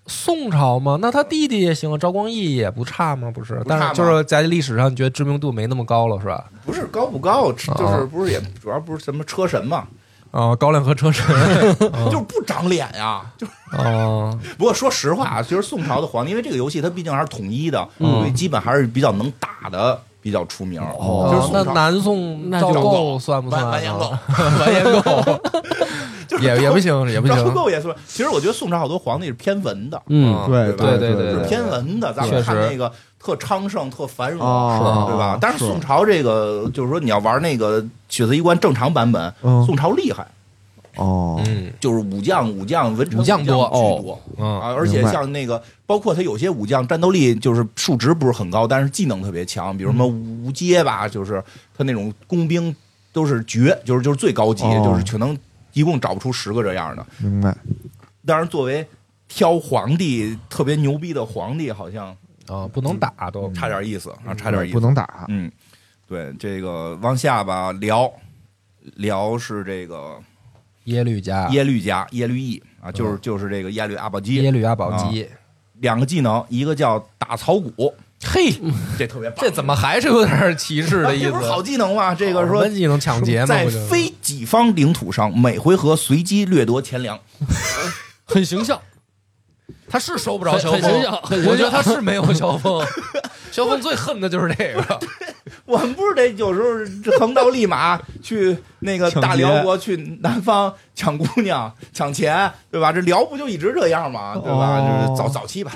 宋朝吗？那他弟弟也行，赵光义也不差吗？不是，但是就是在历史上，你觉得知名度没那么高了，是吧？ 不是高不高，就是不是也主要不是什么车神嘛。 高粱和车神就是不长脸呀，就是不过说实话，其实宋朝的皇帝，因为这个游戏它毕竟还是统一的，所以基本还是比较能打的，比较出名。 那南宋赵构算不算？ 完颜构， 完颜构也不行，也不行。 赵构也算。其实我觉得宋朝好多皇帝是偏文的， 对， 偏文的。咱们看那个特昌盛、特繁荣，对吧？但是宋朝这个就是说，你要玩那个血色衣冠正常版本，宋朝厉害。就是武将文臣武将多巨多而且像那个，包括他有些武将战斗力就是数值不是很高，但是技能特别强，比如什么吴阶吧，就是他那种工兵都是绝，就是最高级，就是可能一共找不出10个这样的。 明白。 当然，作为挑皇帝特别牛逼的皇帝，好像不能打，都差点意思啊，差点意思， 不能打。 对，这个往下吧，辽是这个。 耶律家耶律义啊，就是这个耶律阿保机，2个技能，一个叫打草鼓， 嘿， 这特别棒， 这怎么还是有点歧视的意思？ 这不是好技能吗？这个说技能抢劫嘛， 在非己方领土上，每回合随机掠夺钱粮， 很形象。 他是收不着萧峰，我觉得他是没有萧峰。萧峰最恨的就是这个。 我们不是得有时候横刀立马去那个大辽国去南方抢姑娘抢钱，对吧？这辽不就一直这样吗？对吧？就是早期吧。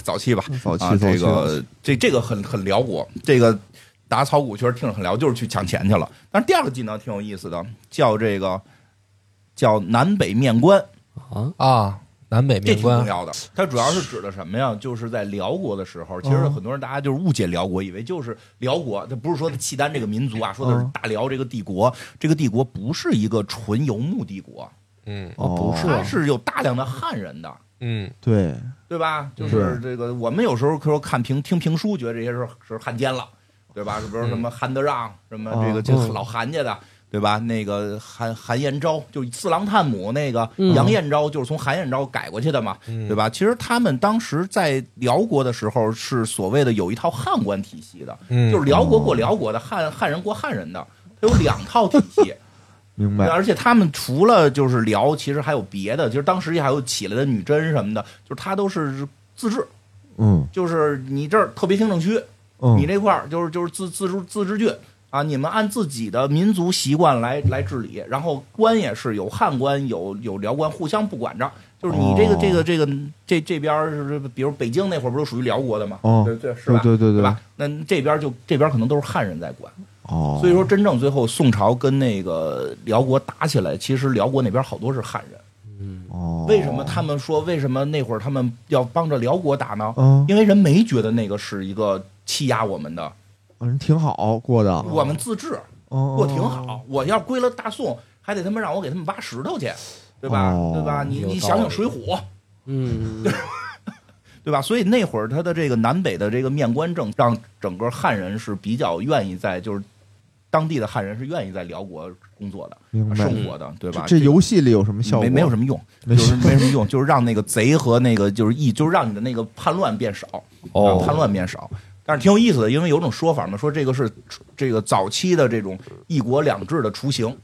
这个很辽国，这个打草鼓确实听着很辽，就是去抢钱去了。但是第2个技能挺有意思的，叫南北面关南北面关， 这挺重要的。它主要是指的什么呀？就是在辽国的时候，其实很多人大家就是误解辽国，以为就是辽国。它不是说契丹这个民族啊，说的是大辽这个帝国。这个帝国不是一个纯游牧帝国， 不是， 它是有大量的汉人的。对吧？就是这个，我们有时候说听评书，觉得这些是汉奸了，对吧？比如什么韩德让，什么这个老韩家的。对吧？那个韩彦昭，就四郎探母那个杨彦昭，就是从韩彦昭改过去的嘛，对吧？其实他们当时在辽国的时候是所谓的有一套汉官体系的，就是辽国过辽国的，汉人过汉人的，它有2套体系。 明白。 而且他们除了就是辽，其实还有别的，其实当时也还有起来的女真什么的，就是他都是自治。就是你这儿特别行政区，你这块儿就是自治郡。你们按自己的民族习惯来治理，然后官也是有汉官有辽官，互相不管着。就是你这边是，比如北京那会儿不是属于辽国的吗？对，是吧？对吧？那这边可能都是汉人在管。所以说真正最后宋朝跟那个辽国打起来，其实辽国那边好多是汉人。为什么他们说为什么那会儿他们要帮着辽国打呢？因为人没觉得那个是一个欺压我们的。 人挺好过的， 我们自治过挺好。我要归了大宋，还得他们让我给他们挖石头去，对吧？对吧？你想想水浒，对吧？所以那会儿他的这个南北的这个面关政，让整个汉人是比较愿意在，就是当地的汉人是愿意在辽国工作的、生活的，对吧？ 这游戏里有什么效果？ 没有什么用，就是没什么用，就是让那个贼和那个就是让你的那个叛乱变少，叛乱变少。但是挺有意思的，因为有种说法嘛，说这个是这个早期的这种一国两制的雏形，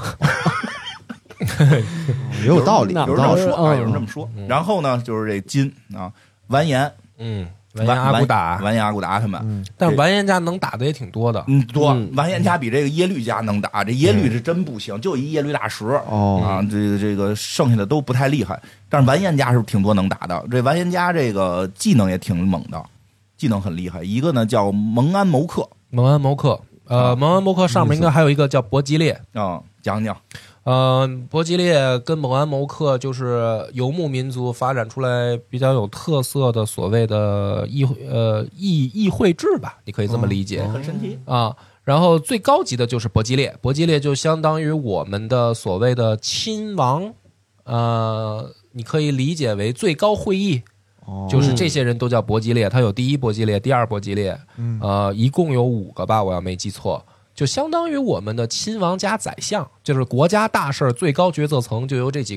也有道理， 有人这么说有人这么说。然后呢，就是这金完颜， 完颜阿骨打他们， 但是完颜家能打的也挺多的， 多。完颜家比这个耶律家能打，这耶律是真不行，就一耶律大石这个剩下的都不太厉害。但是完颜家是挺多能打的，这完颜家这个技能也挺猛的。技能很厉害，一个呢叫蒙安谋克，蒙安谋克上面应该还有一个叫伯吉列讲讲。 伯吉列跟蒙安谋克就是游牧民族发展出来比较有特色的所谓的议会制吧，你可以这么理解， 很神奇然后最高级的就是伯吉列，伯吉列就相当于我们的所谓的亲王，你可以理解为最高会议。就是这些人都叫伯吉列，他有第一伯吉列、第二伯吉列，一共有5个吧，我要没记错，就相当于我们的亲王加宰相，就是国家大事最高决策层就由这几个人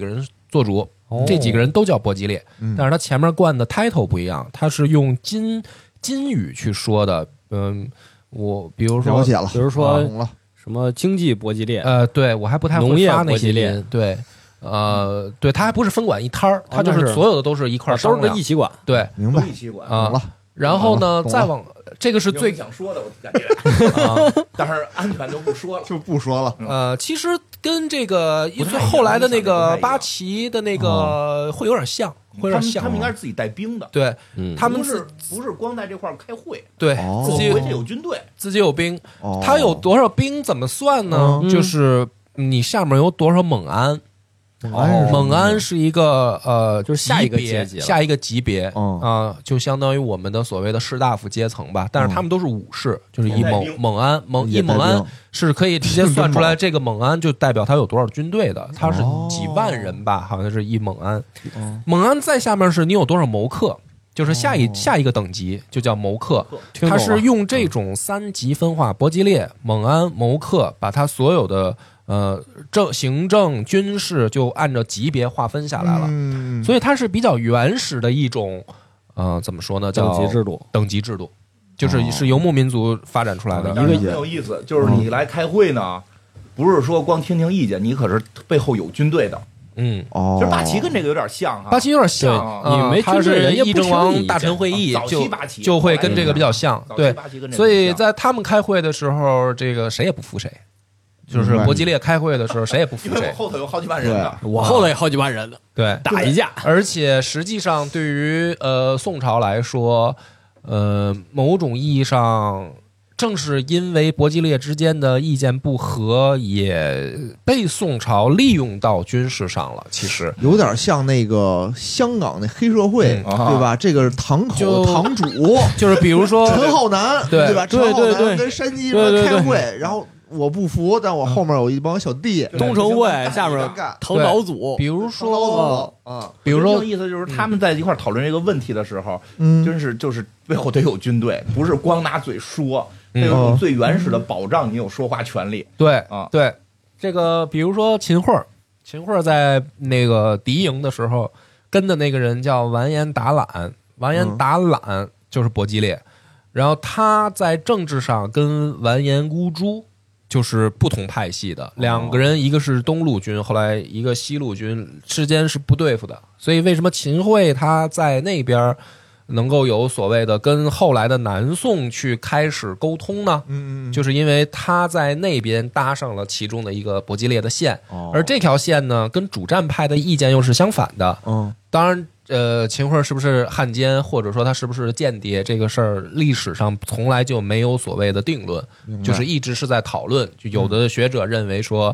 做主，这几个人都叫伯吉列，但是他前面冠的 title 不一样，他是用金语去说的。我比如说了解了， 比如说什么经济伯吉列， 对我还不太会发那些音，对。对，他还不是分管一摊儿，他就是所有的都是一块儿商量， 都是一起管。 对， 明白， 一起管了。 然后呢，再往这个是最想说的，我感觉但是安全就不说了， 就不说了。 其实跟这个后来的那个八旗的那个会有点像，会有点像。 他们应该是自己带兵的， 对，他们不是光在这块开会， 对，自己有军队， 自己有兵。他有多少兵怎么算呢？就是你下面有多少猛安。猛安是一个就是下一个阶级， 下一个级别就相当于我们的所谓的士大夫阶层吧。但是他们都是武士，就是以猛安是可以直接算出来，这个猛安就代表他有多少军队的，他是几万人吧，好像是一猛安。猛安在下面是你有多少谋克，就是下一个等级就叫谋克。他是用这种3级分化，伯吉列、猛安、谋克，把他所有的行政军事就按照级别划分下来了，所以它是比较原始的一种怎么说呢，叫等级制度，就是游牧民族发展出来的。 一个很有意思，就是你来开会呢，不是说光听听意见，你可是背后有军队的。其实八旗跟这个有点像哈， 八旗有点像， 你没他是议政王大臣会议就会跟这个比较像，对，所以在他们开会的时候，这个谁也不服谁。就是伯吉列开会的时候，谁也不服谁。 后头有好几万人的， 我后头有好几万人的， 对， 打一架。 而且实际上，对于宋朝来说，某种意义上，正是因为伯吉列之间的意见不合，也被宋朝利用到军事上了。其实有点像那个香港那黑社会，对吧？这个堂口堂主就是比如说陈浩南，对吧？陈浩南跟山鸡开会，然后。我不服，但我后面有一帮小弟， 东城会下面藤岛组， 比如说比如说， 意思就是他们在一块讨论这个问题的时候，就是背后得有军队，不是光拿嘴说，得有最原始的保障，你有说话权利。 对对，这个比如说秦桧在那个敌营的时候，跟的那个人叫完颜达览，完颜达览就是伯吉列，然后他在政治上跟完颜孤珠。就是不同派系的两个人，一个是东路军，后来一个西路军，之间是不对付的。所以为什么秦桧他在那边能够有所谓的跟后来的南宋去开始沟通呢？就是因为他在那边搭上了其中的一个伯吉列的线，而这条线呢跟主战派的意见又是相反的。当然。秦桧是不是汉奸，或者说他是不是间谍，这个事儿历史上从来就没有所谓的定论，就是一直是在讨论。就有的学者认为说，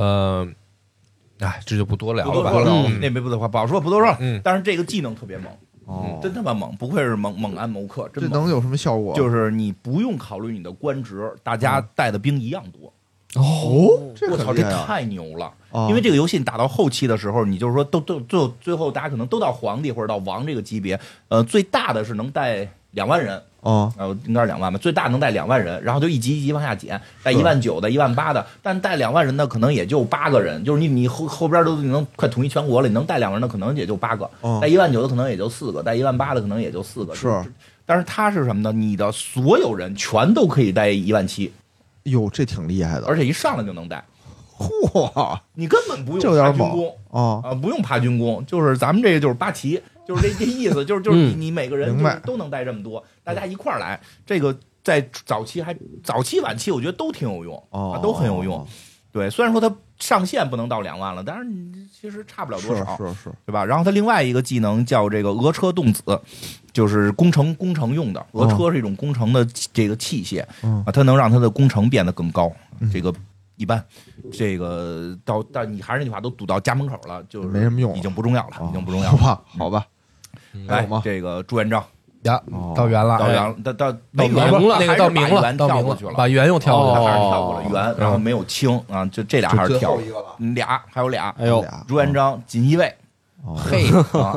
这就不多聊了吧。 那没不好说，不多说。但是这个技能特别猛，真他妈猛，不愧是猛安谋克，真这能有什么效果？ 就是你不用考虑你的官职，大家带的兵一样多。我操，这太牛了！因为这个游戏你打到后期的时候，你就是说最后大家可能都到皇帝或者到王这个级别，最大的是能带2万人，应该是2万吧，最大能带2万人，然后就一级一级往下减，带19000的、18000的，但带2万人的可能也就8个人，就是你后边都能快统一全国了，你能带2万人的可能也就8个，带19000的可能也就4个，带18000的可能也就4个， 是。 但是它是什么呢？你的所有人全都可以带17000。 哟，这挺厉害的， 而且一上来就能带， 嚯！ 你根本不用爬军功不用爬军功，就是咱们这个就是八旗，就是这意思，就是你每个人都能带这么多，大家一块儿来，这个在早期晚期，我觉得都挺有用都很有用。对，虽然说它上限不能到2万了，但是你其实差不了多少， 是， 对吧？然后它另外一个技能叫这个俄车动子，就是工程用的。俄车是一种工程的这个器械它能让它的工程变得更高。这个一般，这个到你还是那句话，都堵到家门口了，就没什么用， 已经不重要了，已经不重要了。 好吧。 来，这个朱元璋。 到圆了， 到明了，那个到明了， 跳过去了， 把圆又跳过去了， 还是跳过了圆，然后没有清就这俩还是跳俩，还有俩。 哎呦， 朱元璋锦衣卫， 嘿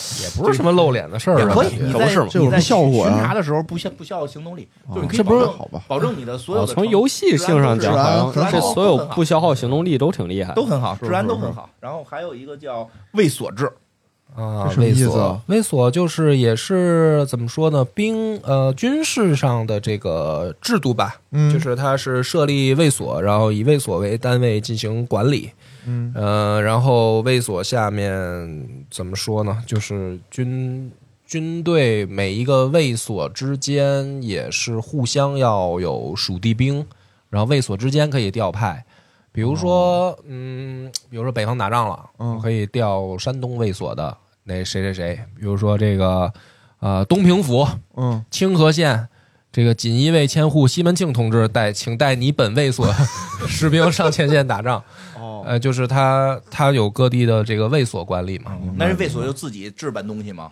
也不是什么露脸的事儿， 也可以。你在这有效果巡查的时候不消耗行动力，就是你可以保证你的所有的从游戏性上讲，好像这所有不消耗行动力都挺厉害， 都很好，治安都很好。然后还有一个叫卫所制。 卫所就是也是怎么说呢？军事上的这个制度吧，就是它是设立卫所，然后以卫所为单位进行管理，然后卫所下面怎么说呢？就是军队每一个卫所之间也是互相要有属地兵，然后卫所之间可以调派。比如说北方打仗了，可以调山东卫所的那谁，比如说这个东平府，清河县这个锦衣卫千户西门庆同志请带你本卫所士兵上前线打仗。就是他有各地的这个卫所管理嘛。 那这卫所就自己置办东西吗？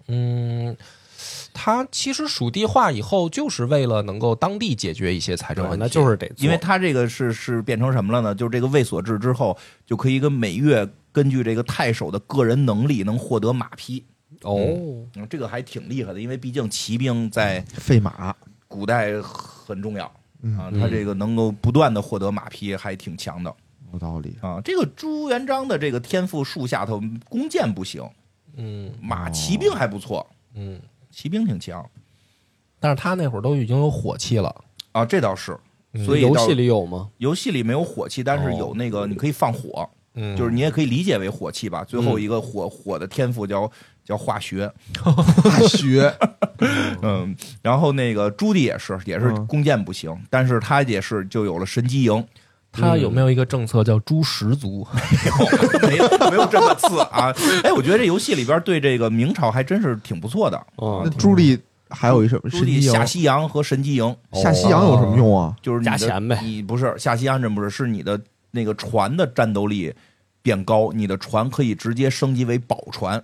它其实属地化以后，就是为了能够当地解决一些财政问题， 那就是得做， 因为它这个是变成什么了呢？就是这个卫所制之后，就可以每月根据这个太守的个人能力能获得马匹。这个还挺厉害的，因为毕竟骑兵在费马古代很重要他这个能够不断的获得马匹，还挺强的。 有道理啊，这个朱元璋的这个天赋树下头，弓箭不行，骑兵还不错，骑兵挺强， 但是他那会儿都已经有火器了啊，这倒是。所以游戏里有吗？ 游戏里没有火器，但是有那个你可以放火，就是你也可以理解为火器吧。最后一个火的天赋叫化学，然后那个朱棣也是弓箭不行，但是他也是就有了神机营。 他有没有一个政策叫诛十族？ 没有这么次啊！哎，我觉得这游戏里边对这个明朝还真是挺不错的。 那朱棣还有一什么？ 朱棣下西洋和神机营。 下西洋有什么用啊？ 就是加钱呗。 你不是下西洋，真不是，是你的那个船的战斗力变高，你的船可以直接升级为宝船。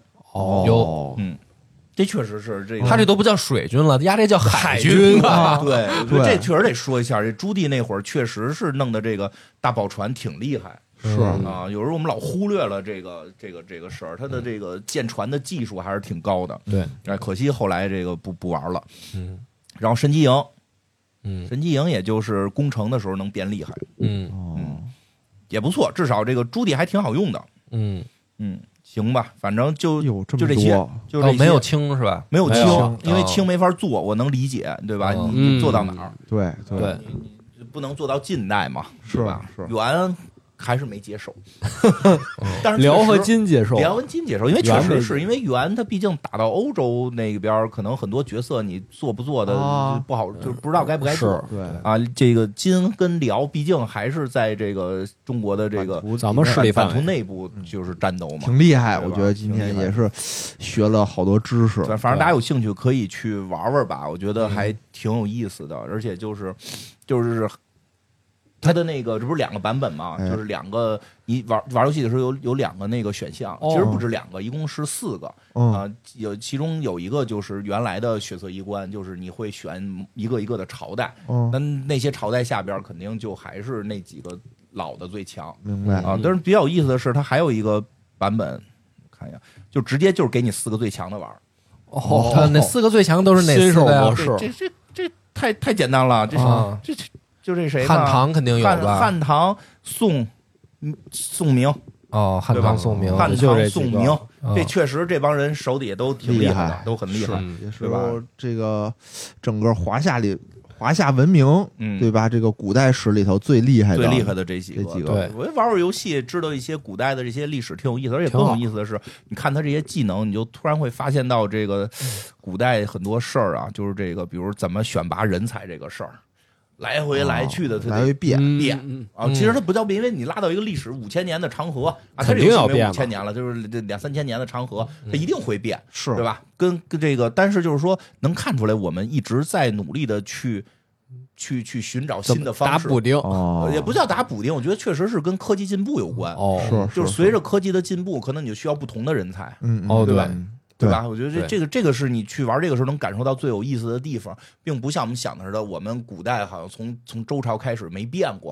这确实是这个， 他这都不叫水军了，压这叫海军啊！对，这确实得说一下，这朱棣那会儿确实是弄的这个大宝船挺厉害， 是啊，有时候我们老忽略了这个事儿，他的这个建船的技术还是挺高的。 对， 可惜后来这个不玩了。然后神机营，神机营也就是攻城的时候能变厉害。也不错，至少这个朱棣还挺好用的。行吧，反正就这些，就这些。 没有清是吧？ 没有清，因为清没法做，我能理解，对吧？你做到哪儿？ 对， 你不能做到近代嘛， 是吧？ 是元还是没接受，但是辽和金接受， 因为确实是因为元它毕竟打到欧洲那边，可能很多角色你做不做的不好，就不知道该不该做。 对啊，这个金跟辽毕竟还是在这个中国的这个咱们势力范围内部就是战斗嘛， 挺厉害。我觉得今天也是学了好多知识。 反正大家有兴趣可以去玩玩吧，我觉得还挺有意思的，而且就是。它的那个这不是两个版本吗？就是两个，你玩游戏的时候有两个那个选项，其实不止两个，一共是4个。其中有一个就是原来的血色衣冠，就是你会选一个一个的朝代，那些朝代下边肯定就还是那几个老的最强。 明白啊？但是比较有意思的是，它还有一个版本，看一下，就直接就是给你4个最强的玩。 那4个最强都是哪4个呀？ 这太简单了，这。就这谁？ 汉唐肯定有吧？ 汉唐宋明汉唐宋明， 汉唐宋明，这确实这帮人手底下都挺厉害的，都很厉害， 对吧？这个整个华夏文明，对吧？这个古代史里头最厉害的这几个。 对， 我玩游戏，知道一些古代的这些历史，挺有意思。而且更有意思的是，你看他这些技能，你就突然会发现到这个古代很多事儿啊，就是这个，比如怎么选拔人才这个事儿。来回来去的， 来回变啊！其实它不叫变，因为你拉到一个历史5000年的长河啊， 肯定要变 ，5000年了，就是2-3千年的长河，它一定会变， 是对吧？跟这个，但是就是说，能看出来我们一直在努力的去寻找新的方式， 打补丁， 也不叫打补丁，我觉得确实是跟科技进步有关。就是随着科技的进步，可能你就需要不同的人才，对吧？对吧？我觉得这个是你去玩这个时候能感受到最有意思的地方，并不像我们想的似的，我们古代好像从周朝开始没变过，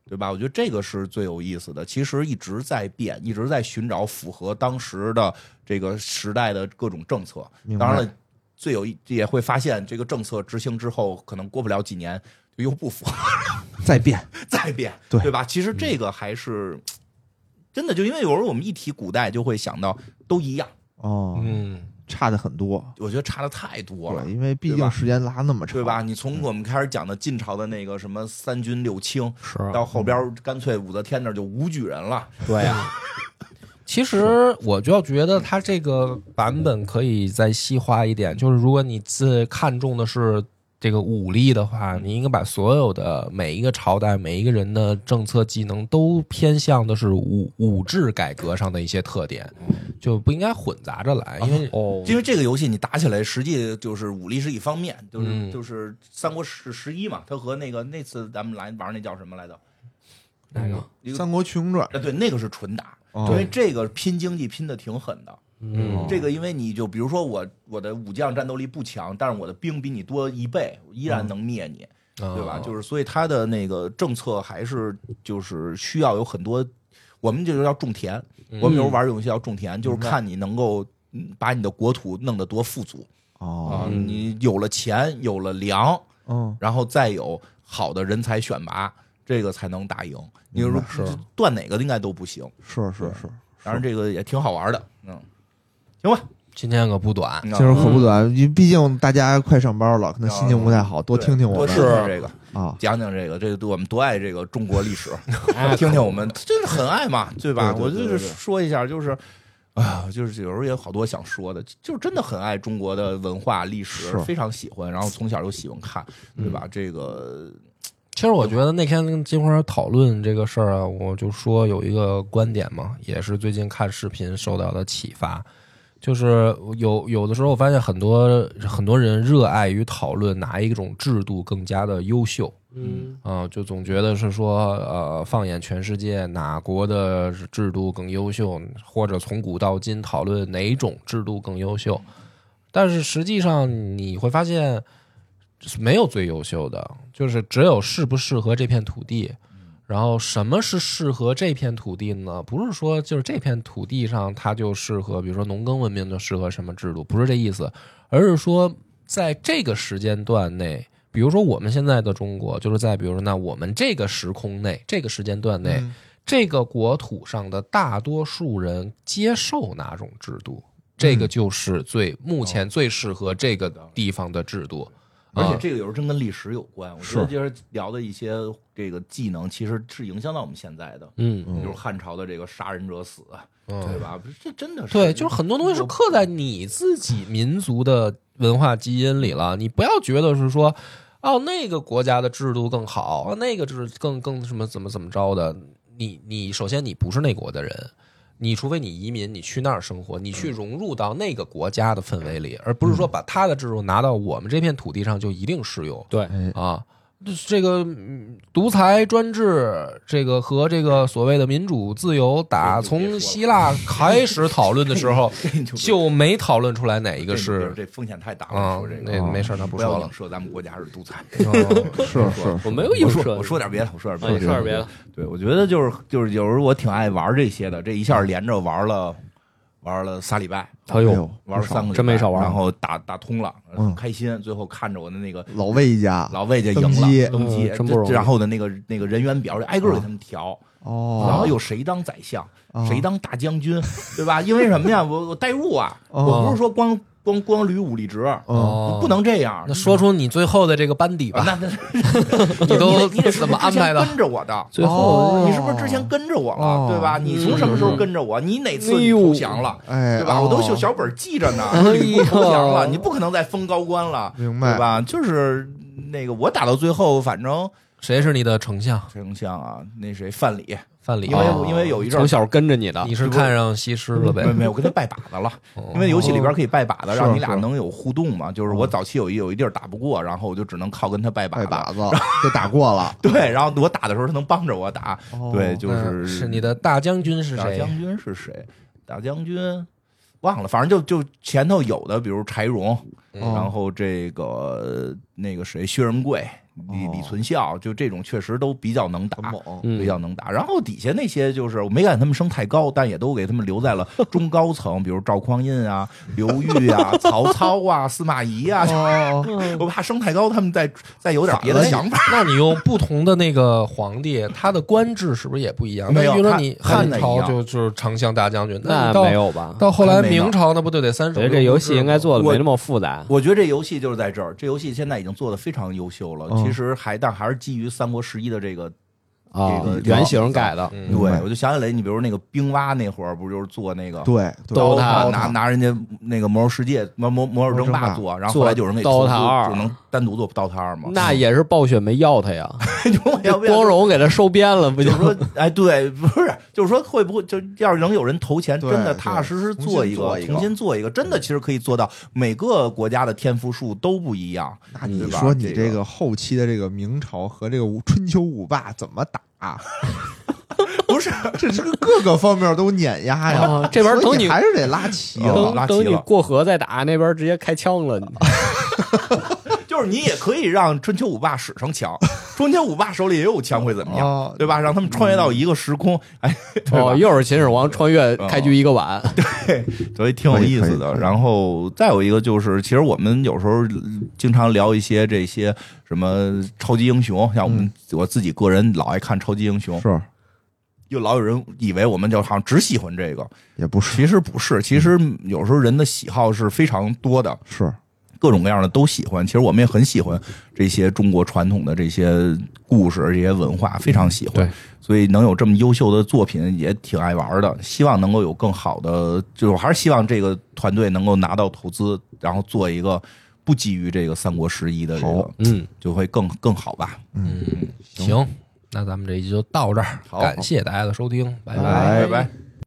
对吧？我觉得这个是最有意思的。其实一直在变，一直在寻找符合当时的这个时代的各种政策。当然了，也会发现这个政策执行之后，可能过不了几年又不符合， 再变， 对吧？其实这个还是真的，就因为有时候我们一提古代，就会想到都一样哦，差的很多， 我觉得差的太多了。 对，因为毕竟时间拉那么长， 对吧？你从我们开始讲的晋朝的那个什么三军六卿，到后边干脆武则天那就武举人了。 对啊， 其实我就要觉得他这个版本可以再细化一点，就是如果你看重的是这个武力的话，你应该把所有的每一个朝代每一个人的政策技能都偏向的是武治改革上的一些特点，就不应该混杂着来。 因为这个游戏你打起来实际就是武力是一方面，就是三国是11嘛，它和那次咱们来玩那叫什么来着？ 哪个？ 三国群传？ 对，那个是纯打，因为这个拼经济拼的挺狠的。这个因为你就比如说我的武将战斗力不强，但是我的兵比你多1倍，我依然能灭你，对吧？就是所以他的那个政策还是就是需要有很多，我们就是要种田，我们有时候玩游戏要种田，就是看你能够把你的国土弄得多富足你有了钱，有了粮，然后再有好的人才选拔，这个才能打赢。你说断哪个应该都不行， 是， 当然这个也挺好玩的，行吧， 今天可不短， 今儿可不短，毕竟大家快上班了，可能心情不太好，多听听我们， 多听听这个啊，讲讲这个我们多爱这个中国历史，听听我们就是很爱嘛，对吧？我就是说一下，就是就是有时候也有好多想说的，就是真的很爱中国的文化历史，非常喜欢，然后从小就喜欢看，对吧？这个。 其实我觉得那天跟金花讨论这个事儿啊，我就说有一个观点嘛，也是最近看视频受到的启发，就是有的时候我发现很多人热爱于讨论哪一种制度更加的优秀，就总觉得是说放眼全世界哪国的制度更优秀，或者从古到今讨论哪种制度更优秀，但是实际上你会发现。没有最优秀的，就是只有适不适合这片土地。然后什么是适合这片土地呢？不是说就是这片土地上它就适合，比如说农耕文明就适合什么制度，不是这意思，而是说在这个时间段内，比如说我们现在的中国，就是在比如说那我们这个时空内，这个时间段内，这个国土上的大多数人接受哪种制度，这个就是目前最适合这个地方的制度。 而且这个有时候真跟历史有关，我觉得就是聊的一些这个技能，其实是影响到我们现在的。比如汉朝的这个杀人者死，对吧？这真的是对，就是很多东西是刻在你自己民族的文化基因里了。你不要觉得是说，那个国家的制度更好，那个就是更什么怎么着的。你首先你不是那国的人。你除非你移民，你去那儿生活，你去融入到那个国家的氛围里，而不是说把他的制度拿到我们这片土地上就一定适用。 对啊，这个独裁专制，这个和这个所谓的民主自由，从希腊开始讨论的时候就没讨论出来哪一个是。 这风险太大了。说这个没事，那不说了。 说咱们国家是独裁。 是， 我没有影射。 我说点别的。 说点别的。 对，我觉得就是有时候我挺爱玩这些的，这一下连着玩了3礼拜， 哎呦， 玩了3个礼拜， 真没少玩， 然后打通了，很开心。最后看着我的那个老魏家赢了，登基， 真不容易。 然后的那个人员表挨个给他们调，然后有谁当宰相，谁当大将军，对吧？因为什么呀？我代入啊，我不是说光捋武力值，不能这样。 那说出你最后的这个班底吧。你得怎么安排的？ 跟着我的， 最后你是不是之前跟着我了，对吧？你从什么时候跟着我？你哪次投降了，对吧？我都小本记着呢。你投降了，你不可能再封高官了， 明白对吧？就是那个我打到最后，反正谁是你的丞相？ 啊，那谁范蠡。因为有一阵从小跟着你的， 你是看上西施了呗？ 没有，我跟他拜把子了。因为游戏里边可以拜把子，让你俩能有互动嘛。就是我早期有一地儿打不过，然后我就只能靠跟他拜把子， 就打过了。 对，然后我打的时候他能帮着我打。对， 是你的大将军是谁？ 大将军忘了，反正就前头有的，比如柴荣，然后这个那个谁薛仁贵。 李存孝，就这种确实都比较能打， 比较能打。然后底下那些就是我没敢他们升太高，但也都给他们留在了中高层，比如赵匡胤啊、刘裕啊、曹操啊、司马懿啊。我怕升太高，他们再有点别的想法。 那你用不同的那个皇帝，他的官制是不是也不一样？ 没有， 比如说你汉朝就是丞相大将军， 那没有吧？ 到后来明朝那不就得3手？ 这游戏应该做的没那么复杂。 我觉得这游戏就是在这儿，这游戏现在已经做的非常优秀了。其实但还是基于三国11的这个原型改的。 对，我就想起来，你比如那个冰蛙那会儿，不就是做那个对拿人家那个魔兽世界、魔兽争霸做，然后后来就有人给 DOTA 2 就能单独做 DOTA 2嘛？ 那也是暴雪没要他呀， 要光荣给他收编了，不就说哎，对，不是，就是说会不会就要是能有人投钱，真的踏踏实实做一个，重新做一个，真的其实可以做到每个国家的天赋树都不一样。 那你说你这个后期的这个明朝和这个春秋五霸怎么打？不是，这是各个方面都碾压呀。 这边等你还是得拉齐了， 等你过河再打，那边直接开枪了。 就是你也可以让春秋五霸使上枪，春秋五霸手里也有枪，会怎么样？对吧？让他们穿越到一个时空，哎， 又是秦始皇穿越开局一个碗， 对，所以挺有意思的。然后再有一个就是，其实我们有时候经常聊一些这些什么超级英雄，像我自己个人老爱看超级英雄， 是。 又老有人以为我们就好像只喜欢这个， 也不是， 其实不是，其实有时候人的喜好是非常多的， 是各种各样的都喜欢。其实我们也很喜欢这些中国传统的这些故事、这些文化，非常喜欢。所以能有这么优秀的作品，也挺爱玩的。希望能够有更好的，就是我还是希望这个团队能够拿到投资，然后做一个不基于这个三国11的这个，就会更好吧。 行。那咱们这一集就到这儿，感谢大家的收听，拜拜。